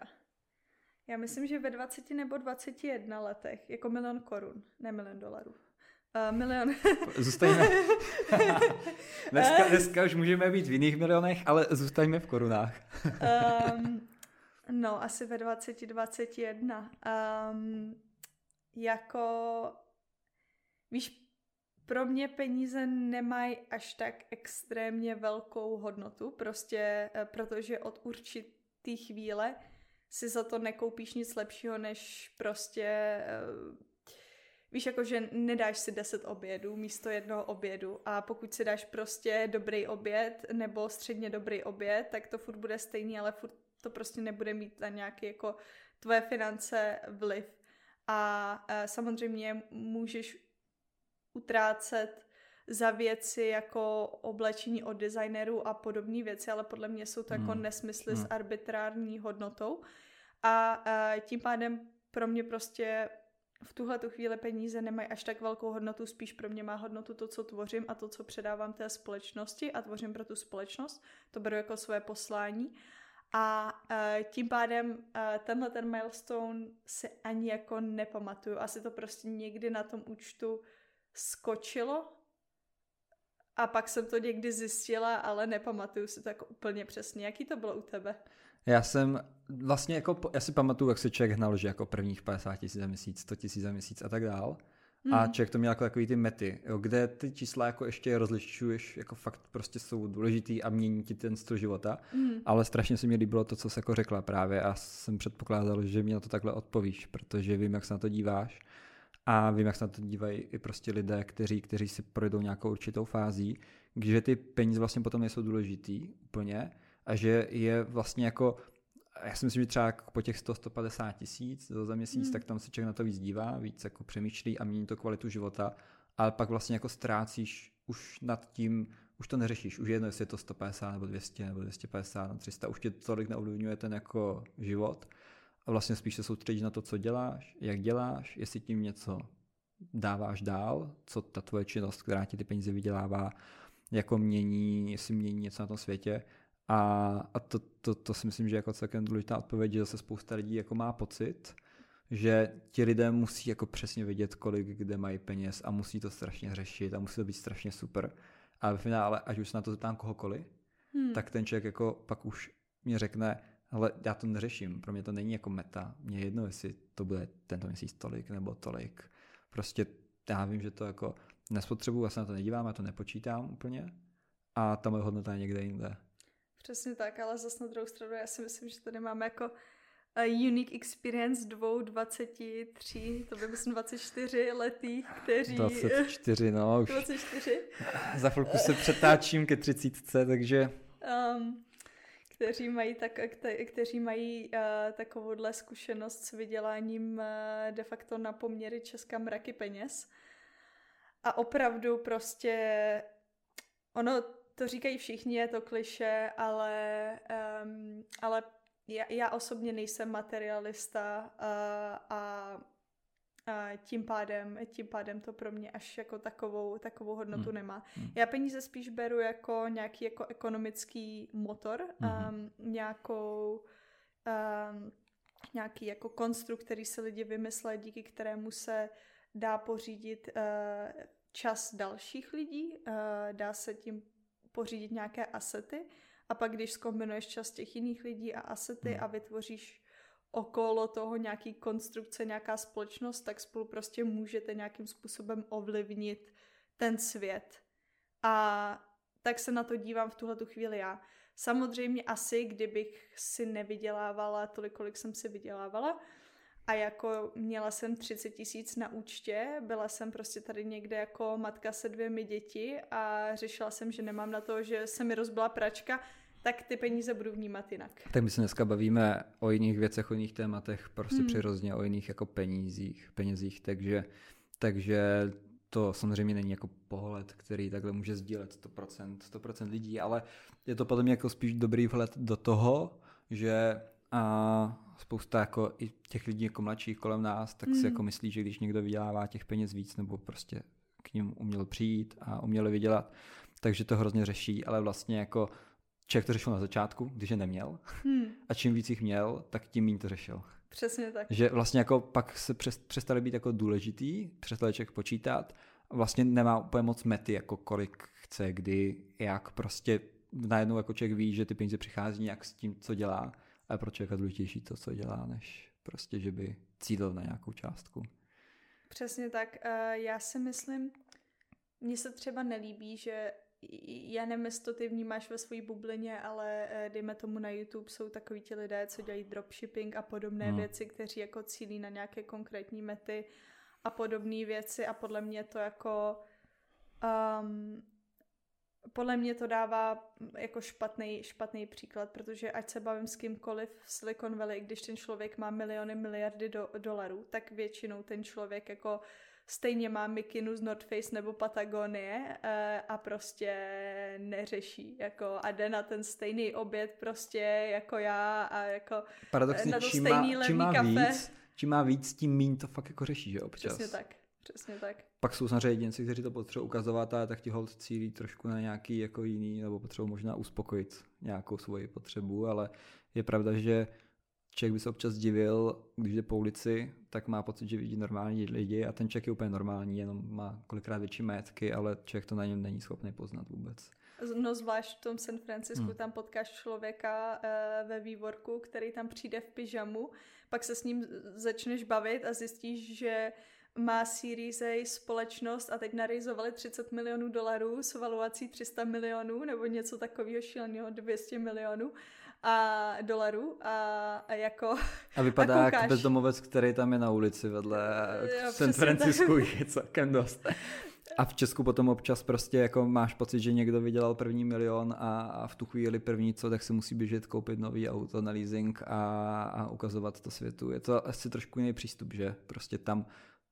Já myslím, že ve dvaceti nebo dvaceti jedna letech, jako milion korun, ne milion dolarů. Uh, milion. Zůstaňme. dneska, dneska už můžeme být v jiných milionech, ale zůstaňme v korunách. um, no, asi ve dvaceti, dvaceti jedna. Um, jako, víš, pro mě peníze nemají až tak extrémně velkou hodnotu, prostě protože od určitý chvíle si za to nekoupíš nic lepšího, než prostě... Uh, Víš, jako, že nedáš si deset obědů místo jednoho obědu a pokud si dáš prostě dobrý oběd nebo středně dobrý oběd, tak to furt bude stejný, ale furt to prostě nebude mít na nějaké jako tvoje finance vliv. A, a samozřejmě můžeš utrácet za věci jako oblečení od designerů a podobné věci, ale podle mě jsou to hmm. jako nesmysly hmm. s arbitrární hodnotou. A, a tím pádem pro mě prostě v tuhle tu chvíli peníze nemají až tak velkou hodnotu, spíš pro mě má hodnotu to, co tvořím a to, co předávám té společnosti a tvořím pro tu společnost. To beru jako své poslání. A uh, tím pádem uh, tenhle ten milestone si ani jako nepamatuju. Asi to prostě někdy na tom účtu skočilo a pak jsem to někdy zjistila, ale nepamatuju si to jako úplně přesně. Jaký to bylo u tebe? Já jsem vlastně jako, já si pamatuju, jak se člověk hnal, že jako prvních padesát tisíc za měsíc, sto tisíc za měsíc a tak dál. Mm. A člověk to měl jako takový ty mety, jo, kde ty čísla jako ještě rozlišuješ, jako fakt prostě jsou důležitý a mění ti ten styl života. Mm. Ale strašně se mi líbilo to, co jsi jako řekla právě a jsem předpokládal, že mi na to takhle odpovíš, protože vím, jak se na to díváš a vím, jak se na to dívají i prostě lidé, kteří, kteří si projdou nějakou určitou fází, že ty peníze vlastně potom nejsou důležitý úplně, a že je vlastně jako, já si myslím, že třeba po těch sto až sto padesát tisíc za měsíc, hmm. tak tam se člověk na to víc dívá, víc jako přemýšlí a mění to kvalitu života, ale pak vlastně jako ztrácíš už nad tím, už to neřešíš, už jedno, jestli je to sto padesát nebo dvě stě nebo dvě stě padesát nebo tři sta, už tě tolik neovlivňuje ten jako život a vlastně spíš se soustředíš na to, co děláš, jak děláš, jestli tím něco dáváš dál, co ta tvoje činnost, která ti ty peníze vydělává, jako mění, jestli mění něco na tom světě. A, a to, to, to si myslím, že jako celkem důležitá odpověď, že zase spousta lidí jako má pocit, že ti lidé musí jako přesně vědět, kolik kde mají peněz a musí to strašně řešit a musí to být strašně super. A ve finále, až už se na to zeptám kohokoliv, hmm. tak ten člověk jako pak už mě řekne, hele, já to neřeším, pro mě to není jako meta, mě je jedno, jestli to bude tento měsíc tolik nebo tolik. Prostě já vím, že to jako nespotřebuji, já se na to nedívám, já to nepočítám úplně a ta moje hodnota je někde jinde. Přesně tak, ale zase na druhou stranu já si myslím, že tady máme jako unique experience dvou dvaceti tří, to by myslím dvacet čtyři letých, kteří... dvacet čtyři, no už. dvacet čtyři. Za chvilku se přetáčím ke třicítce, takže... Um, kteří mají, tak, kte, kteří mají uh, takovouhle zkušenost s vyděláním uh, de facto na poměry Česka mraky peněz. A opravdu prostě, ono to říkají všichni, je to klišé, ale, um, ale já, já osobně nejsem materialista uh, a a tím pádem, tím pádem to pro mě až jako takovou, takovou hodnotu hmm. nemá. Hmm. Já peníze spíš beru jako nějaký jako ekonomický motor, hmm. um, nějakou um, nějaký jako konstrukt, který se lidi vymysleli, díky kterému se dá pořídit uh, čas dalších lidí, uh, dá se tím pořídit nějaké asety a pak když zkombinuješ čas těch jiných lidí a asety hmm. a vytvoříš okolo toho nějaký konstrukce, nějaká společnost, tak spolu prostě můžete nějakým způsobem ovlivnit ten svět. A tak se na to dívám v tuhletu chvíli já. Samozřejmě asi, kdybych si nevydělávala tolik, kolik jsem si vydělávala a jako měla jsem třicet tisíc na účtě, byla jsem prostě tady někde jako matka se dvěmi děti a řešila jsem, že nemám na to, že se mi rozbila pračka, tak ty peníze budu vnímat jinak. Tak my se dneska bavíme o jiných věcech, o jiných tématech, prostě hmm. přirozeně o jiných jako penízích, penězích, takže, takže to samozřejmě není jako pohled, který takhle může sdílet sto procent, sto procent lidí, ale je to podle mě jako spíš dobrý vhled do toho, že a spousta jako i těch lidí jako mladších kolem nás, tak hmm. si jako myslí, že když někdo vydělává těch peněz víc nebo prostě k ním uměl přijít a uměl vydělat, takže to hrozně řeší, ale vlastně jako člověk to řešil na začátku, když je neměl. Hmm. A čím víc jich měl, tak tím méně to řešil. Přesně tak. Že vlastně jako pak se přestali být jako důležitý, přestali člověk počítat. Vlastně nemá úplně moc mety, jako kolik chce, kdy, jak. Prostě najednou jako člověk ví, že ty peníze přichází nějak s tím, co dělá. A pro člověka důležitější to, co dělá, než prostě, že by cílil na nějakou částku. Přesně tak. Já si myslím, mně se třeba nelíbí, že já nevím, jestli to ty vnímáš ve své bublině, ale dejme tomu na YouTube jsou takoví ti lidé, co dělají dropshipping a podobné hmm. věci, kteří jako cílí na nějaké konkrétní mety a podobné věci a podle mě to jako um, podle mě to dává jako špatný, špatný příklad, protože ať se bavím s kýmkoliv v Silicon Valley, když ten člověk má miliony, miliardy do, dolarů, tak většinou ten člověk jako stejně má mikinu z North Face nebo Patagonie a prostě neřeší jako a jde na ten stejný oběd prostě jako já a jako paradoxně, na to čím stejný má, levný má kafe. Víc, čím má víc, tím míň to fakt jako řeší, že občas. Přesně tak, přesně tak. Pak jsou samozřejmě jedinci, kteří to potřebují ukazovat, ale tak ti hold cílí trošku na nějaký jako jiný, nebo potřebují možná uspokojit nějakou svoji potřebu, ale je pravda, že člověk by se občas divil, když jde po ulici, tak má pocit, že vidí normální lidi a ten člověk je úplně normální, jenom má kolikrát větší majetky, ale člověk to na něm není schopný poznat vůbec. No zvlášť v tom San Francisku, hmm. tam potkáš člověka uh, ve vývorku, který tam přijde v pyžamu, pak se s ním začneš bavit a zjistíš, že má Series A společnost a teď narejzovali třicet milionů dolarů s valuací tři sta milionů nebo něco takového šíleného, dvě stě milionů a dolarů a, a jako a vypadá a jako bezdomovec, který tam je na ulici vedle v San Francisku je celkem dost. A v Česku potom občas prostě jako máš pocit, že někdo vydělal první milion a, a v tu chvíli první co, tak si musí běžet koupit nový auto na leasing a, a ukazovat to světu. Je to asi trošku jiný přístup, že prostě tam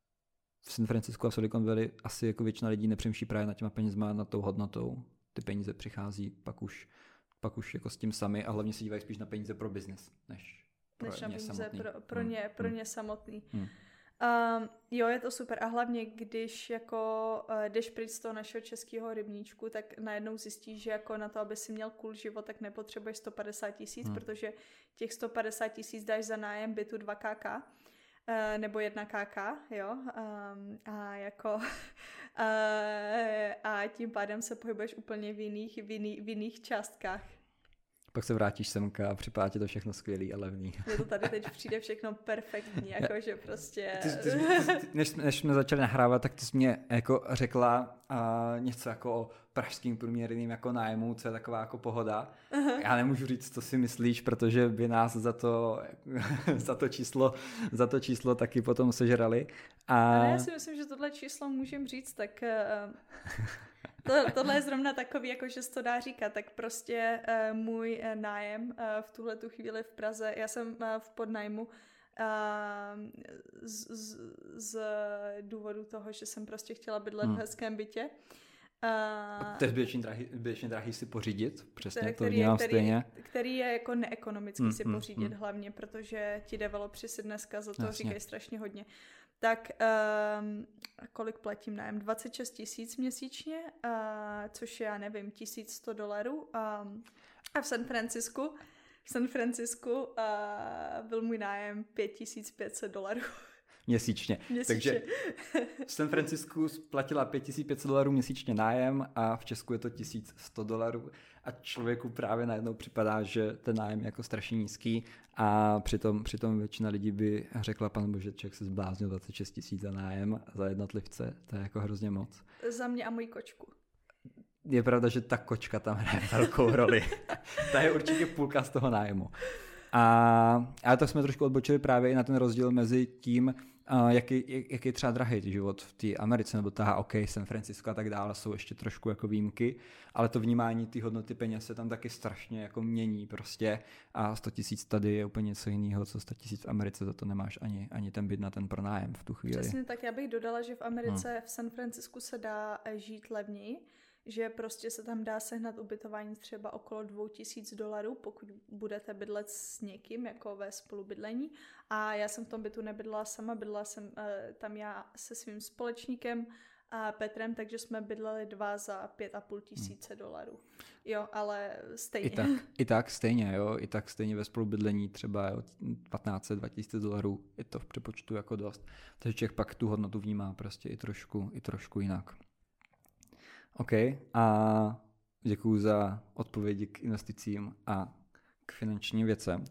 v San Francisku a v Silicon Valley asi jako většina lidí nepřemýšlí právě nad těma penězma, nad tou hodnotou. Ty peníze přichází pak už pak už jako s tím sami a hlavně se dívají spíš na peníze pro biznis, než pro než ně peníze samotný. Pro, pro, hmm. ně, pro hmm. ně samotný. Hmm. Um, jo, je to super a hlavně, když jako uh, jdeš pryč z toho našeho českého rybníčku, tak najednou zjistíš, že jako na to, aby si měl cool život, tak nepotřebuješ sto padesát tisíc, hmm. protože těch sto padesát tisíc dáš za nájem bytu dva ká, Uh, nebo jedna ká, jo, um, a jako uh, a tím pádem se pohybuješ úplně v jiných, v jiných, v jiných částkách. Pak se vrátíš semka a připadá ti to všechno skvělý a levný. Mně to tady teď přijde všechno perfektní, jakože prostě... Ty, ty, ty, ty, než, než jsme začali nahrávat, tak ty jsi mě jako řekla uh, něco jako o pražským průměrným jako nájmu, co je taková jako pohoda. Uh-huh. Já nemůžu říct, co si myslíš, protože by nás za to, za to, číslo, za to číslo taky potom sežrali. A... Ale já si myslím, že tohle číslo můžem říct, tak... Uh... To, tohle je zrovna takový, jako že se to dá říkat, tak prostě uh, můj uh, nájem uh, v tuhle tu chvíli v Praze, já jsem uh, v podnájmu uh, z, z, z důvodu toho, že jsem prostě chtěla bydlet hmm. v hezkém bytě. Uh, to je zbytečně drahý, zbytečně drahý si pořídit, přesně který, to dělám který, stejně. Který je jako neekonomický hmm, si pořídit hmm, hlavně, protože ti developři si dneska za to Jasně. říkají strašně hodně. Tak um, kolik platím nájem? dvacet šest tisíc měsíčně, uh, což je, já nevím, tisíc sto dolarů. Um, a v San Francisku, v San Francisku uh, byl můj nájem pět tisíc pět set dolarů. Měsíčně. Měsíčně. Takže v San Francisku platila pět tisíc pět set dolarů měsíčně nájem a v Česku je to tisíc sto dolarů a člověku právě najednou připadá, že ten nájem je jako strašně nízký a přitom, přitom většina lidí by řekla, pan bože, člověk se zbláznil, dvacet šest tisíc za nájem za jednotlivce, to je jako hrozně moc. Za mě a moji kočku. Je pravda, že ta kočka tam hraje velkou roli. Ta je určitě půlka z toho nájmu. A, a to jsme trošku odbočili právě i na ten rozdíl mezi tím, uh, jaký, jaký je třeba drahý život v té Americe, nebo ta, OK, San Francisco a tak dále, jsou ještě trošku jako výjimky, ale to vnímání té hodnoty peněz se tam taky strašně jako mění prostě a sto tisíc tady je úplně něco jiného, co sto tisíc v Americe, za to nemáš ani, ani ten byt na ten pronájem v tu chvíli. Přesně tak, já bych dodala, že v Americe, hmm. v San Francisku se dá žít levněji, že prostě se tam dá sehnat ubytování třeba okolo dvou tisíc dolarů, pokud budete bydlet s někým, jako ve spolubydlení. A já jsem v tom bytu nebydlela sama, bydlela jsem uh, tam já se svým společníkem a Petrem, takže jsme bydleli dva za pět a půl tisíce dolarů. Jo, ale stejně. I tak, i tak stejně, jo, i tak stejně ve spolubydlení třeba jo, patnáct set, dva tisíce dolarů, je to v přepočtu jako dost. Takže člověk pak tu hodnotu vnímá prostě i trošku, i trošku jinak. OK, a děkuju za odpovědi k investicím a k finančním věcem.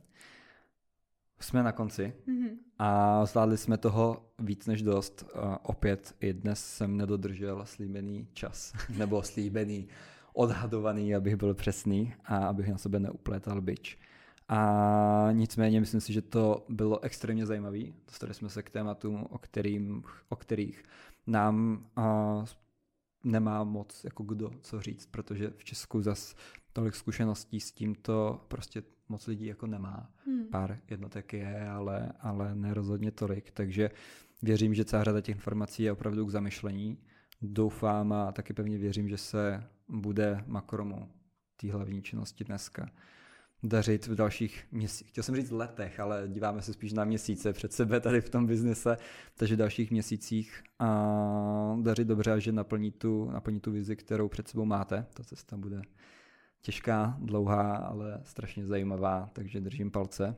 Jsme na konci mm-hmm. a zvládli jsme toho víc než dost. Uh, opět i dnes jsem nedodržel slíbený čas, nebo slíbený, odhadovaný, abych byl přesný a abych na sebe neuplétal bič. A nicméně myslím si, že to bylo extrémně zajímavý. Dostali jsme se k tématům, o, kterým, o kterých nám uh, nemá moc jako kdo co říct, protože v Česku zas tolik zkušeností s tímto prostě moc lidí jako nemá. Hmm. Pár jednotek je, ale, ale ne rozhodně tolik, takže věřím, že celá řada těch informací je opravdu k zamyšlení. Doufám a taky pevně věřím, že se bude Makromu, té hlavní činnosti dneska, dařit v dalších měsících. Chtěl jsem říct letech, ale díváme se spíš na měsíce před sebe tady v tom biznise, takže v dalších měsících a dařit dobře a že naplní tu, naplní tu vizi, kterou před sebou máte. Ta cesta bude těžká, dlouhá, ale strašně zajímavá, takže držím palce.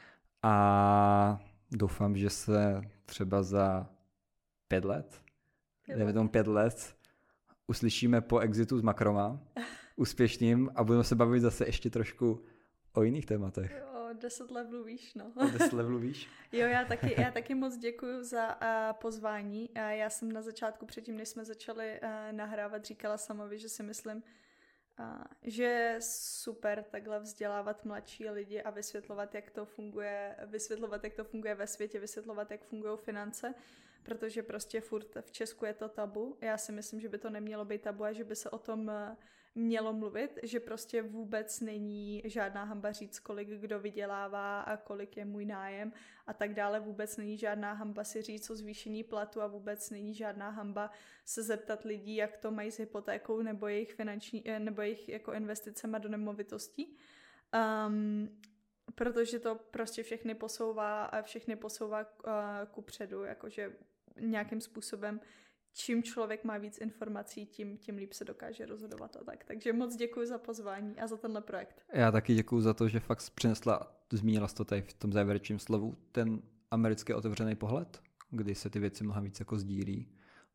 A doufám, že se třeba za pět let, nevím tomu pět let, uslyšíme po exitu z Makroma úspěšným a budeme se bavit zase ještě trošku o jiných tématech. Jo, deset levelů výš, no. O deset levelů výš? Jo, já taky, já taky moc děkuju za uh, pozvání. Uh, já jsem na začátku, předtím, než jsme začali uh, nahrávat, říkala Samovi, že si myslím, uh, že je super takhle vzdělávat mladší lidi a vysvětlovat, jak to funguje, vysvětlovat, jak to funguje ve světě, vysvětlovat, jak fungují finance, protože prostě furt v Česku je to tabu. Já si myslím, že by to nemělo být tabu a že by se o tom uh, mělo mluvit, že prostě vůbec není žádná hanba říct, kolik kdo vydělává a kolik je můj nájem a tak dále. Vůbec není žádná hanba si říct o zvýšení platu a vůbec není žádná hanba se zeptat lidí, jak to mají s hypotékou nebo jejich finanční, nebo jejich jako investicema do nemovitostí. Um, protože to prostě všechny posouvá a všechny posouvá uh, kupředu, jakože nějakým způsobem čím člověk má víc informací, tím, tím líp se dokáže rozhodovat a tak. Takže moc děkuji za pozvání a za tenhle projekt. Já taky děkuji za to, že fakt přinesla, zmínila jsi to tady v tom závěrečném slovu, ten americký otevřený pohled, kdy se ty věci mnohem víc jako sdílí.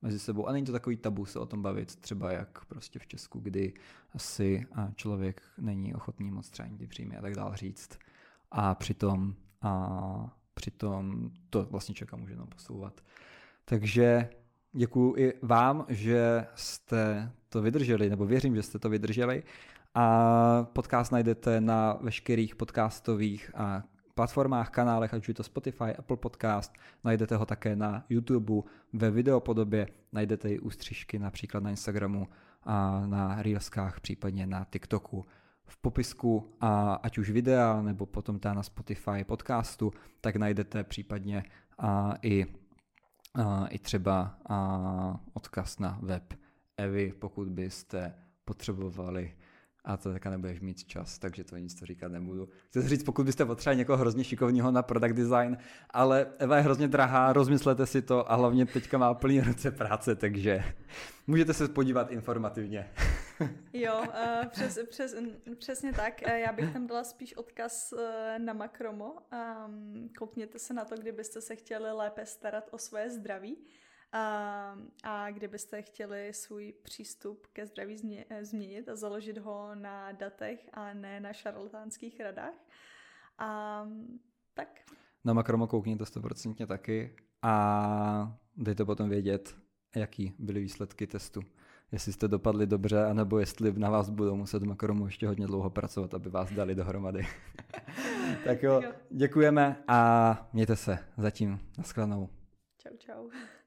mezi sebou. A není to takový tabu se o tom bavit, třeba jak prostě v Česku, kdy asi člověk není ochotný moc třeba někdy přímě a tak dále říct. A přitom, a přitom to vlastně člověka může jenom posouvat. Takže děkuju i vám, že jste to vydrželi, nebo věřím, že jste to vydrželi. A podcast najdete na veškerých podcastových a platformách, kanálech, ať už je to Spotify, Apple Podcast, najdete ho také na YouTube, ve videopodobě, najdete i ústřižky například na Instagramu a na Reelskách, případně na TikToku. V popisku, a ať už videa, nebo potom ta na Spotify podcastu, tak najdete případně a i, a, i třeba a, odkaz na web Evy, pokud byste potřebovali. A to taky nebudeš mít čas, takže to nic to říkat nebudu. Chci říct, pokud byste potřebovali někoho hrozně šikovního na product design, ale Eva je hrozně drahá, rozmyslete si to a hlavně teďka má plný ruce práce, takže můžete se podívat informativně. Jo, uh, přes, přes, přesně tak. Já bych tam dala spíš odkaz uh, na Makromo. Um, koukněte se na to, kdybyste se chtěli lépe starat o svoje zdraví. A, a kdybyste chtěli svůj přístup ke zdraví změnit a založit ho na datech a ne na šarlatánských radách. A tak. Na Makromo koukněte sto procent taky a dejte potom vědět, jaký byly výsledky testu. Jestli jste dopadli dobře, anebo jestli na vás budou muset Makromo ještě hodně dlouho pracovat, aby vás dali dohromady. Tak jo, děkujeme a mějte se zatím. Naschledanou. Čau, čau.